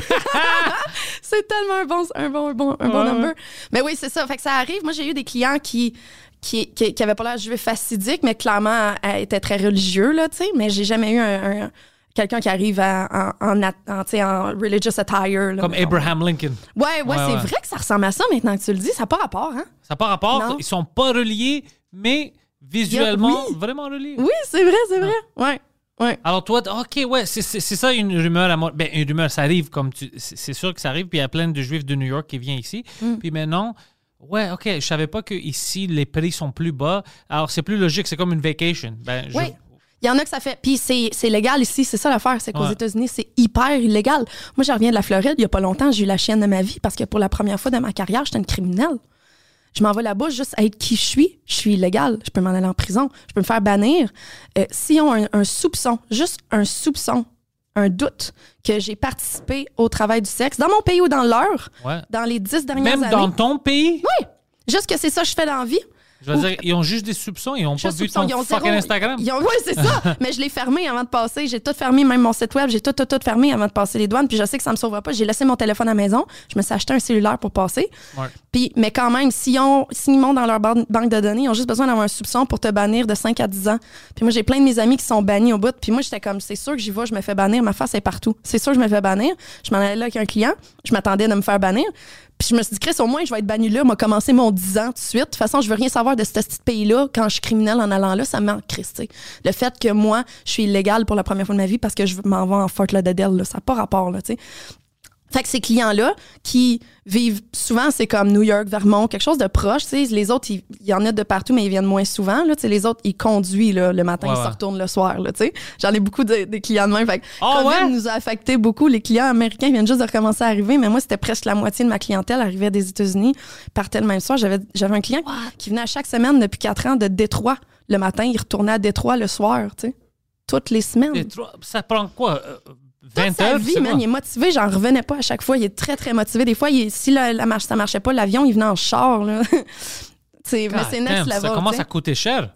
C'est tellement un bon, un bon, un bon, un bon Ouais, number. ouais. Mais oui, c'est ça. Fait que ça arrive. Moi, j'ai eu des clients qui qui, qui, qui avaient pas l'air juif fastidique, mais clairement euh, étaient très religieux, là, tu sais. Mais j'ai jamais eu un... un- quelqu'un qui arrive à- en, en, en, tu sais, en religious attire. là, Comme mettons. Abraham Lincoln. Ouais, ouais, Ouais, c'est ouais. vrai que ça ressemble à ça maintenant que tu le dis. Ça n'a pas rapport, hein? Ça n'a pas rapport. Non. Ils sont pas reliés, mais visuellement, Oui. vraiment reliés. Oui, c'est vrai, c'est vrai. Ouais, ouais. Alors toi, t- ok, ouais, c'est, c'est, c'est ça une rumeur à moi. Ben, une rumeur, ça arrive comme tu. C'est, c'est sûr que ça arrive, puis il y a plein de Juifs de New York qui viennent ici. Mm. Puis maintenant, ouais, ok, je savais pas que ici les prix sont plus bas. Alors c'est plus logique, c'est comme une vacation. Ben, je- Oui. Il y en a que ça fait. Puis c'est, c'est légal ici, c'est ça l'affaire. C'est qu'aux Ouais. États-Unis, c'est hyper illégal. Moi, je reviens de la Floride, il y a pas longtemps, j'ai eu la chienne de ma vie parce que pour la première fois de ma carrière, j'étais une criminelle. Je m'en vais là-bas juste à être qui je suis. Je suis illégale. Je peux m'en aller en prison. Je peux me faire bannir. Euh, S'ils ont un, un soupçon, juste un soupçon, un doute que j'ai participé au travail du sexe, dans mon pays ou dans le leur, Ouais. dans les dix dernières Même années. dans ton pays, Oui! Juste que c'est ça que je fais dans la vie. je veux dire, ils ont juste des soupçons, ils ont pas Juste vu soupçon, ton ils ont fucking zéro- Instagram. ils ont- Oui, c'est ça. Mais je l'ai fermé avant de passer. J'ai tout fermé, même mon site web. J'ai tout, tout, tout fermé avant de passer les douanes. Puis je sais que ça me sauvera pas. J'ai laissé mon téléphone à la maison. Je me suis acheté un cellulaire pour passer. Ouais. Puis, mais quand même, s'ils ont, s'ils montent dans leur ban- banque de données, ils ont juste besoin d'avoir un soupçon pour te bannir de cinq à dix ans. Puis moi, j'ai plein de mes amis qui sont bannis au bout. Puis moi, j'étais comme, c'est sûr que j'y vais, je me fais bannir. Ma face est partout. C'est sûr que je me fais bannir. Je m'en allais là avec un client. Je m'attendais de me faire bannir. Puis je me suis dit, Chris, au moins, je vais être banni là. M'a commencé mon dix ans tout de suite. De toute façon, je veux rien savoir de ce petit pays-là. Quand je suis criminelle en allant là, ça me manque, Chris, tu sais. Le fait que moi, je suis illégale pour la première fois de ma vie parce que je m'en vais en Fort Lauderdale, là, ça n'a pas rapport, là, tu sais. Fait que ces clients-là qui vivent souvent, c'est comme New York, Vermont, quelque chose de proche. Tu sais, les autres, il y en a de partout, mais ils viennent moins souvent. Là, tu sais, les autres, ils conduisent là, le matin, Ouais, ils ouais. se retournent le soir. Là, tu sais. J'en ai beaucoup de, des clients de même. Fait que Ah, COVID ouais? nous a affecté beaucoup. Les clients américains viennent juste de recommencer à arriver, mais moi, c'était presque la moitié de ma clientèle arrivait des États-Unis, partait le même soir. J'avais, j'avais un client qui venait à chaque semaine depuis quatre ans de Détroit le matin. Il retournait à Détroit le soir, tu sais. Toutes les semaines. Et trois- Ça prend quoi? euh, Toute vingt sa heures? vie, c'est man, quoi? il est motivé. J'en revenais pas à chaque fois. Il est très, très motivé. Des fois, il est- si la, la marche, ça marchait pas, l'avion, il venait en char. Là. Tu sais, mais God c'est damn, next ça level. commence tu sais. à coûter cher. Ouais.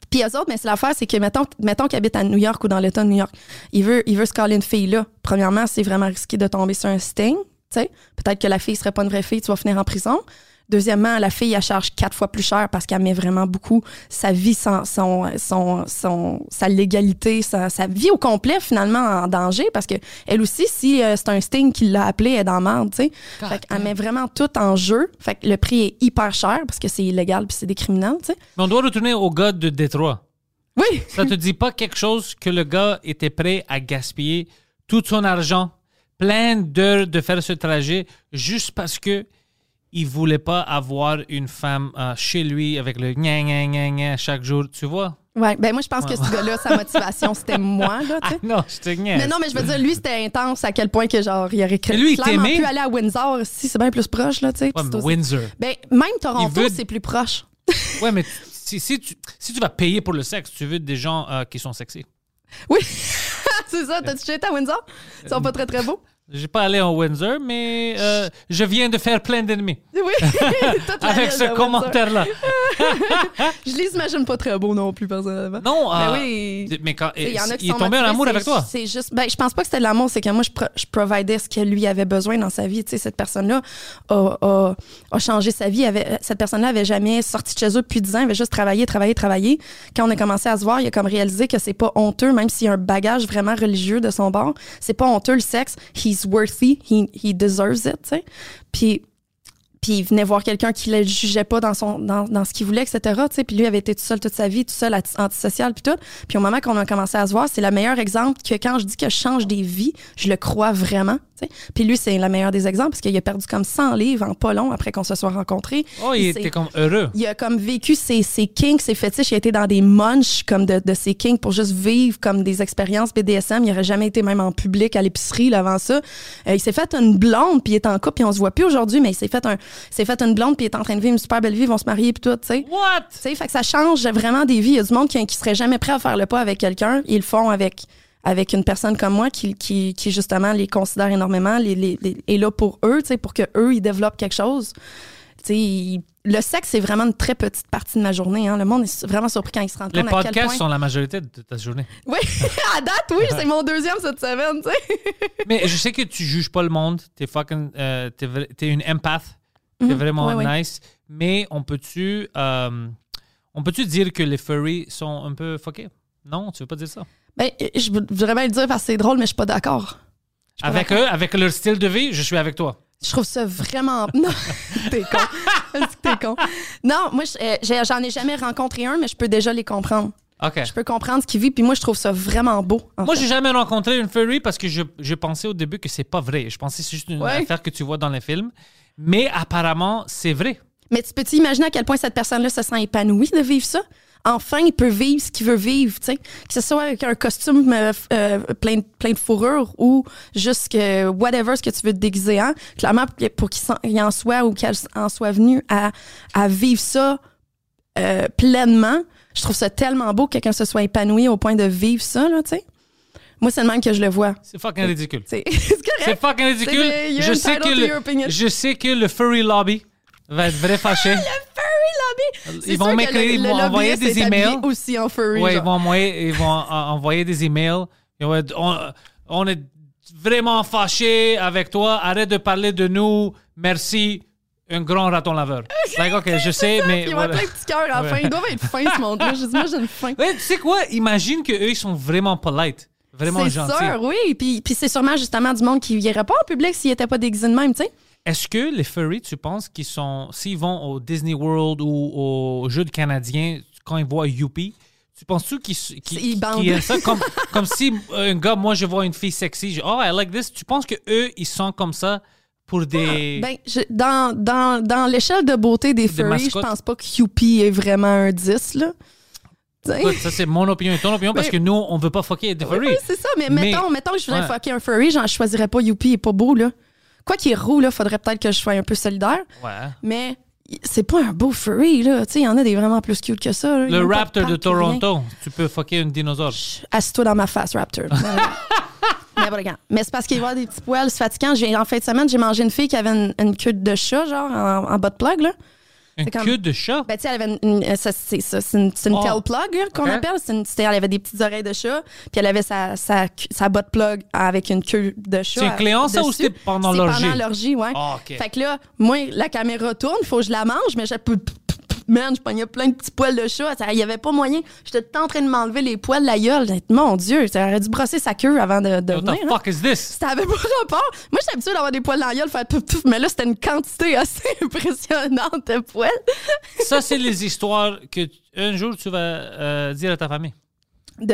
Puis eux autres, mais c'est l'affaire, c'est que mettons, mettons qu'ils habitent à New York ou dans l'État de New York, il veut, il veut se caler une fille là. Premièrement, c'est vraiment risqué de tomber sur un sting. T'sais. Peut-être que la fille serait pas une vraie fille, tu vas finir en prison. Deuxièmement, la fille, elle charge quatre fois plus cher parce qu'elle met vraiment beaucoup sa vie, son, son, son, son, sa légalité, sa, sa vie au complet, finalement, en danger. Parce que elle aussi, si euh, c'est un sting qui l'a appelée, elle est dans la merde, tu sais. Fait qu'elle met vraiment tout en jeu. Fait que le prix est hyper cher parce que c'est illégal puis c'est des criminels, tu sais. Mais on doit retourner au gars de Détroit. Oui! Ça te dit pas quelque chose que le gars était prêt à gaspiller tout son argent, plein d'heures de faire ce trajet, juste parce que il voulait pas avoir une femme euh, chez lui avec le gna gna gna gna chaque jour, tu vois? Ouais, ben moi je pense que ce gars-là, sa motivation, c'était moi, là, tu sais. Ah non, je te gna. Mais non, mais je veux dire, lui, c'était intense à quel point que, genre, il aurait lui, il clairement t'aimait? pu aller à Windsor, si c'est bien plus proche, là, tu sais. Ouais, Puis mais c'est aussi- Windsor. Ben, même Toronto, veut- c'est plus proche. Ouais, mais si, si, tu, si tu vas payer pour le sexe, tu veux des gens euh, qui sont sexy. Oui, c'est ça. T'as-tu déjà été à Windsor? Ils sont pas très, très beaux. J'ai pas allé en Windsor, mais euh, je viens de faire plein d'ennemis. Oui, toute la Avec ville ce de Windsor. commentaire-là. Je les imagine pas très beaux non plus, personnellement. Non, Ben euh, oui. mais quand, Il y en a qui il est sont tombé en motivés, amour c'est- avec toi. C'est juste, ben, je pense pas que c'était de l'amour, c'est que moi, je, pro, je providais ce que lui avait besoin dans sa vie. Tu sais, cette personne-là a, a, a changé sa vie. Avait, cette personne-là avait jamais sorti de chez eux depuis dix ans, elle avait juste travaillé, travaillé, travaillé. Quand on a commencé à se voir, il a comme réalisé que c'est pas honteux, même s'il y a un bagage vraiment religieux de son bord. C'est pas honteux le sexe. He's worthy. He, he deserves it, tu sais. Puis, puis il venait voir quelqu'un qui le jugeait pas dans son dans, dans ce qu'il voulait, et cetera. Tu sais, puis lui avait été tout seul toute sa vie, tout seul ati- antisocial puis tout. Puis au moment qu'on a commencé à se voir, c'est le meilleur exemple que quand je dis que je change des vies, je le crois vraiment. Tu sais. Puis lui, c'est le meilleur des exemples parce qu'il a perdu comme cent livres en pas long après qu'on se soit rencontrés. Oh, il C'est- était comme heureux. Il a comme vécu ses, ses kinks, ses fétiches. Il a été dans des munchs comme de, de ses kinks pour juste vivre comme des expériences B D S M. Il n'aurait jamais été même en public à l'épicerie là, avant ça. Euh, il s'est fait une blonde, puis il est en couple, puis on se voit plus aujourd'hui, mais il s'est fait, un, il s'est fait une blonde, puis il est en train de vivre une super belle vie. Ils vont se marier, puis tout, tu sais. What? Tu sais, fait que ça change vraiment des vies. Il y a du monde qui, qui serait jamais prêt à faire le pas avec quelqu'un. Ils le font avec, avec une personne comme moi qui, qui, qui justement, les considère énormément, les, les, les, est là pour eux, tu sais, pour qu'eux, ils développent quelque chose. Tu sais, ils- le sexe, c'est vraiment une très petite partie de ma journée. Hein. Le monde est vraiment surpris quand ils se rendent Les compte à quel podcasts point... sont la majorité de ta journée. Oui, à date, oui, c'est mon deuxième cette semaine, tu sais. Mais je sais que tu juges pas le monde. T'es fucking, euh, t'es, vra- t'es une empath. T'es vraiment Ouais, ouais. nice. Mais on peut-tu, euh, on peut-tu dire que les furries sont un peu fuckés? Non, tu veux pas dire ça? Ben, je voudrais bien le dire parce que c'est drôle, mais je suis pas d'accord. Je suis pas Avec d'accord. eux, avec leur style de vie, je suis avec toi. Je trouve ça vraiment... Non, t'es con. Est-ce que t'es con? Non, moi, je- euh, j'ai- j'en ai jamais rencontré un, mais je peux déjà les comprendre. OK. Je peux comprendre ce qu'il vit, puis moi, je trouve ça vraiment beau. en Moi, fait. j'ai jamais rencontré une furry parce que je, je pensais au début que c'est pas vrai. Je pensais que c'est juste une Ouais. affaire que tu vois dans les films. Mais apparemment, c'est vrai. Mais tu peux-tu imaginer à quel point cette personne-là se sent épanouie de vivre ça? Enfin, il peut vivre ce qu'il veut vivre, tu sais. Que ce soit avec un costume euh, euh, plein, de- plein de fourrure ou juste que whatever ce que tu veux te déguiser en. Clairement, pour qu'il s'en- il en soit ou qu'elle en soit venue à, à vivre ça euh, pleinement, je trouve ça tellement beau que quelqu'un se soit épanoui au point de vivre ça, là, tu sais. Moi, c'est le même que je le vois. C'est fucking ridicule. C'est c'est correct. C'est fucking ridicule. C'est- you're Je sais, entitled que to your opinion. le, je sais que le furry lobby va être vrai fâché. Furry lobby! C'est Ils vont sûr que m'écrire, le- ils le vont envoyer lobbyiste des est habillé emails. aussi en furry. Ouais, ils genre. vont envoyer, ils vont en- envoyer des emails. Ils vont être, on, on est vraiment fâchés avec toi. Arrête de parler de nous. Merci. Un grand raton laveur. Like, OK, je sais, mais... Puis ils vont être voilà. plein de petits cœurs à la Ouais. fin. Ils doivent être fins, ce monde-là. Je dis, moi, j'ai une faim. Ouais, tu sais quoi? Imagine qu'eux, ils sont vraiment polite. Vraiment C'est gentils. sûr, oui. Puis, puis c'est sûrement justement du monde qui n'irait pas en public s'ils n'étaient pas déguisés de même, tu sais. Est-ce que les furries, tu penses qu'ils sont... S'ils vont au Disney World ou au Jeux de Canadiens, quand ils voient Youpi, tu penses-tu qu'ils qu'ils- Ils bandent. qu'ils aiment ça? Comme, comme si un gars, moi, je vois une fille sexy, je oh, I like this. Tu penses qu'eux, ils sont comme ça pour des... Ben, je- dans, dans, dans l'échelle de beauté des furries, je mascottes. pense pas que Youpi est vraiment un dix, là. Tu sais. Écoute, ça, c'est mon opinion et ton opinion parce Mais- que nous, on veut pas fucker des furries. Oui, c'est ça. Mais, Mais- mettons, mettons que je voudrais Ouais. fucker un furry, j'en choisirais pas Youpi, il est pas beau, là. Quoi qu'il est roux, là, faudrait peut-être que je sois un peu solidaire. Ouais. Mais c'est pas un beau furry, là. Tu sais, il y en a des vraiment plus cute que ça. là. Il y a Le même pas raptor de pattes, rien. Toronto, tu peux fucker un dinosaure. Assis-toi dans ma face, Raptor. Mais, bon, regarde. Mais c'est parce qu'il va y avoir des petits poils, c'est fatigant. J'ai- En fin de semaine, j'ai mangé une fille qui avait une, une queue de chat, genre, en, en bas de plug, là. Une C'est comme- queue de chat? Ben, tu sais, elle avait une, une- ça, c'est ça, c'est une, c'est une Oh. tail plug là, qu'on Ok. appelle. C'est une, c'était- elle avait des petites oreilles de chat, puis elle avait sa, sa, sa botte plug avec une queue de chat. C'est un client, ça, ou dessus. c'était pendant C'est l'orgie? pendant l'orgie, ouais. Ah, OK. Fait que là, moi, la caméra tourne, il faut que je la mange, mais je peux. Man, je pognais plein de petits poils de chat. Il n'y avait pas moyen. J'étais tout le temps en train de m'enlever les poils de la gueule. Mon Dieu, ça aurait dû brosser sa queue avant de, de What venir. the hein. fuck is this? Ça avait pas rapport. Moi, j'étais habituée d'avoir des poils dans la gueule, faire pouf, pouf, mais là, c'était une quantité assez impressionnante de poils. Ça, c'est les histoires que tu- un jour tu vas euh, dire à ta famille. De?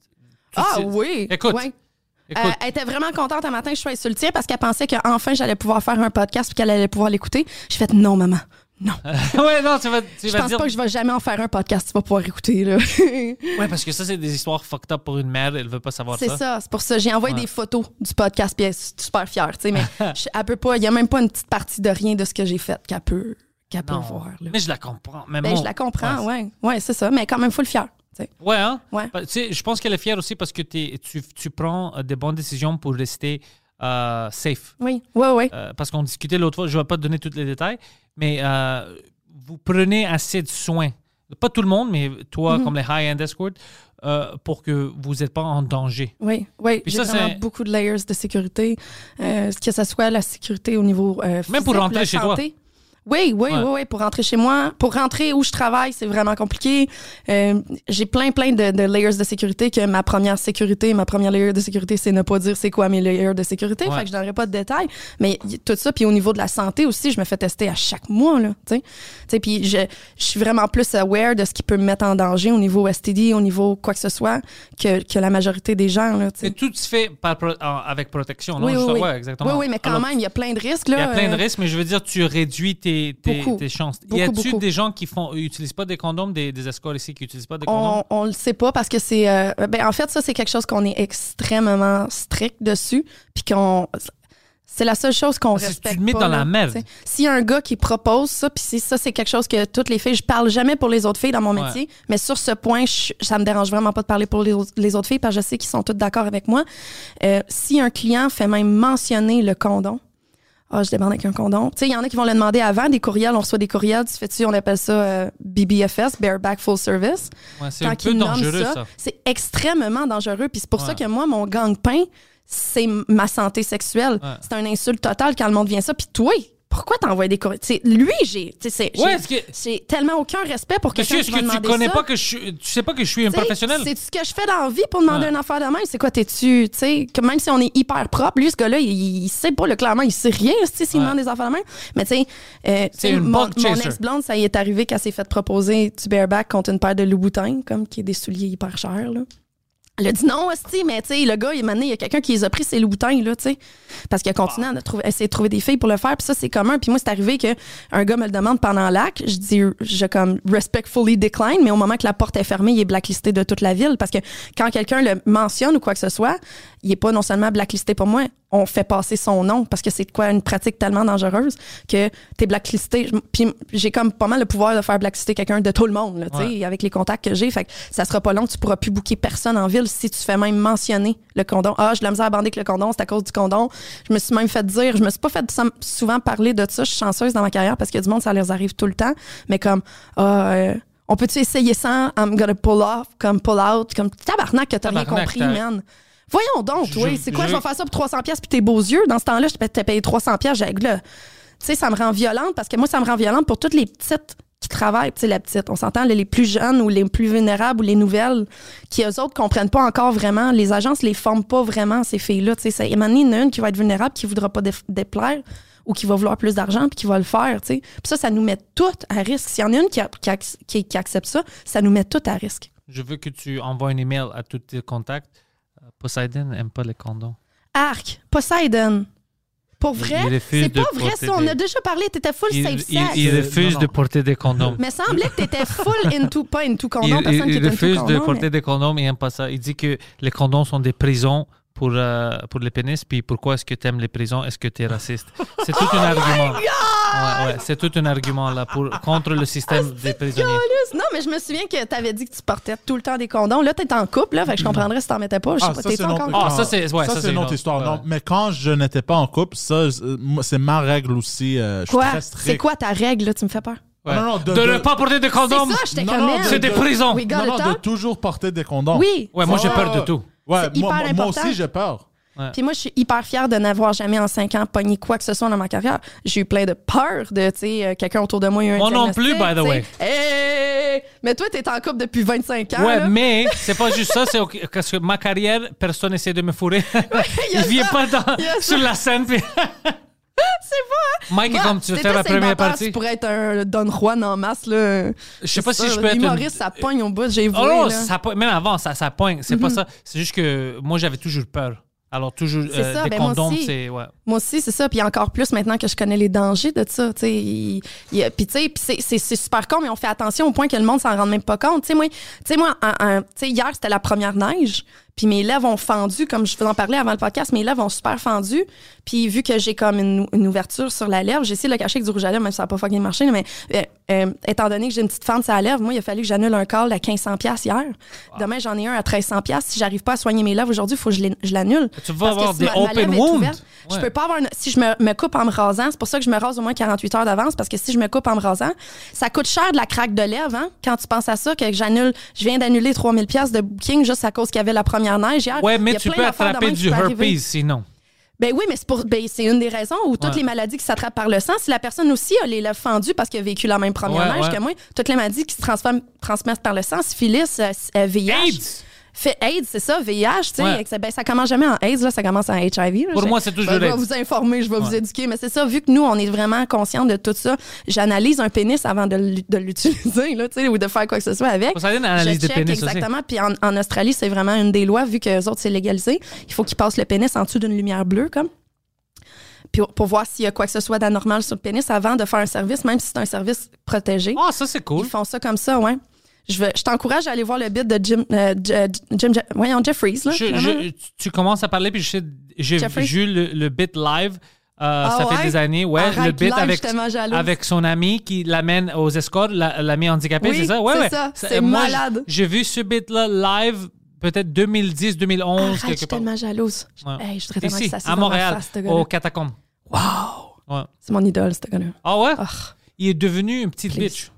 Ah sais- oui. Écoute. Ouais. Écoute, Euh, elle était vraiment contente un matin que je sois sur le tien parce qu'elle pensait qu'enfin j'allais pouvoir faire un podcast puis qu'elle allait pouvoir l'écouter. J'ai fait non, maman. Non. ouais, non, tu vas, tu Je vas pense dire. pas que je vais jamais en faire un podcast. Tu vas pouvoir écouter, là. Ouais, parce que ça, c'est des histoires fucked up pour une mère. Elle veut pas savoir C'est ça. ça. C'est pour ça. J'ai envoyé Ouais. des photos du podcast puis elle est super fière, tu sais. Mais je- elle peut pas. Il y a même pas une petite partie de rien de ce que j'ai fait qu'elle peut, qu'elle peut Non. voir, là. Mais je la comprends. Mais Ben, bon, je la comprends, ouais. ouais. Ouais, c'est ça. Mais quand même, faut le fier. tu sais. Ouais, hein? Ouais. Bah, tu sais, je pense qu'elle est fière aussi parce que t'es- tu, tu prends euh, des bonnes décisions pour rester euh, safe. Oui, ouais, ouais. Euh, parce qu'on discutait l'autre fois, je ne vais pas te donner tous les détails, mais euh, vous prenez assez de soins. Pas tout le monde, mais toi, Mhm. comme les high-end escorts, euh, pour que vous n'êtes pas en danger. Oui, oui. Puis J'ai ça, vraiment c'est- beaucoup de layers de sécurité. Euh, que ce soit la sécurité au niveau euh, Même pour physique, rentrer la chez toi. santé. Oui, oui, Ouais. oui, oui, pour rentrer chez moi. Pour rentrer où je travaille, c'est vraiment compliqué. Euh, j'ai plein, plein de, de layers de sécurité que ma première sécurité, ma première layer de sécurité, c'est ne pas dire c'est quoi mes layers de sécurité. Ouais. Fait que je donnerai pas de détails. Mais y- tout ça, puis au niveau de la santé aussi, je me fais tester à chaque mois, là, tu sais. Tu sais, puis je, je suis vraiment plus aware de ce qui peut me mettre en danger au niveau S T D, au niveau quoi que ce soit, que, que la majorité des gens, là, tu sais. Et tout se fait par pro- en- avec protection, non? Oui, oui, Juste- oui. ouais, exactement. Oui, oui, mais quand Alors, même, il y a plein de risques, il là. y a plein de euh, risques, mais je veux dire, tu réduis tes, tes, Beaucoup. tes chances. Beaucoup, y a-tu beaucoup. des gens qui font utilisent pas des condoms, des, des escorts ici qui n'utilisent pas des condoms? On, on le sait pas parce que c'est. euh, ben, en fait, ça, c'est quelque chose qu'on est extrêmement strict dessus. Puis qu'on. C'est la seule chose qu'on Parce que respecte. tu te mets pas, dans là, la merde. t'sais. S'il y a un gars qui propose ça, puis c'est- ça, c'est quelque chose que toutes les filles. Je parle jamais pour les autres filles dans mon Ouais. métier, mais sur ce point, je- ça me dérange vraiment pas de parler pour les, autres- les autres filles parce que je sais qu'ils sont toutes d'accord avec moi. Euh, si un client fait même mentionner le condom, ah, je débande avec un condom. Tu sais, il y en a qui vont le demander avant, des courriels, on reçoit des courriels, tu fais-tu, on appelle ça euh, B B F S, Bareback Full Service. Ouais, c'est Quand un peu ils nomment dangereux, ça. C'est extrêmement dangereux. Puis c'est pour Ouais. ça que moi, mon gang-pain, c'est m- ma santé sexuelle. Ouais. C'est un insulte total quand le monde vient ça. Puis toi, pourquoi t'envoies des courriels? T'sais, lui, j'ai t'sais, c'est- j'ai- Ouais, est-ce que- j'ai tellement aucun respect pour quelqu'un Monsieur, qui est-ce va que tu demander connais ça. pas que je suis, tu sais pas que je suis un T'sais, professionnel? C'est ce que je fais dans la vie pour demander Ouais. une affaire de même. C'est quoi, t'es-tu, tu sais, que même si on est hyper propre, lui, ce gars-là, il, il sait pas, là, clairement, il sait rien, tu sais, s'il Ouais. demande des affaires de même. Mais tu sais, euh, tu sais, une mon, bug mon chaser. ex-blonde, ça y est arrivé qu'elle s'est fait proposer du bareback contre une paire de Louboutin, comme qui est des souliers hyper chers, là. Elle a dit non, hostie, mais tu sais, le gars, il, maintenant, il y a quelqu'un qui les a pris, ses Louboutins, là, tu sais. Parce qu'il a continué à trouver, essayer de trouver des filles pour le faire, puis ça, c'est commun. Puis moi, c'est arrivé qu'un gars me le demande pendant l'acte, je dis, je comme respectfully decline, mais au moment que la porte est fermée, il est blacklisté de toute la ville. Parce que quand quelqu'un le mentionne ou quoi que ce soit, il est pas non seulement blacklisté pour moi, on fait passer son nom parce que c'est de quoi une pratique tellement dangereuse que t'es blacklisté. Puis j'ai comme pas mal le pouvoir de faire blacklister quelqu'un de tout le monde, là, tu sais, Ouais. avec les contacts que j'ai. Fait que ça sera pas long, tu pourras plus booker personne en ville si tu fais même mentionner le condom. Ah, j'ai de la misère à bander avec le condom, c'est à cause du condom. Je me suis même fait dire, je me suis pas fait sam- souvent parler de ça, je suis chanceuse dans ma carrière parce qu'il y a du monde, ça leur arrive tout le temps, mais comme, ah, euh, on peut-tu essayer sans, I'm gonna pull off, comme pull out, comme tabarnak que t'as rien Tabarnak, compris, t'as- man. Voyons donc, Je- oui, c'est quoi, je- je vais faire ça pour trois cents pièces puis tes beaux yeux. Dans ce temps-là, je t'ai payé trois cents pièces, j'ai là. Tu sais, ça me rend violente parce que moi, ça me rend violente pour toutes les petites qui travaillent. Tu sais, la petite, on s'entend, les plus jeunes ou les plus vulnérables ou les nouvelles, qui eux autres comprennent pas encore vraiment. Les agences les forment pas vraiment, ces filles-là. Tu sais, ça, il y en a une qui va être vulnérable, qui voudra pas dé- déplaire ou qui va vouloir plus d'argent puis qui va le faire, tu sais. Puis ça, ça nous met toutes à risque. S'il y en a une qui, a- qui, a- qui- qui accepte ça, ça nous met toutes à risque. Je veux que tu envoies un email à tous tes contacts. Euh, Poseidon n'aime pas les condoms. Arc, Poseidon. Pour Il- vrai, il refuse c'est de pas vrai porter ça. On des- a déjà parlé, t'étais full Il, safe il- sex. il Euh, refuse non, de non. porter des condoms. Mais semblait que t'étais full into, pas into condom, il, personne il- qui il est into refuse condom. de porter mais- des condoms, il n'aime pas ça. Il dit que les condoms sont des prisons pour, euh, pour les pénis. Puis pourquoi est-ce que tu aimes les prisons? Est-ce que tu es raciste? C'est tout un argument. Ouais, ouais, c'est tout un argument là pour, contre le système des prisonniers. Calus. Non, mais je me souviens que t'avais dit que tu portais tout le temps des condoms. Là, t'es en couple, là, fait que je comprendrais si t'en mettais pas. Je sais Ah, pas, ça, t'es c'est encore une en autre- Ah, ça, c'est- ouais, ça, ça, c'est une autre histoire. ouais. Non, mais quand je n'étais pas en couple, ça, euh, moi, c'est ma règle aussi. euh, je suis Quoi? très strict. C'est quoi ta règle, là? Tu me fais peur. Ouais. Non, non, de, de de- ne pas porter de condom. C'est ça, j'étais Non, comme, non, man. de- C'est des de- prisons. We got Non, it non, de talk. toujours porter des condoms. Oui. Ouais, moi, j'ai Ouais, peur de ouais. tout. Ouais, C'est moi, hyper moi- moi important. aussi, j'ai peur. Puis moi, je suis hyper fière de n'avoir jamais en cinq ans pogné quoi que ce soit dans ma carrière. J'ai eu plein de peur de, tu sais, euh, quelqu'un autour de moi a eu un Moi non diagnostic, plus, by the tu sais. way. Hey! Mais toi, t'es en couple depuis vingt-cinq ans. Ouais, là. mais c'est pas juste ça, c'est ok, parce que ma carrière, personne essaie de me fourrer. il y a Il vient ça, pas dans- il y a ça. sur la scène. Puis... C'est pas. Mike est Moi, comme tu veux si faire la t'étais première célibataire, partie. Tu pourrais être un Don Juan en masse, là. Je sais pas C'est si ça, je peux être une- L'humoriste, ça pogne au bout, j'ai vu. Oh non, là. ça, po- même avant, ça, ça pogne. C'est pas ça. C'est juste que moi, j'avais toujours peur. Alors, toujours C'est euh, ça, des ben moi condoms, aussi. c'est. Ouais. Moi aussi, c'est ça. Puis encore plus maintenant que je connais les dangers de ça. Tu sais, il- il- puis tu sais, puis c'est- c'est c'est super con, mais on fait attention au point que le monde s'en rend même pas compte. Tu sais, moi, tu sais, moi, un- un- tu sais, hier, c'était la première neige. Puis mes lèvres ont fendu, comme je vous en parlais avant le podcast, mes lèvres ont super fendu. Puis vu que j'ai comme une, une ouverture sur la lèvre, j'ai essayé de le cacher avec du rouge à lèvres, même si ça n'a pas fucking marché. Mais euh, euh, étant donné que j'ai une petite fente sur la lèvre, moi, il a fallu que j'annule un call à quinze cents piastres hier. Demain, j'en ai un à treize cents piastres. Si j'arrive pas à soigner mes lèvres aujourd'hui, il faut que je les- je l'annule. Tu vas Parce que avoir si des ma- ma open lèvre est wounds. ouverte, Je Ouais. peux pas avoir une- si je me, me coupe en me rasant, c'est pour ça que je me rase au moins quarante-huit heures d'avance, parce que si je me coupe en me rasant, ça coûte cher de la craque de lèvres, hein, quand tu penses à ça, que j'annule, je viens d'annuler trois mille piastres de booking juste à cause qu'il y avait la première neige hier. Ouais, Il mais y a tu plein peux d'affaires de attraper même qui du peuvent arriver. herpes sinon. Ben oui, mais c'est pour ben, c'est une des raisons où toutes Ouais. les maladies qui s'attrapent par le sang, si la personne aussi a les lèvres fendues parce qu'elle a vécu la même première Ouais, neige ouais. que moi, toutes les maladies qui se transforment, transmettent par le sang, syphilis, euh, euh, V I H. AIDS! Fait AIDS, c'est ça, V I H, tu sais. Ouais. que ça- Ben, ça commence jamais en AIDS, là, ça commence en H I V. là. Pour Je- moi, c'est toujours Je vais AIDS. vous informer, je vais vous Ouais. éduquer. Mais c'est ça, vu que nous, on est vraiment conscients de tout ça, j'analyse un pénis avant de, l- de l'utiliser, là, tu sais, ou de faire quoi que ce soit avec. Poseidon analyse Je des check pénis aussi. exactement. Puis en, en Australie, c'est vraiment une des lois, vu que les autres, c'est légalisé. Il faut qu'ils passent le pénis en dessous d'une lumière bleue, comme. Puis pour, pour voir s'il y a quoi que ce soit d'anormal sur le pénis avant de faire un service, même si c'est un service protégé. Ah, ça, c'est cool. Ils font ça comme ça, ouais. Je, veux- je t'encourage à aller voir le bit de Jim, euh, J- Jim, J- voyons, Jeffries, là. Je- finalement. je- tu- tu commences à parler, puis je sais- j'ai Jeffrey? vu le, le bit live. euh, ça Ah fait ouais? des années, ouais. Arrête, le bit live, avec, je suis tellement jalouse. avec son ami qui l'amène aux escorts, la- l'ami handicapé, Oui, c'est ça? Ouais, c'est ouais. ça. Ça- C'est moi, malade. J'ai vu ce bit-là live, peut-être deux mille dix, deux mille onze, Arrête, je quelque suis part. tellement jalouse. Ouais. Hey, je voudrais tellement Ici, qu'il s'assied à dans ma Montréal, face, ce gars-là. aux catacombes. Wow! Ouais. C'est mon idole, ce gars-là. Ah ouais? Ah. Il est devenu une petite Please. bitch.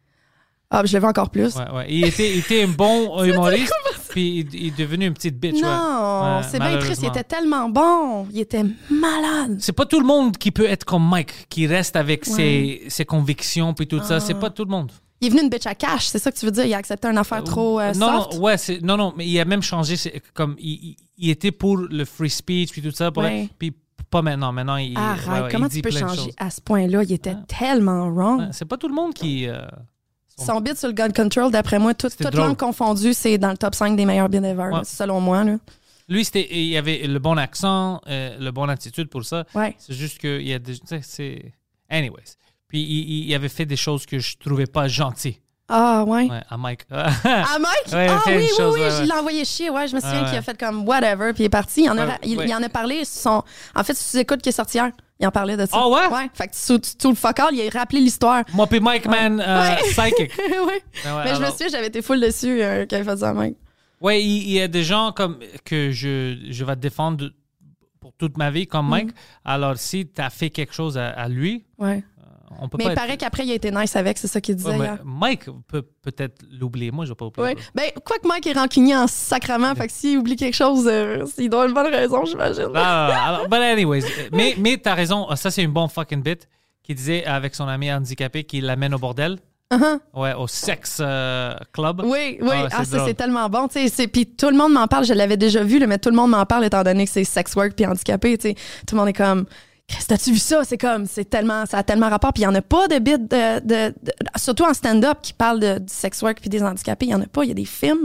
Ah, je le veux encore plus. Ouais, ouais. Il, était, il était un bon humoriste, puis il, il est devenu une petite bitch. ouais. Non, Ouais, c'est bien triste. Il malheureusement. était tellement bon. Il était malade. C'est pas tout le monde qui peut être comme Mike, qui reste avec Ouais. ses, ses convictions puis tout ça. C'est pas tout le monde. Il est venu une bitch à cash, c'est ça que tu veux dire? Il a accepté une affaire trop euh, non, soft? non, ouais, c'est, non, non, mais il a même changé. C'est, comme il, il- il était pour le free speech puis tout ça. Pour Ouais. puis pas maintenant. Maintenant, il, Arrête, ouais, ouais, comment il dit tu peux plein de changer choses. à ce point-là? Il était tellement wrong. Ouais, c'est pas tout le monde qui. euh, Son bit sur le gun control, d'après moi, tout, C'était toute drôle. langue confondue, c'est dans le top cinq des meilleurs bits ever, là, Ouais. selon moi. Là. Lui, c'était, il avait le bon accent, euh, le bon attitude pour ça. Ouais. C'est juste qu'il y a des. Tu sais, c'est. Anyways. Puis il, il avait fait des choses que je trouvais pas gentilles. Ah, ouais. Ouais, à Mike. Ah, Mike? Ouais, il a ah, fait oui, une oui, chose, oui, ouais, je ouais. l'ai envoyé chier. Ouais, je me souviens Ouais, qu'il a ouais. fait comme whatever, puis il est parti. Il en a, Ouais, il, ouais. il en a parlé. Son... En fait, si tu écoutes qui est sorti hier, il en parlait de ça. Ah ouais? Ouais. Fait que tout, tout, tout le fuck all, il a rappelé l'histoire. Moi, puis Mike, man, euh, Ouais. psychic. ouais. Ouais, ouais, Mais je me alors- souviens, j'avais été full dessus euh, quand il faisait ça, Mike. Ouais, il, il y a des gens comme que je, je vais défendre pour toute ma vie, comme Mike. Alors, si tu as fait quelque chose à, à lui, Ouais. on peut Mais pas il être- paraît qu'après, il a été nice avec, c'est ça qu'il disait Ouais, mais hier. Mike peut peut-être l'oublier. Moi, je vais pas oublier. Ouais. Ben, quoi que Mike est rancunier en sacrament, fait que s'il oublie quelque chose, euh, il doit avoir une bonne raison, j'imagine. Non, non, non. Alors, but anyways. mais mais tu as raison. Ça, c'est une bonne fucking bit qui disait avec son ami handicapé qu'il l'amène au bordel. Uh-huh. Ouais, au sex euh, club. Oui, oui. Ah, Ah, c'est ça, drôle. c'est tellement bon. tu sais, c'est- Puis tout le monde m'en parle. Je l'avais déjà vu, là, mais tout le monde m'en parle étant donné que c'est sex work puis handicapé. tu sais. Tout le monde est comme... Chris, t'as-tu vu ça? C'est comme, c'est tellement, ça a tellement rapport. Puis il n'y en a pas de bits, de, de, de- surtout en stand-up, qui parlent de, du sex work puis des handicapés. Il n'y en a pas. Il y a des films,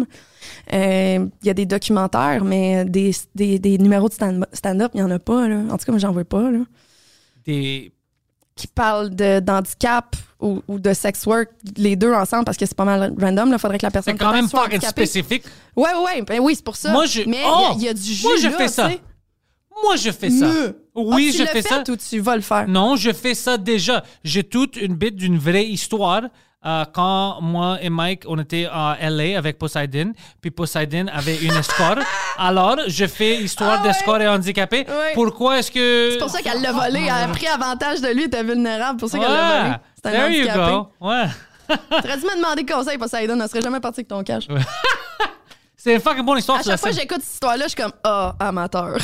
euh, il y a des documentaires, mais des, des, des numéros de stand- stand-up, il n'y en a pas. Là. En tout cas, moi, j'en vois pas. Là. Des... Qui parlent de, d'handicap ou, ou de sex work, les deux ensemble, parce que c'est pas mal random. Il faudrait que la personne C'est quand même peut-être soit fucking handicapée. spécifique. Ouais, ouais, ouais. Ben oui, c'est pour ça. Moi, je- Mais il Oh! y a- il y, a du jus. Moi, je là, fais ça. tu sais. Moi, je fais ça. Mais- Oui, Ah, tu je l'as fais fait ça. ou tu vas le faire? Non, je fais ça déjà. J'ai toute une bite d'une vraie histoire. euh, quand moi et Mike, on était à L A avec Poseidon, puis Poseidon avait une escorte. Alors, je fais histoire Ah ouais? d'escorte et handicapé. Ouais. Pourquoi est-ce que... C'est pour ça qu'elle l'a volé. Elle a pris avantage de lui, il était vulnérable. pour ça qu'elle l'a volé. Ouais. C'est un There you handicapé. go. Ouais. T'aurais dû me demander conseil, Poseidon. On serait jamais parti avec ton cash. C'est une fucking bonne histoire. À chaque fois que j'écoute cette histoire-là, je suis comme, ah, oh, amateur.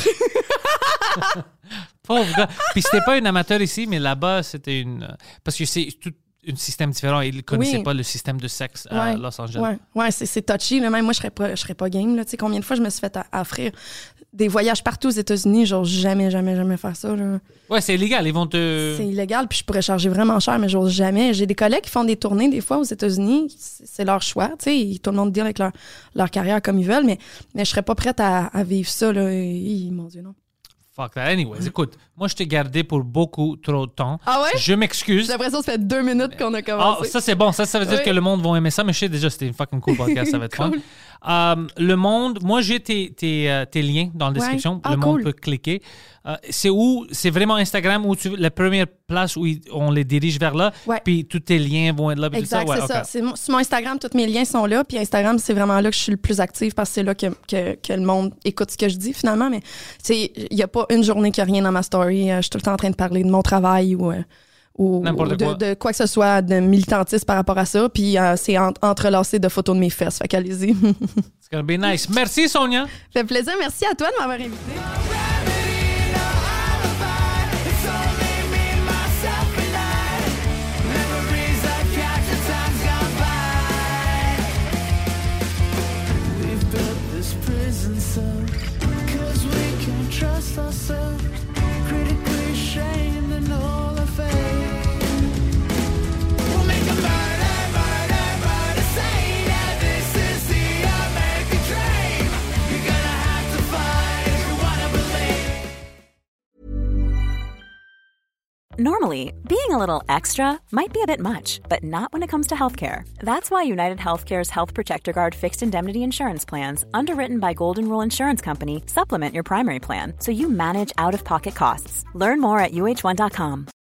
Pauvre gars. Puis c'était pas une amateur ici, mais là-bas, c'était une... Parce que c'est tout un système différent. Ils ne connaissaient Oui. pas le système de sexe à Ouais, Los Angeles. Ouais, ouais c'est, c'est touchy. Là. Même moi, je serais pas, je serais pas game. Là. Tu sais, combien de fois je me suis fait a- offrir des voyages partout aux États-Unis, genre jamais, jamais, jamais faire ça. Là. Ouais, c'est illégal. Ils vont te... C'est illégal, puis je pourrais charger vraiment cher, mais j'ose jamais. J'ai des collègues qui font des tournées des fois aux États-Unis. C'est, c'est leur choix. Tu sais, tout le monde deal avec leur, leur carrière comme ils veulent, mais, mais je serais pas prête à, à vivre ça. Là. Et, mon Dieu, non. Fuck that. Anyways, écoute, moi, je t'ai gardé pour beaucoup trop de temps. Ah ouais? Je m'excuse. J'ai l'impression que ça fait deux minutes qu'on a Ah, commencé. ça, c'est bon. Ça, ça veut dire Oui. que le monde va aimer ça. Mais je sais déjà, c'était une fucking cool podcast. Ça va être Cool. fun. Euh, le monde, moi, j'ai tes, tes, euh, tes liens dans la Ouais. description. Ah, le monde cool. peut cliquer. Euh, c'est où? C'est vraiment Instagram où tu la première place où ils- on les dirige vers là. Ouais. Puis tous tes liens vont être là. Puis Exact, tout ça. Ouais, c'est ok. ça. C'est mon- sur mon Instagram, tous mes liens sont là. Puis Instagram, c'est vraiment là que je suis le plus active parce que c'est là que, que, que le monde écoute ce que je dis finalement. Mais il n'y a pas une journée qu'il n'y a rien dans ma story. Euh, Je suis tout le temps en train de parler de mon travail ou, euh, ou, N'importe ou de, quoi. de quoi que ce soit de militantisme par rapport à ça. Puis euh, c'est en- entrelacé de photos de mes fesses. Fait qu'allez-y. It's gonna be nice. Merci, Sonia. Ça fait plaisir. Merci à toi de m'avoir invité. It's only me, myself, and I. Memories I've captured, time's gone by. We've built this prison cell 'cause we can't trust ourselves. Critically shamed and all our fate. We'll make a murder, murder, murder scene. And this is the American dream. You're gonna have to fight if you wanna believe. Normally, being a little extra might be a bit much, but not when it comes to healthcare. That's why United Healthcare's Health Protector Guard fixed indemnity insurance plans, underwritten by Golden Rule Insurance Company, supplement your primary plan so you manage out-of-pocket costs. Learn more at U H one dot com.